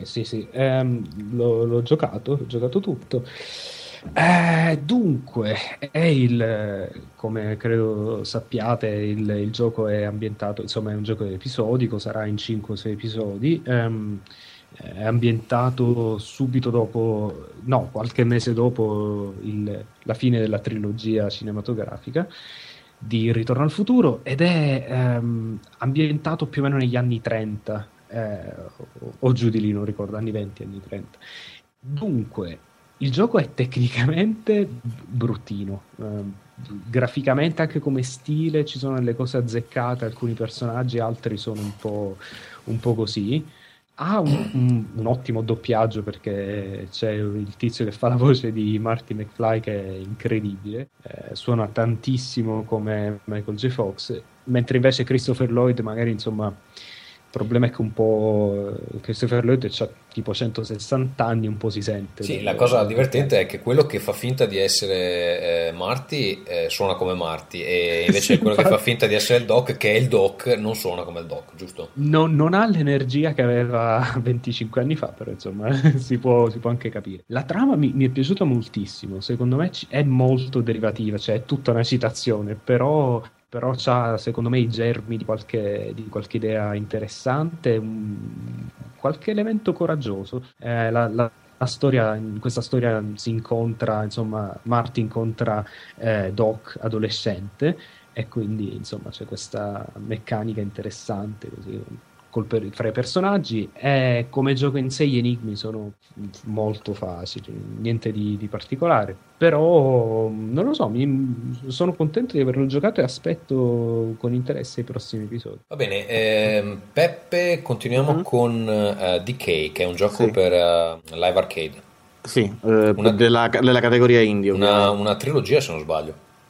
L'ho giocato tutto. Dunque, come credo sappiate, il gioco è ambientato, insomma è un gioco episodico, sarà in 5-6 episodi, è ambientato subito dopo, no, qualche mese dopo la fine della trilogia cinematografica di Ritorno al futuro, ed è ambientato più o meno negli anni 30, o giù di lì, non ricordo, anni 20, anni 30. Dunque, il gioco è tecnicamente bruttino, graficamente, anche come stile ci sono delle cose azzeccate, alcuni personaggi, altri sono un po' così. Ha un ottimo doppiaggio, perché c'è il tizio che fa la voce di Marty McFly che è incredibile, suona tantissimo come Michael J. Fox, mentre invece Christopher Lloyd magari, insomma, il problema è che un po' Christopher Lloyd ha tipo 160 anni, un po' si sente. Sì, la cosa divertente è che quello che fa finta di essere Marty suona come Marty, e invece sì, quello che fa finta di essere il Doc, che è il Doc, non suona come il Doc, giusto? Non ha l'energia che aveva 25 anni fa, però insomma si può anche capire. La trama mi è piaciuta moltissimo, secondo me è molto derivativa, cioè è tutta una citazione, però c'ha secondo me i germi di qualche idea interessante, qualche elemento coraggioso. La storia, in questa storia si incontra, insomma, Marty incontra Doc adolescente, e quindi insomma c'è questa meccanica interessante così fra i personaggi. E come gioco in sé gli enigmi sono molto facili, niente di particolare, però non lo so, sono contento di averlo giocato e aspetto con interesse i prossimi episodi. Va bene, Peppe, continuiamo con Decay, che è un gioco per live arcade. Sì, della categoria indie. Una trilogia, se non sbaglio.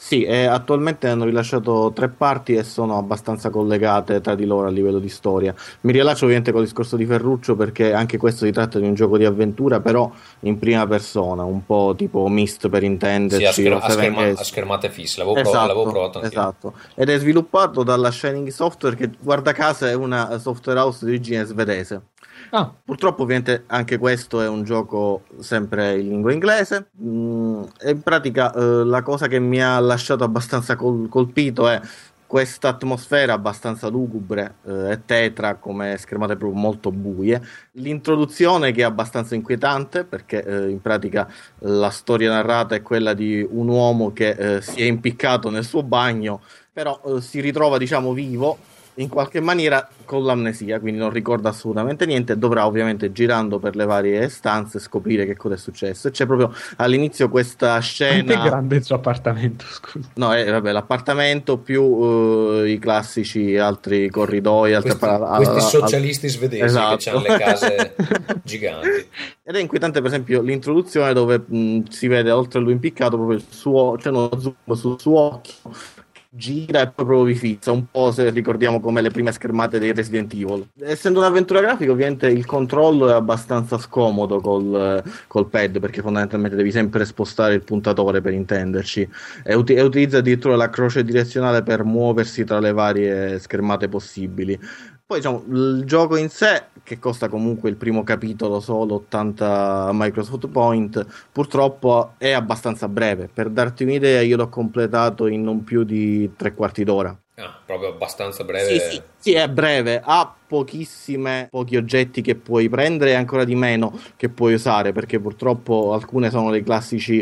Sì, attualmente hanno rilasciato 3 parti e sono abbastanza collegate tra di loro a livello di storia. Mi riallaccio ovviamente col discorso di Ferruccio, perché anche questo si tratta di un gioco di avventura, però in prima persona, un po' tipo Myst per intenderci. Sì, a schermate fisse, l'avevo provato anche. Esatto, ed è sviluppato dalla Shining Software, che guarda caso è una software house di origine svedese. Purtroppo ovviamente anche questo è un gioco sempre in lingua inglese, e in pratica la cosa che mi ha lasciato abbastanza colpito è questa atmosfera abbastanza lugubre e tetra, come schermate proprio molto buie, l'introduzione che è abbastanza inquietante, perché in pratica la storia narrata è quella di un uomo che si è impiccato nel suo bagno, però si ritrova diciamo vivo in qualche maniera con l'amnesia, quindi non ricorda assolutamente niente, e dovrà ovviamente girando per le varie stanze scoprire che cosa è successo. E c'è proprio all'inizio questa scena. Quanto è grande il suo appartamento, scusa? No, vabbè, l'appartamento più i classici altri corridoi, questi socialisti svedesi, esatto, che hanno le case giganti. Ed è inquietante per esempio l'introduzione, dove si vede oltre a lui impiccato proprio il suo, c'è uno zoom sul suo occhio, gira e poi proprio vi fissa, un po' se ricordiamo come le prime schermate dei Resident Evil. Essendo un'avventura grafica, ovviamente il controllo è abbastanza scomodo col pad, perché fondamentalmente devi sempre spostare il puntatore, per intenderci, e utilizza addirittura la croce direzionale per muoversi tra le varie schermate possibili. Poi diciamo, il gioco in sé, che costa comunque il primo capitolo solo 80 Microsoft Point, purtroppo è abbastanza breve. Per darti un'idea, io l'ho completato in non più di 3/4 d'ora. Proprio abbastanza breve. Sì, è breve, ha pochi oggetti che puoi prendere e ancora di meno che puoi usare, perché purtroppo alcune sono le classiche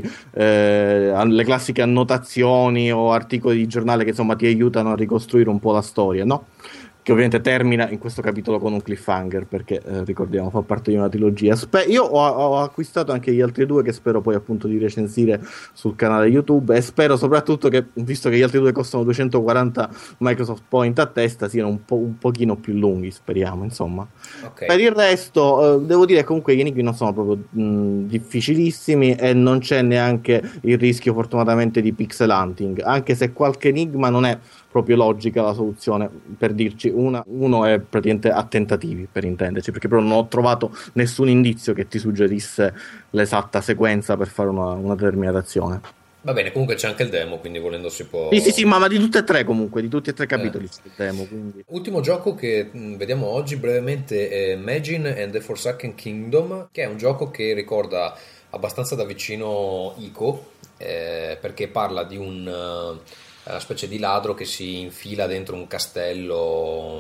annotazioni o articoli di giornale che insomma ti aiutano a ricostruire un po' la storia, no? Che ovviamente termina in questo capitolo con un cliffhanger, perché ricordiamo fa parte di una trilogia. Io ho acquistato anche gli altri 2, che spero poi appunto di recensire sul canale YouTube, e spero soprattutto che, visto che gli altri 2 costano 240 Microsoft Point a testa, siano un pochino più lunghi, speriamo, insomma. Okay. Per il resto devo dire che comunque gli enigmi non sono proprio difficilissimi, e non c'è neanche il rischio fortunatamente di pixel hunting, anche se qualche enigma non è proprio logica la soluzione. Per dirci, uno è praticamente a tentativi, per intenderci, perché proprio non ho trovato nessun indizio che ti suggerisse l'esatta sequenza per fare una determinata azione. Va bene, comunque c'è anche il demo, quindi volendo si può... Sì, ma di tutte e tre comunque, di tutti e 3 capitoli c'è il demo, quindi... Ultimo gioco che vediamo oggi brevemente è Magin and the Forsaken Kingdom, che è un gioco che ricorda abbastanza da vicino Ico, perché parla di una specie di ladro che si infila dentro un castello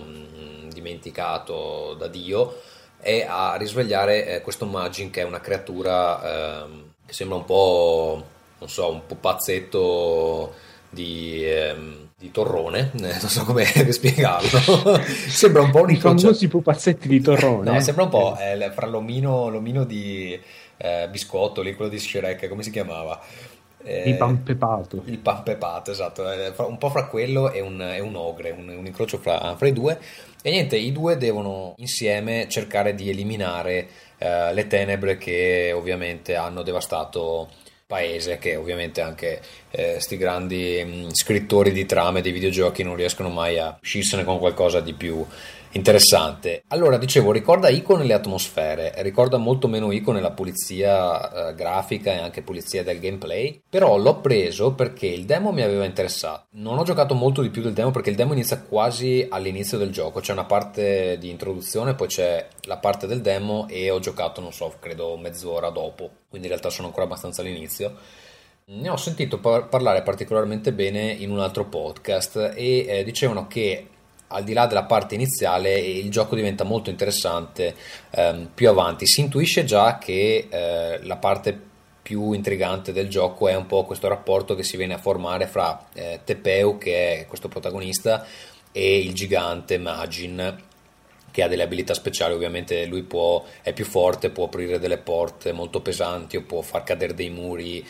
dimenticato da Dio e a risvegliare questo Magin, che è una creatura che sembra un po', non so, un pupazzetto di torrone, non so come spiegarlo. Sembra un po' un incrocio. I famosi pupazzetti di torrone. No, sembra un po' fra l'omino di biscottoli, quello di Shrek, come si chiamava? Il pan pepato. Il pan pepato, esatto, un po' fra quello e un ogre, un incrocio fra i due. E niente, i due devono insieme cercare di eliminare le tenebre che ovviamente hanno devastato paese, che ovviamente anche sti grandi scrittori di trame dei videogiochi non riescono mai a uscirsene con qualcosa di più interessante. Allora, dicevo, ricorda Ico nelle atmosfere, ricorda molto meno Ico nella pulizia grafica e anche pulizia del gameplay, però l'ho preso perché il demo mi aveva interessato. Non ho giocato molto di più del demo, perché il demo inizia quasi all'inizio del gioco, c'è una parte di introduzione, poi c'è la parte del demo, e ho giocato, non so, credo mezz'ora dopo, quindi in realtà sono ancora abbastanza all'inizio. Ne ho sentito parlare particolarmente bene in un altro podcast, e dicevano che al di là della parte iniziale il gioco diventa molto interessante più avanti. Si intuisce già che la parte più intrigante del gioco è un po' questo rapporto che si viene a formare fra Tepeu, che è questo protagonista, e il gigante Magin, che ha delle abilità speciali. Ovviamente lui è più forte, può aprire delle porte molto pesanti o può far cadere dei muri,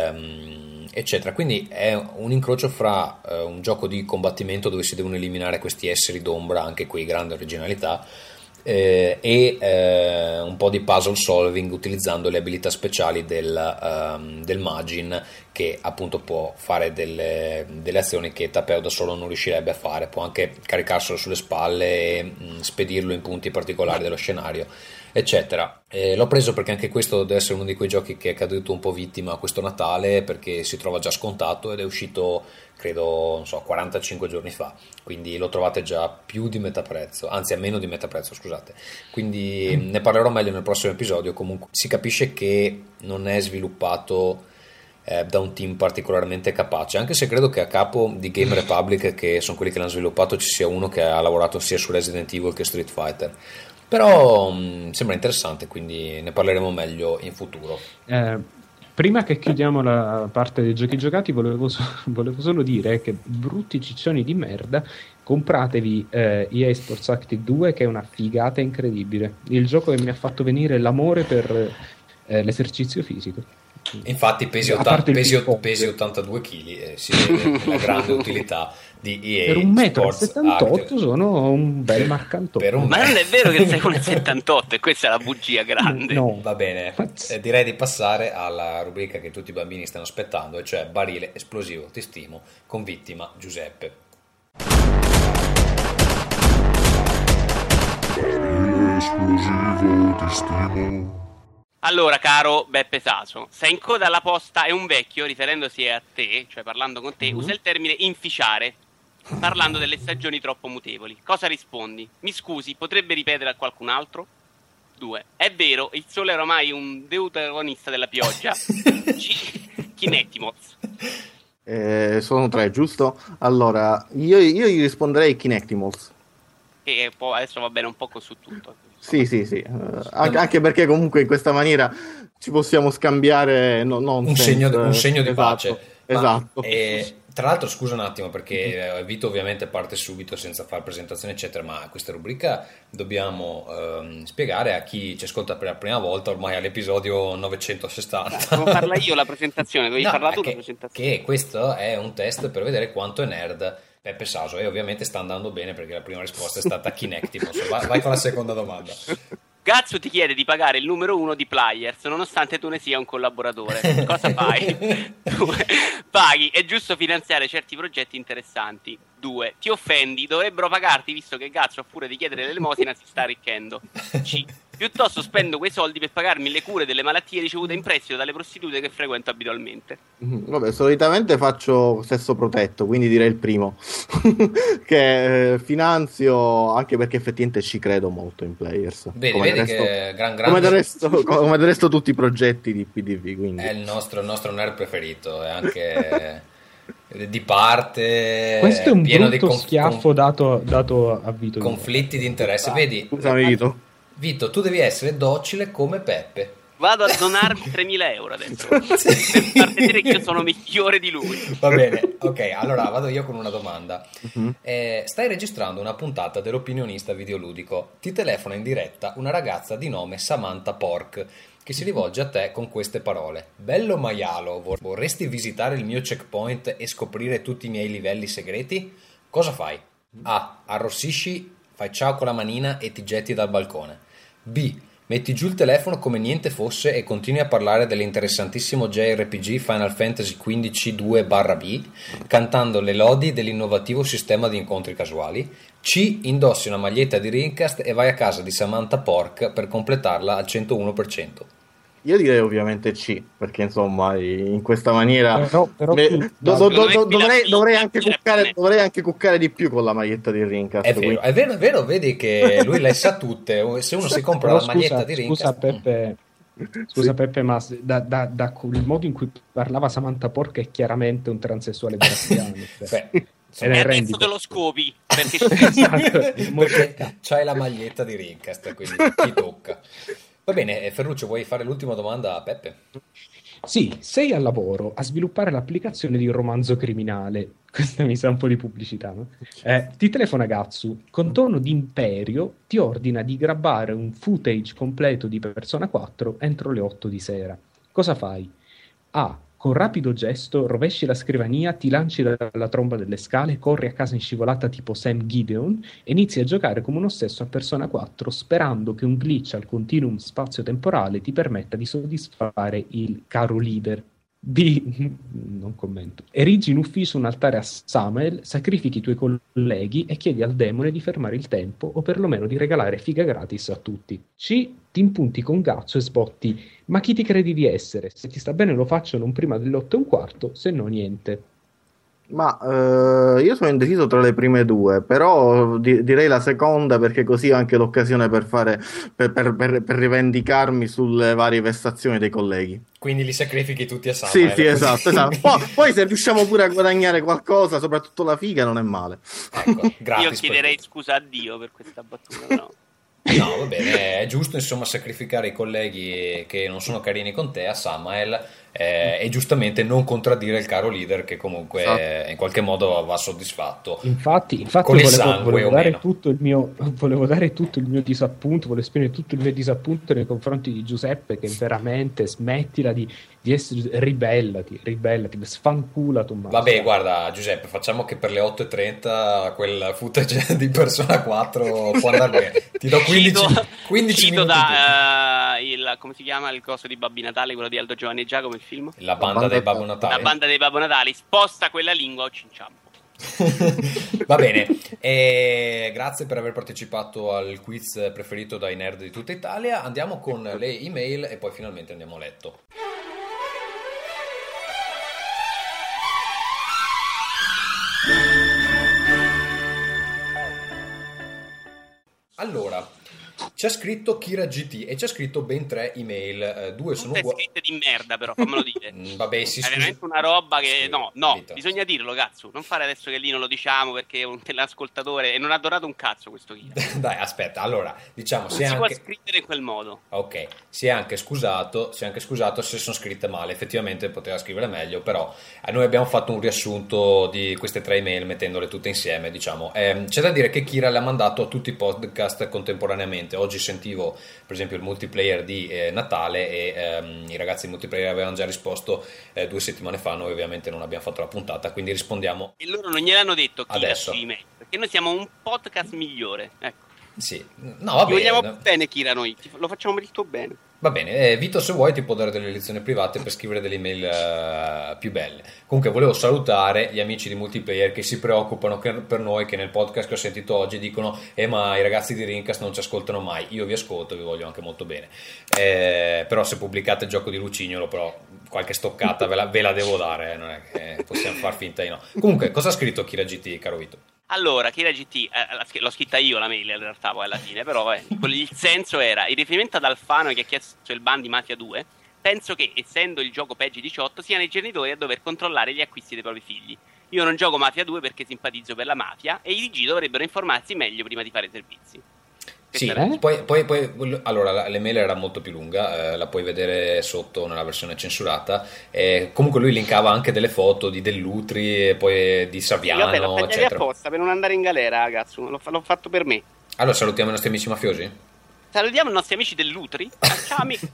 eccetera. Quindi è un incrocio fra un gioco di combattimento dove si devono eliminare questi esseri d'ombra, anche qui grande originalità, e un po' di puzzle solving utilizzando le abilità speciali del Magin, che appunto può fare delle azioni che Tapeo da solo non riuscirebbe a fare, può anche caricarselo sulle spalle e spedirlo in punti particolari dello scenario, eccetera. L'ho preso perché anche questo deve essere uno di quei giochi che è caduto un po' vittima questo Natale, perché si trova già scontato ed è uscito credo, non so, 45 giorni fa, quindi lo trovate già più di metà prezzo, anzi a meno di metà prezzo, scusate, quindi ne parlerò meglio nel prossimo episodio. Comunque si capisce che non è sviluppato da un team particolarmente capace, anche se credo che a capo di Game Republic, che sono quelli che l'hanno sviluppato, ci sia uno che ha lavorato sia su Resident Evil che Street Fighter, però sembra interessante, quindi ne parleremo meglio in futuro. Prima che chiudiamo la parte dei giochi giocati, volevo solo dire che brutti ciccioni di merda, compratevi EA Sports Active 2, che è una figata incredibile, il gioco che mi ha fatto venire l'amore per l'esercizio fisico. Infatti pesi 82 kg, si vede la grande utilità di EA per 1,78 Sports m sono un bel marcantone. Ma non è vero che sei 1,78 e questa è la bugia grande. No. Va bene, direi di passare alla rubrica che tutti i bambini stanno aspettando, e cioè Barile esplosivo ti stimo, con vittima Giuseppe. Barile esplosivo ti stimo. Allora, caro Beppe Saso, sei in coda alla posta e un vecchio, riferendosi a te, cioè parlando con te, usa il termine inficiare, parlando delle stagioni troppo mutevoli. Cosa rispondi? Mi scusi, potrebbe ripetere a qualcun altro? 2. È vero, il sole è oramai un deuterogonista della pioggia. Kinectimoz. Sono 3, giusto? Allora, io gli risponderei Kinectimoz. Che adesso va bene un poco su tutto. Sì. Anche perché comunque in questa maniera ci possiamo scambiare un segno di pace. Esatto. Tra l'altro, scusa un attimo, perché Vito ovviamente parte subito senza fare presentazione eccetera, ma questa rubrica dobbiamo spiegare a chi ci ascolta per la prima volta, ormai all'episodio 960. Devo farla io la presentazione, devi farla tu la presentazione. Che questo è un test per vedere quanto è nerd Beppe Saso, e ovviamente sta andando bene perché la prima risposta è stata Kinectimos. Vai con la seconda domanda. Gazzu ti chiede di pagare il numero 1 di Players nonostante tu ne sia un collaboratore. Cosa fai? 2. Paghi, è giusto finanziare certi progetti interessanti. 2. Ti offendi, dovrebbero pagarti visto che Gazzu a furia di chiedere l'elemosina si sta arricchendo. C. Piuttosto spendo quei soldi per pagarmi le cure delle malattie ricevute in prestito dalle prostitute che frequento abitualmente. Vabbè, solitamente faccio sesso protetto, quindi direi il primo. Che finanzio, anche perché effettivamente ci credo molto in Players. Vedi che come del resto tutti i progetti di PDV, quindi. È il nostro nerd preferito, è anche di parte. Questo è un brutto schiaffo dato a Vito. Conflitti di interesse, vedi? Scusami, Vito, tu devi essere docile come Peppe. Vado a donarmi 3.000 euro adesso per far vedere che io sono migliore di lui. Va bene, ok, allora vado io con una domanda. Stai registrando una puntata dell'Opinionista Videoludico. Ti telefona in diretta una ragazza di nome Samantha Pork, che si rivolge a te con queste parole: bello maialo, vorresti visitare il mio checkpoint e scoprire tutti i miei livelli segreti? Cosa fai? A. Arrossisci, fai ciao con la manina e ti getti dal balcone. B. Metti giù il telefono come niente fosse e continui a parlare dell'interessantissimo JRPG Final Fantasy XV 2/B, cantando le lodi dell'innovativo sistema di incontri casuali. C. Indossi una maglietta di Rincast e vai a casa di Samantha Pork per completarla al 101%. Io direi ovviamente C, perché insomma in questa maniera dovrei anche cuccare di più con la maglietta di Rincast. È vero, vedi che lui le sa tutte. Se uno si compra la maglietta di Rincast. Scusa Peppe, ma da il modo in cui parlava Samantha Porca è chiaramente un transessuale brasiliano. E adesso te lo scopi perché c'hai la maglietta di Rincast, quindi ti tocca. Va bene, Ferruccio, vuoi fare l'ultima domanda a Peppe? Sì, sei al lavoro a sviluppare l'applicazione di un romanzo criminale. Questa mi sa un po' di pubblicità, no? Ti telefona Gatsu, con tono di imperio ti ordina di grabbare un footage completo di Persona 4 entro le 8 di sera. Cosa fai? A. Con rapido gesto rovesci la scrivania, ti lanci dalla tromba delle scale, corri a casa in scivolata tipo Sam Gideon e inizi a giocare come uno stesso a Persona 4 sperando che un glitch al continuum spazio-temporale ti permetta di soddisfare il caro leader. B. Non commento. Erigi in ufficio un altare a Samael, sacrifichi i tuoi colleghi e chiedi al demone di fermare il tempo o perlomeno di regalare figa gratis a tutti. C. Ti impunti con Gazzo e sbotti: ma chi ti credi di essere? Se ti sta bene lo faccio non prima delle 8:15, se no niente. Ma io sono indeciso tra le prime due, però direi la seconda, perché così ho anche l'occasione per rivendicarmi sulle varie vessazioni dei colleghi. Quindi li sacrifichi tutti a Samael. Sì, esatto. Poi se riusciamo pure a guadagnare qualcosa, soprattutto la figa, non è male. Ecco, io chiederei scusa a Dio per questa battuta, però. No, va bene, è giusto insomma sacrificare i colleghi che non sono carini con te a Samael, e giustamente non contraddire il caro leader che comunque in qualche modo va soddisfatto. Infatti con il sangue volevo dare tutto il mio disappunto, volevo esprimere tutto il mio disappunto nei confronti di Giuseppe, che veramente smettila di essere ribellati, sfancula tu. Vabbè, guarda Giuseppe, facciamo che per le 8:30 quel footage di Persona 4 può andare bene. Ti do 15 cito minuti. Come si chiama il coso di Babbi Natale, quello di Aldo Giovanni e Giacomo, il film? La banda dei Babbo Natale. La banda dei Babbo Natale, sposta quella lingua o cinciampo. Va bene, grazie per aver partecipato al quiz preferito dai nerd di tutta Italia. Andiamo con le email e poi finalmente andiamo a letto. Allora, c'è scritto Kira GT e c'è scritto ben 3 email, 2 sono uguali. Scritte di merda, però fammelo dire. Vabbè, sì, è veramente una roba che sì, no, Vito. bisogna dirlo, cazzo. Non fare adesso che lì non lo diciamo perché è un teleascoltatore e non ha dorato un cazzo questo Kira. Dai, aspetta, allora, diciamo, non si può scrivere in quel modo. Ok, si è anche scusato se sono scritte male, effettivamente poteva scrivere meglio, però noi abbiamo fatto un riassunto di queste 3 email mettendole tutte insieme, diciamo. C'è da dire che Kira le ha mandato a tutti i podcast contemporaneamente. Oggi sentivo per esempio il multiplayer di Natale e i ragazzi di multiplayer avevano già risposto 2 settimane fa. Noi ovviamente non abbiamo fatto la puntata, quindi rispondiamo e loro non gliel'hanno detto adesso, perché noi siamo un podcast migliore, ecco. Sì, no, va bene. Vogliamo bene, Kira, noi lo facciamo per il tuo bene. Va bene, Vito, se vuoi ti può dare delle lezioni private per scrivere delle email più belle. Comunque volevo salutare gli amici di multiplayer che si preoccupano per noi, che nel podcast che ho sentito oggi dicono ma i ragazzi di Rincast non ci ascoltano mai. Io vi ascolto e vi voglio anche molto bene, però se pubblicate il gioco di Lucignolo, però qualche stoccata ve la devo dare, non è che possiamo far finta di no. Comunque, cosa ha scritto Kira GT, caro Vito? Allora, Kira GT, l'ho scritta io la mail in realtà poi alla fine, però il senso era: in riferimento ad Alfano che ha chiesto il ban di Mafia 2, penso che, essendo il gioco PEGI 18, siano i genitori a dover controllare gli acquisti dei propri figli. Io non gioco Mafia 2 perché simpatizzo per la mafia e i DG dovrebbero informarsi meglio prima di fare servizi. Sì, poi allora l'email era molto più lunga, la puoi vedere sotto nella versione censurata. Comunque lui linkava anche delle foto di Dell'Utri e poi di Saviano, vabbè, l'ho tagliato eccetera, apposta per non andare in galera, ragazzo. L'ho fatto per me. Allora salutiamo i nostri amici mafiosi. Salutiamo i nostri amici dell'Utri. Ciao amici.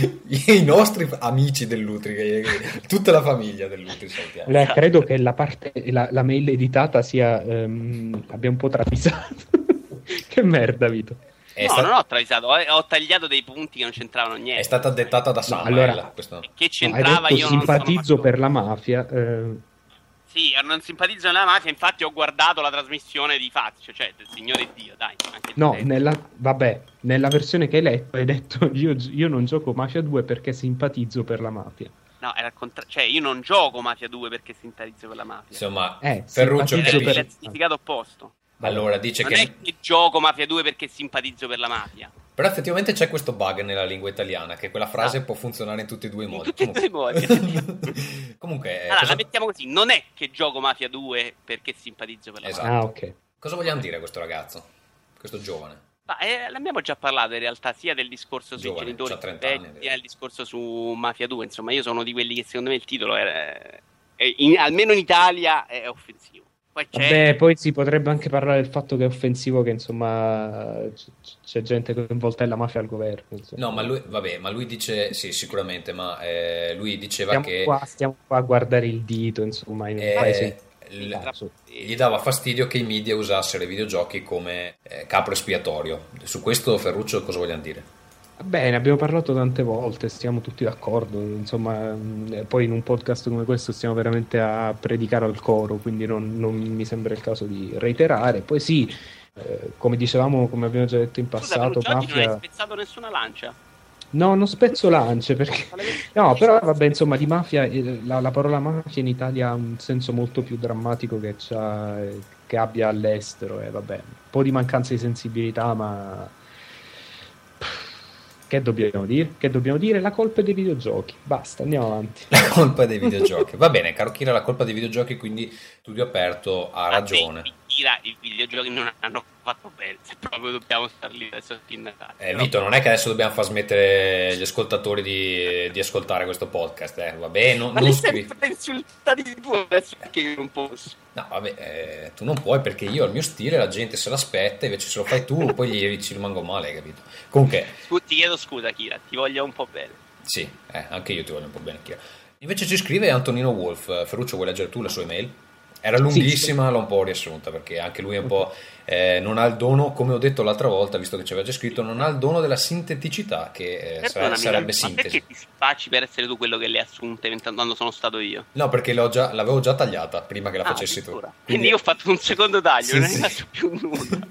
I nostri amici dell'Utri, tutta la famiglia dell'Utri salutiamo. Credo che la mail editata sia abbia un po' travisato. Che merda, Vito. Non ho travisato, ho tagliato dei punti che non c'entravano niente. È stata dettata da Samael. Allora, che c'entrava? Hai detto, io simpatizzo per la mafia. Sì, non simpatizzo nella mafia, infatti ho guardato la trasmissione di Fazio, cioè del Signore Dio, dai. Anche nella versione che hai letto hai detto io non gioco Mafia 2 perché simpatizzo per la mafia. No, era il contrario, cioè io non gioco Mafia 2 perché simpatizzo per la mafia. Insomma, Ferruccio era il significato opposto. Allora dice non che è che gioco Mafia 2 perché simpatizzo per la mafia. Però effettivamente c'è questo bug nella lingua italiana, che quella frase può funzionare in tutti e due i modi. Comunque allora, la mettiamo così: non è che gioco Mafia 2 perché simpatizzo per la mafia. Ok. Cosa vogliamo dire a questo ragazzo? Questo giovane? L'abbiamo già parlato in realtà, sia del discorso sui genitori c'ha 30 anni, sia del discorso su Mafia 2. Insomma, io sono di quelli che secondo me il titolo almeno in Italia è offensivo. Poi si potrebbe anche parlare del fatto che è offensivo che insomma c'è gente coinvolta nella mafia al governo, insomma. No, ma lui dice sì, sicuramente, ma lui diceva stiamo qua a guardare il dito, insomma, in un paese. Gli dava fastidio che i media usassero i videogiochi come capro espiatorio. Su questo, Ferruccio, cosa vogliamo dire? Bene, abbiamo parlato tante volte, stiamo tutti d'accordo, insomma, poi in un podcast come questo stiamo veramente a predicare al coro, quindi non mi sembra il caso di reiterare. Poi sì, come dicevamo, come abbiamo già detto in passato, Scusa, Mafia... non hai spezzato nessuna lancia. No, non spezzo lance perché... No, però vabbè, insomma, di mafia, la parola mafia in Italia ha un senso molto più drammatico che abbia all'estero, e vabbè, un po' di mancanza di sensibilità, ma... Che dobbiamo dire? Che dobbiamo dire? La colpa è dei videogiochi. Basta, andiamo avanti. La colpa è dei videogiochi. Va bene, caro Kira, la colpa dei videogiochi, quindi Studio Aperto ha ragione. Kira, i videogiochi non hanno fatto bene, se proprio dobbiamo star lì adesso indagare. Vito, non è che adesso dobbiamo far smettere gli ascoltatori di ascoltare questo podcast, vabbè, non sempre insultati tu adesso perché io non posso. No, vabbè, tu non puoi perché io il mio stile, la gente se l'aspetta, invece se lo fai tu poi ci rimango male, capito? Comunque... Ti chiedo scusa, Kira, ti voglio un po' bene. Sì, anche io ti voglio un po' bene, Kira. Invece ci scrive Antonino Wolf. Ferruccio, vuoi leggere tu la sua email? Era lunghissima, sì. L'ho un po' riassunta perché anche lui è un po' non ha il dono, come ho detto l'altra volta, visto che ci aveva già scritto, non ha il dono della sinteticità che sarebbe sintesi. Ma perché ti spacci per essere tu quello che le ha assunte quando sono stato io? No, perché l'avevo già tagliata prima che la facessi tu. Quindi io ho fatto un secondo taglio, non è rimasto più nulla.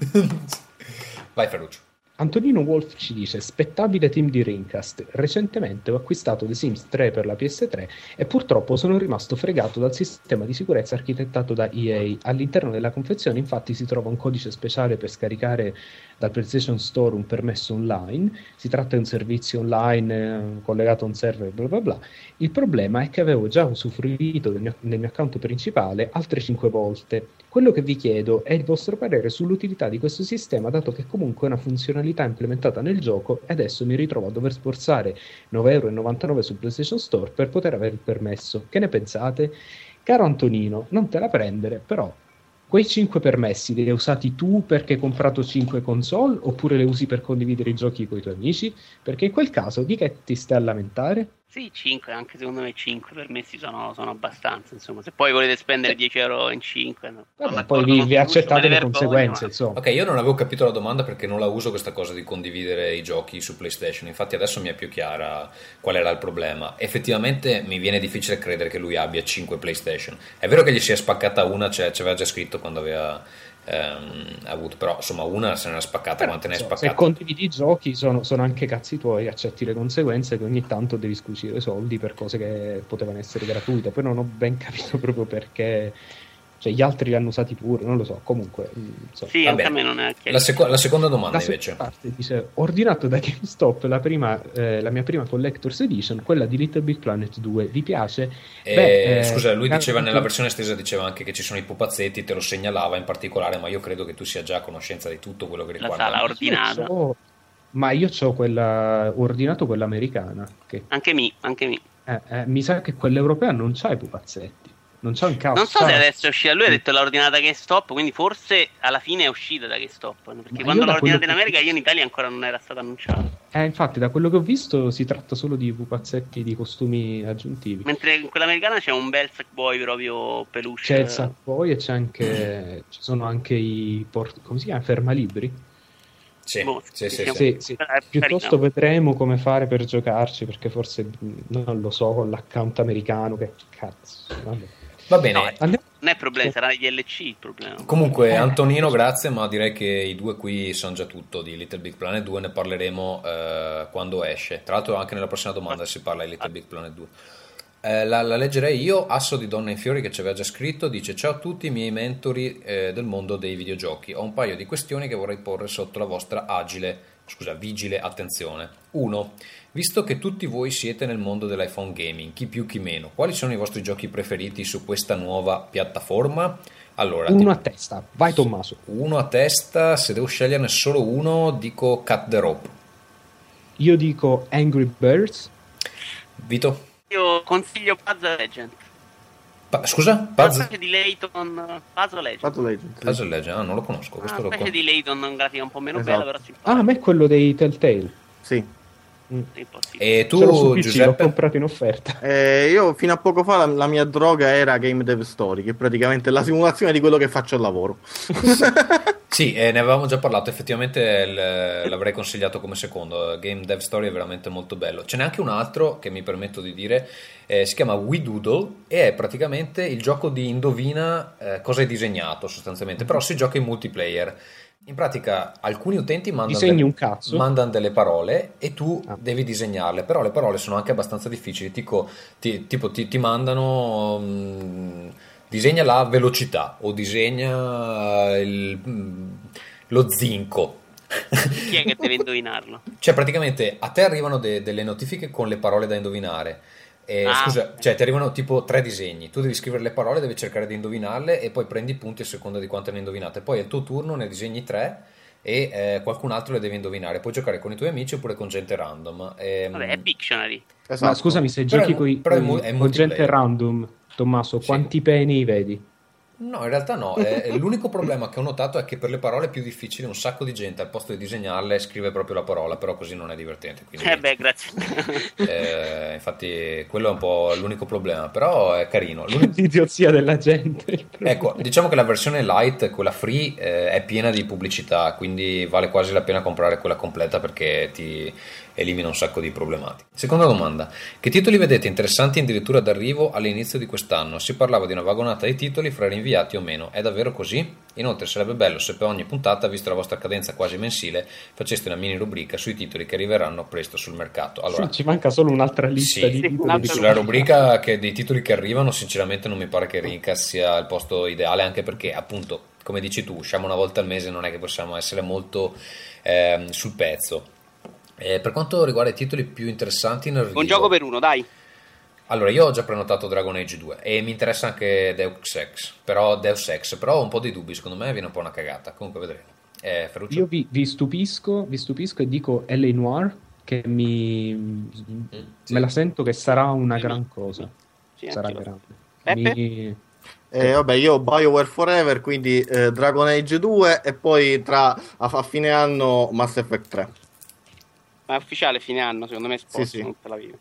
Vai Ferruccio. Antonino Wolf ci dice: spettabile team di Rincast, recentemente ho acquistato The Sims 3 per la PS3 e purtroppo sono rimasto fregato dal sistema di sicurezza architettato da EA. All'interno della confezione infatti si trova un codice speciale per scaricare dal PlayStation Store un permesso online. Si tratta di un servizio online collegato a un server bla bla bla. Il problema è che avevo già usufruito nel mio account principale altre 5 volte. Quello che vi chiedo è il vostro parere sull'utilità di questo sistema, dato che comunque è una funzionalità implementata nel gioco e adesso mi ritrovo a dover sforzare 9,99 € sul PlayStation Store per poter avere il permesso. Che ne pensate? Caro Antonino, non te la prendere, però quei 5 permessi li hai usati tu perché hai comprato 5 console oppure le usi per condividere i giochi con i tuoi amici? Perché in quel caso di che ti stai a lamentare? Sì, 5, anche secondo me 5 permessi sono abbastanza, insomma. Se poi volete spendere 10 euro in 5, no. Vabbè, poi vi accettate le conseguenze, insomma. Ok, io non avevo capito la domanda perché non la uso questa cosa di condividere i giochi su PlayStation, infatti adesso mi è più chiara qual era il problema. Effettivamente mi viene difficile credere che lui abbia 5 PlayStation. È vero che gli si è spaccata una, ci aveva già scritto quando aveva avuto, però insomma una se ne è spaccata, quante ne è spaccata? Se condividi i giochi sono anche cazzi tuoi, accetti le conseguenze che ogni tanto devi scucire soldi per cose che potevano essere gratuite. Poi non ho ben capito proprio perché, cioè gli altri li hanno usati pure, non lo so, comunque sì, anche a me non è chiaro. La seconda domanda invece parte dice: ho ordinato da GameStop la mia prima Collector's Edition, quella di Little Big Planet 2, vi piace? Scusa, lui diceva nella versione estesa, diceva anche che ci sono i pupazzetti, te lo segnalava in particolare, ma io credo che tu sia già a conoscenza di tutto quello che riguarda la sala ordinata. Ma io ho ordinato quella americana che... anche mi mi sa che quella europea non c'ha i pupazzetti. Non c'è un cazzo. Non so se adesso è uscita. Lui ha detto l'ha ordinata GameStop, quindi forse alla fine è uscita da GameStop. Perché quando l'ho ordinata in America, io in Italia ancora non era stata annunciata. Infatti, da quello che ho visto, si tratta solo di pupazzetti di costumi aggiuntivi. Mentre in quella americana c'è un bel Sackboy proprio peluche. C'è il Sackboy e c'è anche. Ci sono anche i come si chiama? Fermalibri. Sì. Piuttosto vedremo come fare per giocarci, perché forse non lo so con l'account americano. Che cazzo. Va bene, non è problema, sarà gli LC il problema. Comunque Antonino, grazie, ma direi che i due qui sono già tutto di Little Big Planet 2, ne parleremo quando esce. Tra l'altro anche nella prossima domanda si parla di Little Big Planet 2. La leggerei io. Asso di Donna in Fiori, che ci aveva già scritto, dice: ciao a tutti i miei mentori del mondo dei videogiochi, ho un paio di questioni che vorrei porre sotto la vostra vigile attenzione. 1. Visto che tutti voi siete nel mondo dell'iPhone gaming, chi più chi meno, quali sono i vostri giochi preferiti su questa nuova piattaforma? Allora, uno a testa, vai Tommaso. Uno a testa, se devo sceglierne solo uno dico Cut the Rope. Io dico Angry Birds. Vito? Io consiglio Puzzle Legend. Scusa? Una specie di Layton. Puzzle Legend. Puzzle Legend, non lo conosco. Una specie di Layton, grafica un po' meno bella, però a me è quello dei Telltale. Sì. È impossibile. E tu, Ce l'ho su PC, Giuseppe? l'ho comprato in offerta. Io fino a poco fa la mia droga era Game Dev Story, che è praticamente la simulazione di quello che faccio al lavoro. Sì, ne avevamo già parlato, effettivamente l'avrei consigliato come secondo. Game Dev Story è veramente molto bello. Ce n'è anche un altro che mi permetto di dire, si chiama We Doodle e è praticamente il gioco di indovina cosa hai disegnato sostanzialmente, però si gioca in multiplayer. In pratica alcuni utenti mandano delle parole e tu devi disegnarle, però le parole sono anche abbastanza difficili, ti mandano disegna la velocità o disegna lo zinco. Chi è che deve indovinarlo? Cioè praticamente a te arrivano delle notifiche con le parole da indovinare. Scusa, cioè ti arrivano tipo 3 disegni, tu devi scrivere le parole, devi cercare di indovinarle e poi prendi i punti a seconda di quante ne indovinate. Poi è il tuo turno, ne disegni 3 e qualcun altro le deve indovinare. Puoi giocare con i tuoi amici oppure con gente random. Vabbè, è Pictionary. Esatto. Ma scusami, se giochi con gente random, Tommaso, quanti peni vedi? No, in realtà no. L'unico problema che ho notato è che per le parole più difficili un sacco di gente al posto di disegnarle scrive proprio la parola, però così non è divertente. Quindi, grazie. Infatti quello è un po' l'unico problema, però è carino. L'idiozia della gente. Ecco, diciamo che la versione light, quella free, è piena di pubblicità, quindi vale quasi la pena comprare quella completa perché ti elimina un sacco di problematiche. Seconda domanda: che titoli vedete interessanti addirittura d'arrivo all'inizio di quest'anno? Si parlava di una vagonata di titoli fra rinviati o meno, è davvero così? Inoltre sarebbe bello se per ogni puntata, visto la vostra cadenza quasi mensile, faceste una mini rubrica sui titoli che arriveranno presto sul mercato. Allora, sì, ci manca solo un'altra lista di titoli. Sulla rubrica dei titoli che arrivano, sinceramente non mi pare che Rincast sia il posto ideale, anche perché appunto, come dici tu, usciamo una volta al mese, non è che possiamo essere molto sul pezzo. Per quanto riguarda i titoli più interessanti in arrivo, un gioco per uno, dai. Allora, io ho già prenotato Dragon Age 2 e mi interessa anche Deus Ex, però ho un po' di dubbi, secondo me viene un po' una cagata. Comunque vedremo. Ferruccio? Io vi stupisco e dico L.A. Noire, che me la sento che sarà una gran cosa. Sì, sarà grande. Vabbè, io BioWare Forever, quindi Dragon Age 2 e poi a fine anno Mass Effect 3. Ma è ufficiale fine anno, secondo me è sposto, sì. non te la vivo.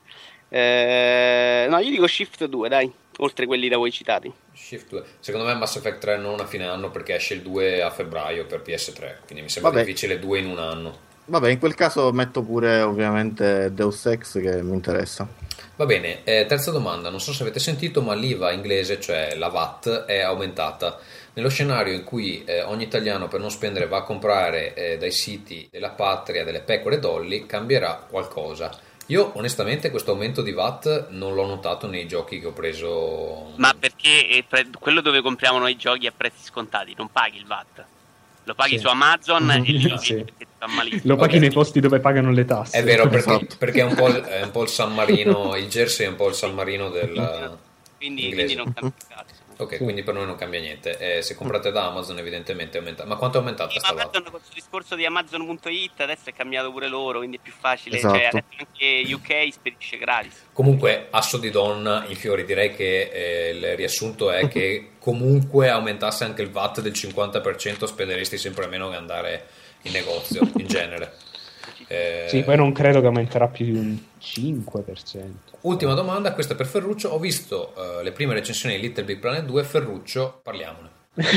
No, io dico Shift 2, dai, oltre quelli da voi citati. Shift 2. Secondo me Mass Effect 3 non a fine anno perché esce il 2 a febbraio per PS3, quindi mi sembra difficile 2 in un anno. Vabbè, in quel caso metto pure ovviamente Deus Ex che mi interessa. Va bene, terza domanda, non so se avete sentito ma l'IVA inglese, cioè la VAT, è aumentata. Nello scenario in cui ogni italiano per non spendere va a comprare dai siti della patria delle pecore Dolly, cambierà qualcosa. Io onestamente questo aumento di VAT non l'ho notato nei giochi che ho preso. Ma perché quello dove compriamo noi giochi a prezzi scontati non paghi il VAT? Lo paghi su Amazon e lì perché ti fa malissimo. Lo paghi nei posti dove pagano le tasse. È vero, perché è un po' il San Marino, il Jersey è un po' il San Marino del quindi non cambia cazzo. Ok, quindi per noi non cambia niente. Se comprate da Amazon evidentemente aumenta. Ma quanto è aumentata sta VAT? Amazon, con il discorso di Amazon.it adesso è cambiato pure loro, quindi è più facile. Esatto. Cioè, adesso anche UK spedisce gratis. Comunque, asso di donna in fiori, direi che il riassunto è che comunque aumentasse anche il VAT del 50%, spenderesti sempre meno che andare in negozio, in genere. Sì, poi non credo che aumenterà più di un 5%. Ultima domanda, questa è per Ferruccio. Ho visto le prime recensioni di Little Big Planet 2. Ferruccio, parliamone.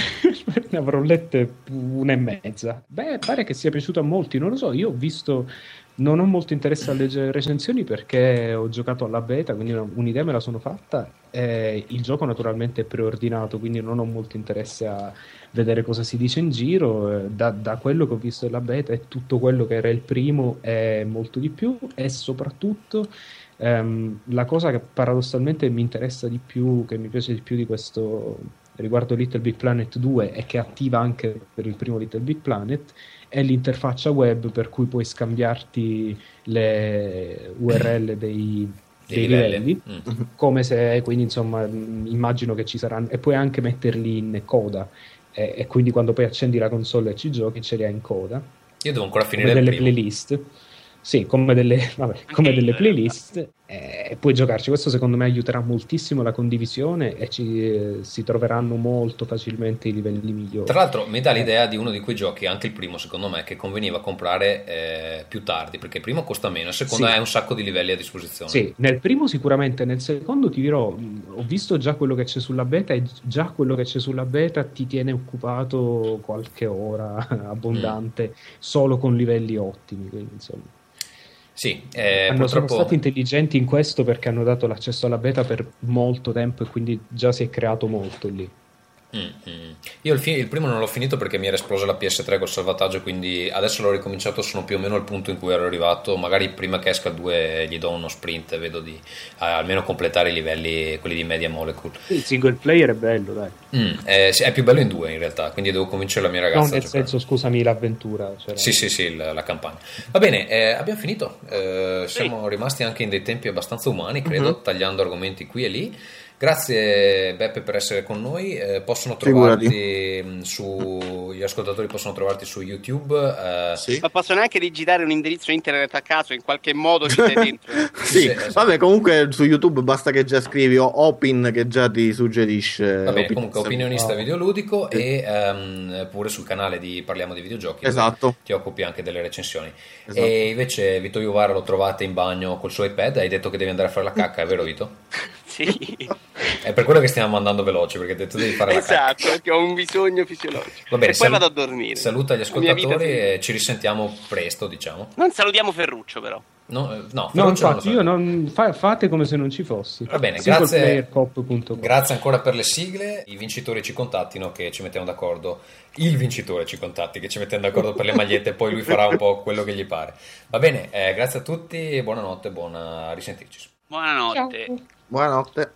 Ne avrò lette 1,5. Beh, pare che sia piaciuto a molti, non lo so. Io ho visto, non ho molto interesse a leggere recensioni perché ho giocato alla beta, quindi un'idea me la sono fatta. Il gioco naturalmente è preordinato, quindi non ho molto interesse a vedere cosa si dice in giro. Da quello che ho visto della beta è tutto quello che era il primo e molto di più, e soprattutto la cosa che paradossalmente mi interessa di più, che mi piace di più di questo riguardo Little Big Planet 2 e che attiva anche per il primo Little Big Planet è l'interfaccia web, per cui puoi scambiarti le URL dei livelli, come se, quindi insomma immagino che ci saranno, e puoi anche metterli in coda e quindi quando poi accendi la console e ci giochi ce li hai in coda. Io devo ancora finire come il delle primo. playlist. Sì, come delle playlist. puoi giocarci. Questo secondo me aiuterà moltissimo la condivisione e si troveranno molto facilmente i livelli migliori. Tra l'altro mi dà l'idea di uno di quei giochi, anche il primo secondo me, che conveniva comprare più tardi, perché il primo costa meno, il secondo hai un sacco di livelli a disposizione. Sì, nel primo sicuramente, nel secondo ti dirò, ho visto già quello che c'è sulla beta e già quello che c'è sulla beta ti tiene occupato qualche ora abbondante solo con livelli ottimi, quindi insomma. Sì, sono stati intelligenti in questo perché hanno dato l'accesso alla beta per molto tempo e quindi già si è creato molto lì. Io il primo non l'ho finito perché mi era esplosa la PS3 col salvataggio, quindi adesso l'ho ricominciato, sono più o meno al punto in cui ero arrivato. Magari prima che esca il 2 gli do uno sprint e vedo di almeno completare i livelli, quelli di Media Molecule. Il single player è bello, dai. È più bello in 2 in realtà, quindi devo convincere la mia ragazza. No, nel senso, scusami, l'avventura. Sì, la campagna. Va bene, abbiamo finito. Siamo rimasti anche in dei tempi abbastanza umani, credo, tagliando argomenti qui e lì. Grazie Beppe per essere con noi. Possono trovarti gli ascoltatori possono trovarti su YouTube. Ma possono anche digitare un indirizzo internet a caso, in qualche modo ci sei dentro. Sì, esatto. Vabbè, comunque su YouTube basta che già scrivi Opin che già ti suggerisce. Va bene, comunque opinionista videoludico e pure sul canale di Parliamo di Videogiochi. Esatto. Ti occupi anche delle recensioni. Esatto. E invece Vito Iuvara lo trovate in bagno col suo iPad. Hai detto che devi andare a fare la cacca, è vero Vito? Sì. È per quello che stiamo andando veloci, perché tu devi fare la cacca. Esatto, perché ho un bisogno fisiologico. Va bene, e poi vado a dormire. Saluta gli ascoltatori e ci risentiamo presto, diciamo. Non salutiamo Ferruccio però. No, infatti io fate come se non ci fossi. Va bene, grazie ancora per le sigle. I vincitori ci contattino che ci mettiamo d'accordo. Il vincitore ci contatti che ci mettiamo d'accordo per le magliette e poi lui farà un po' quello che gli pare. Va bene, grazie a tutti, buonanotte, buona risentirci. Buonanotte. Ciao. Buonanotte.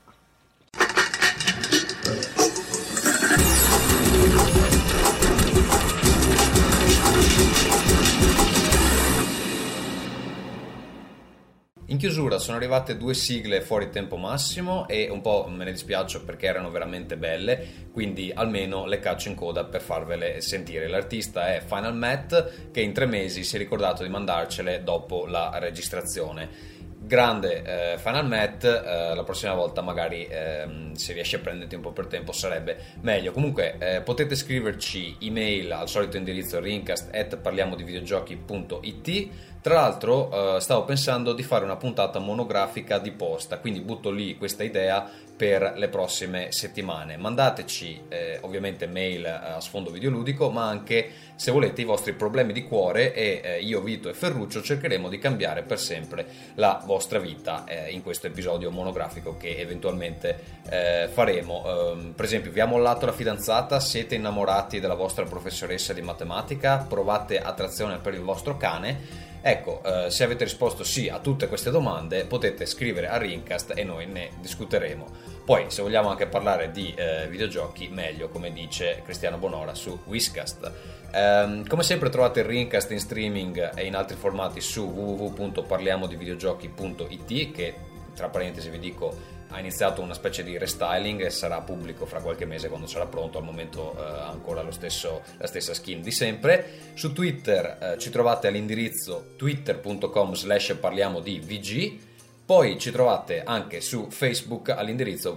In chiusura sono arrivate 2 sigle fuori tempo massimo e un po' me ne dispiaccio perché erano veramente belle, quindi almeno le caccio in coda per farvele sentire. L'artista è Final Matt, che in 3 mesi si è ricordato di mandarcele dopo la registrazione. Grande Final Matt, la prossima volta magari se riesci a prenderti un po' per tempo sarebbe meglio. Comunque potete scriverci email al solito indirizzo rincast@parliamodivideogiochi.it. Tra l'altro stavo pensando di fare una puntata monografica di posta, quindi butto lì questa idea per le prossime settimane. Mandateci ovviamente mail a Sfondo Videoludico, ma anche se volete i vostri problemi di cuore e io, Vito e Ferruccio cercheremo di cambiare per sempre la vostra vita in questo episodio monografico che eventualmente faremo. Per esempio, vi ha mollato la fidanzata? Siete innamorati della vostra professoressa di matematica? Provate attrazione per il vostro cane? Ecco, se avete risposto sì a tutte queste domande potete scrivere a Rincast e noi ne discuteremo. Poi se vogliamo anche parlare di videogiochi, meglio, come dice Cristiano Bonora su Whiscast. Come sempre trovate il Rincast in streaming e in altri formati su www.parliamodivideogiochi.it, che tra parentesi vi dico ha iniziato una specie di restyling e sarà pubblico fra qualche mese quando sarà pronto. Al momento ancora la stessa skin di sempre. Su Twitter ci trovate all'indirizzo twitter.com/parliamodivg. Poi ci trovate anche su Facebook all'indirizzo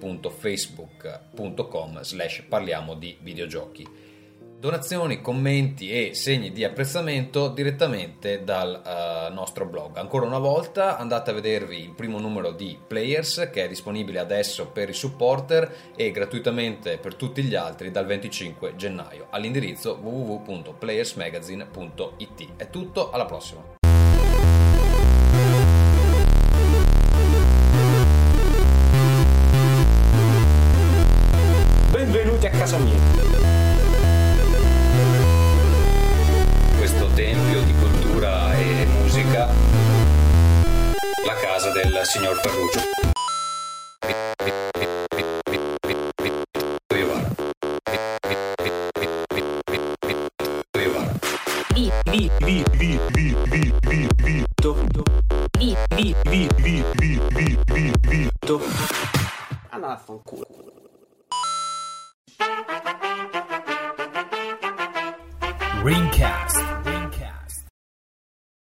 www.facebook.com/parliamodivideogiochi. Donazioni, commenti e segni di apprezzamento direttamente dal nostro blog. Ancora una volta andate a vedervi il primo numero di Players, che è disponibile adesso per i supporter e gratuitamente per tutti gli altri dal 25 gennaio all'indirizzo www.playersmagazine.it. È tutto, alla prossima. Benvenuti a casa mia. Tempio di cultura e musica, la casa del signor Ferruccio. Vito. Allora fanculo. Ringcast.